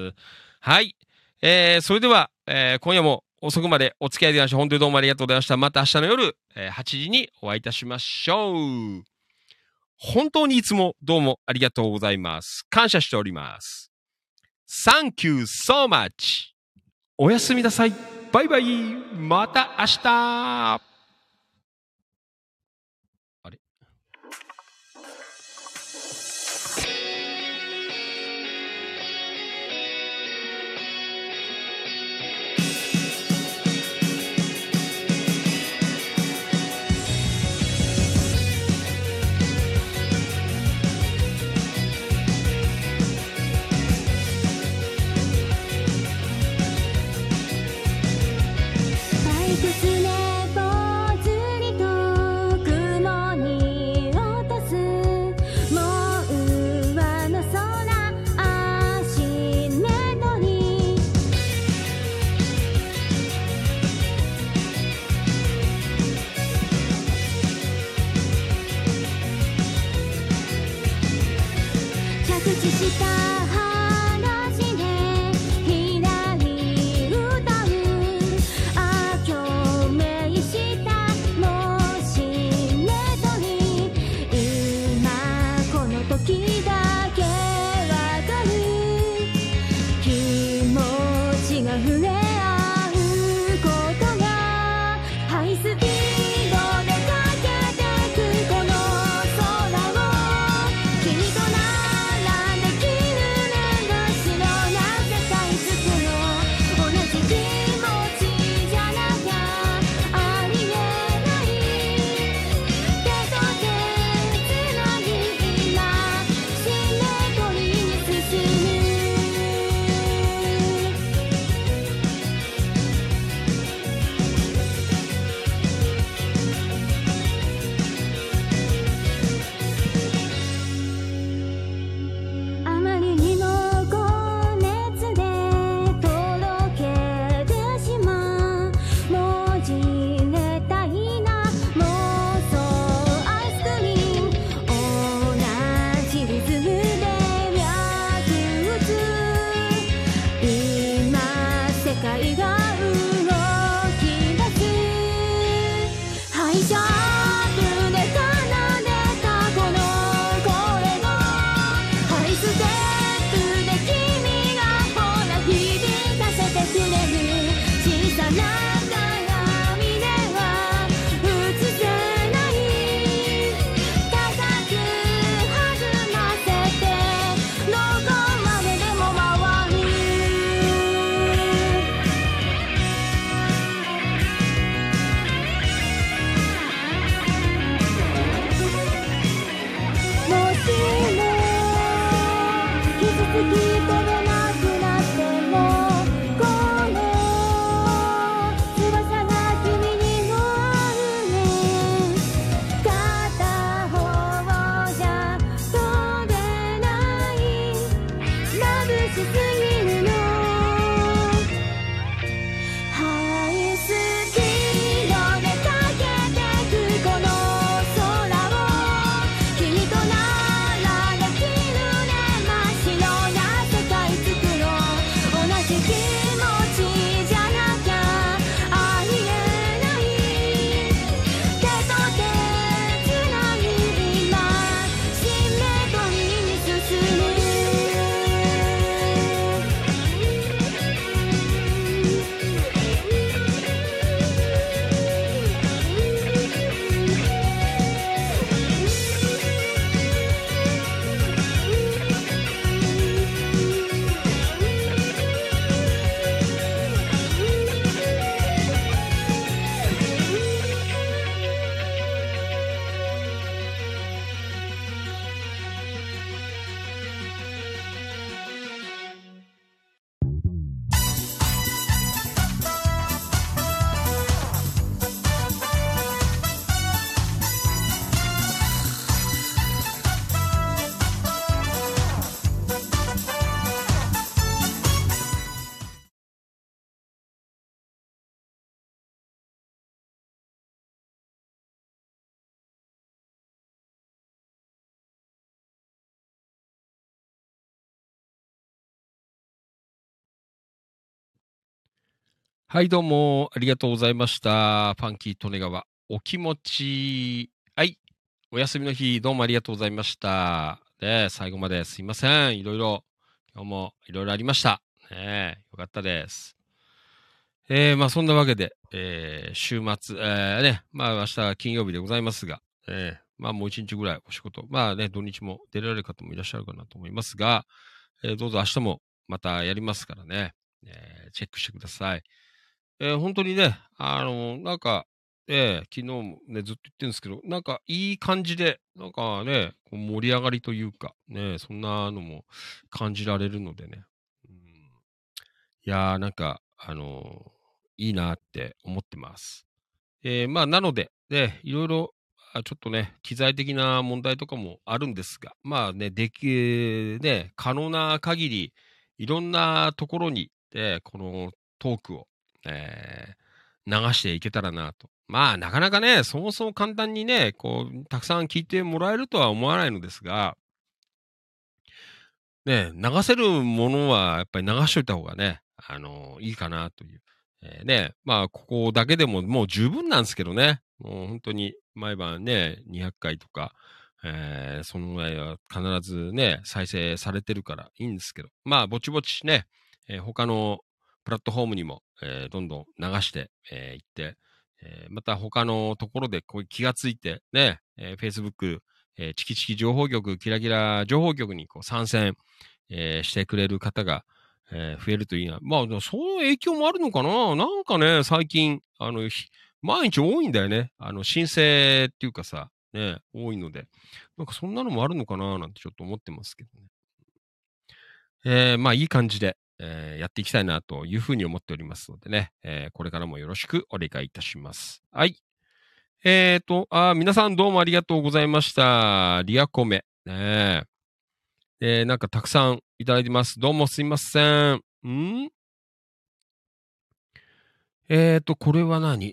はい。それでは、今夜も遅くまでお付き合いいただきまして本当にどうもありがとうございました。また明日の夜、8時にお会いいたしましょう。本当にいつもどうもありがとうございます。感謝しております。Thank you so much. おやすみなさい。バイバイ。また明日。 君とならできるね真っ白な世界はいどうもありがとうございました。ファンキー利根川お気持ち。はい。お休みの日どうもありがとうございました。で、最後まですいません。いろいろ、今日もいろいろありました。ね、よかったです。まあそんなわけで、週末、ね、まあ明日金曜日でございますが、まあもう一日ぐらいお仕事、まあね、土日も出られる方もいらっしゃるかなと思いますが、どうぞ明日もまたやりますからね、チェックしてください。本当にね、なんか、昨日もね、ずっと言ってるんですけど、なんかいい感じで、なんかね、こう盛り上がりというか、ね、そんなのも感じられるのでね。うん、いやー、なんか、いいなって思ってます。まあ、なので、ね、いろいろ、ちょっとね、機材的な問題とかもあるんですが、まあね、ね、可能な限り、いろんなところに、このトークを、流していけたらなと。まあ、なかなかね、そもそも簡単にね、こう、たくさん聞いてもらえるとは思わないのですが、ね、流せるものはやっぱり流しといた方がね、いいかなという。ね、まあ、ここだけでももう十分なんですけどね。もう本当に毎晩ね、200回とか、そのぐらいは必ずね、再生されてるからいいんですけど、まあ、ぼちぼちね、他のプラットフォームにも、どんどん流してい、って、また他のところでこう気がついて、ね、Facebook、チキチキ情報局、キラキラ情報局にこう参戦、してくれる方が、増えるといいな。まあ、そういう影響もあるのかな。なんかね、最近、毎日多いんだよね。申請っていうかさ、ね、多いので。なんかそんなのもあるのかななんてちょっと思ってますけどね。まあ、いい感じで、やっていきたいなというふうに思っておりますのでね、これからもよろしくお願いいたします。はい。皆さんどうもありがとうございました。リアコメ。ねなんかたくさんいただいてます。どうもすいません。これは何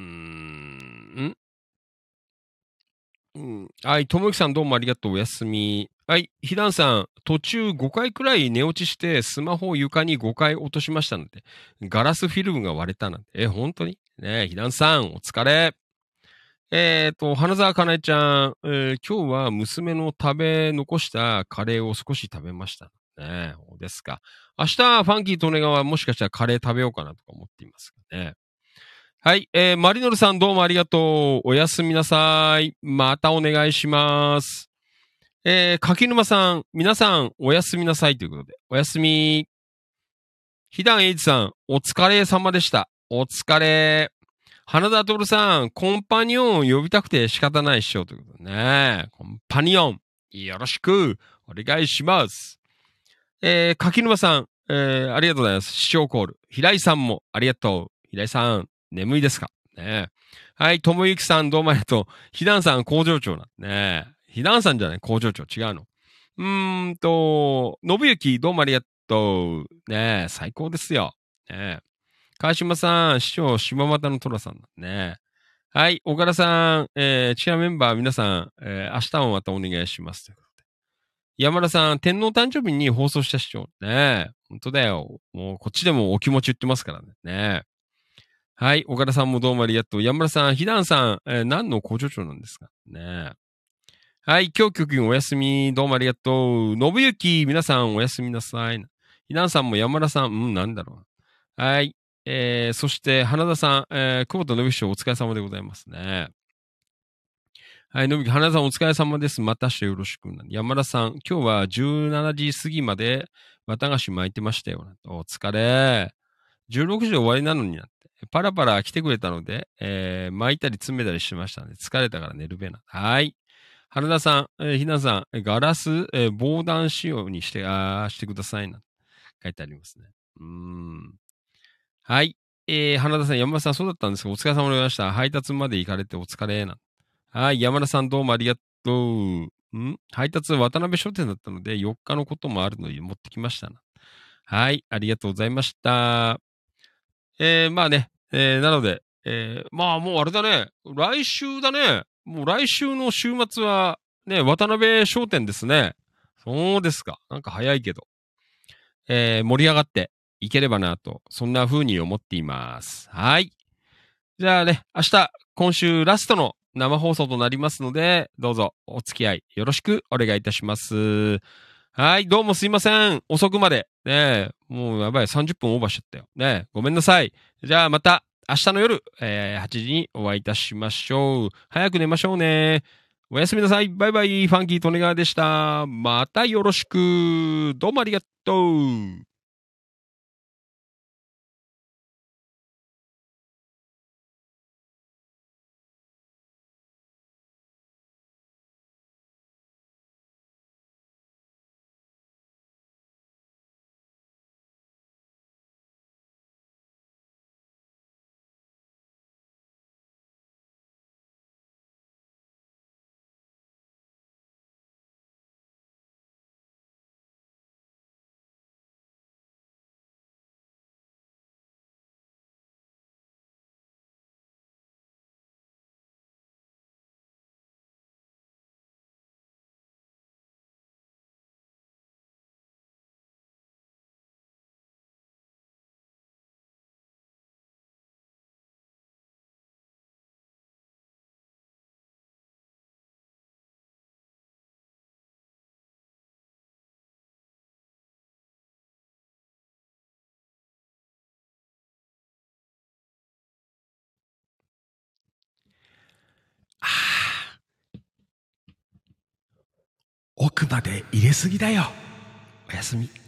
はい、ともゆきさんどうもありがとう。おやすみ。はい、ひだんさん、途中5回くらい寝落ちして、スマホを床に5回落としましたので、ガラスフィルムが割れたなんて。本当にねえ、ひだんさん、お疲れ。花澤かなえちゃん、今日は娘の食べ残したカレーを少し食べました。ね、そうですか。明日、ファンキー利根川もしかしたらカレー食べようかなとか思っていますね。はい、マリノルさんどうもありがとう。おやすみなさい。またお願いします。柿沼さん、皆さんおやすみなさいということで、おやすみ。ひだんえいちさん、お疲れ様でした。お疲れ。花田徹さん、コンパニオンを呼びたくて仕方ないっしょということでね。コンパニオン、よろしくお願いします。柿沼さん、ありがとうございます。視聴コール。平井さんもありがとう。平井さん、眠いですかね。はい、ともゆきさんどうもありがとう。ひだんさん工場長なんね。ひだんさんじゃない工場長違うの。のぶゆきどうもありがとう。ね最高ですよ。ね川島さん、師匠、島又の虎さんだね。はい、岡田さん、チアメンバー皆さん、明日もまたお願いします。ということで山田さん、天皇誕生日に放送した師匠。ね本当だよ。もうこっちでもお気持ち言ってますからね。はい、岡田さんもどうもありがとう。山田さん、ひだんさん、何の工場長なんですかねはい、今日局員お休み、どうもありがとう。信行、皆さんおやすみなさい。ひだんさんも山田さん、なんだろう。はい、そして、花田さん、久保田信彦お疲れ様でございますね。はい、花田さんお疲れ様です。また明日よろしく。山田さん、今日は17時過ぎまで綿菓子巻いてましたよ。お疲れ。16時で終わりなのになって。パラパラ来てくれたので、巻いたり詰めたりしましたので、疲れたから寝るべな。はい。花田さん、ひなさん、ガラス、防弾仕様にしてくださいな。書いてありますね。はい。花田さん、山田さん、そうだったんですが、お疲れ様でございました。配達まで行かれてお疲れな。はい。山田さん、どうもありがとう。配達は渡辺商店だったので、4日のこともあるので持ってきましたな。はい。ありがとうございました。まあね、なので、まあもうあれだね。来週だね。もう来週の週末は、ね、渡辺商店ですね。そうですか。なんか早いけど。盛り上がっていければなと、そんな風に思っています。はい。じゃあね、今週ラストの生放送となりますので、どうぞお付き合いよろしくお願いいたします。はい、どうもすいません。遅くまで。ねもうやばい、30分オーバーしちゃったよ。ねごめんなさい。じゃあまた明日の夜、8時にお会いいたしましょう。早く寝ましょうね。おやすみなさい。バイバイ。ファンキー利根川でした。またよろしく。どうもありがとう。奥まで入れすぎだよ。おやすみ。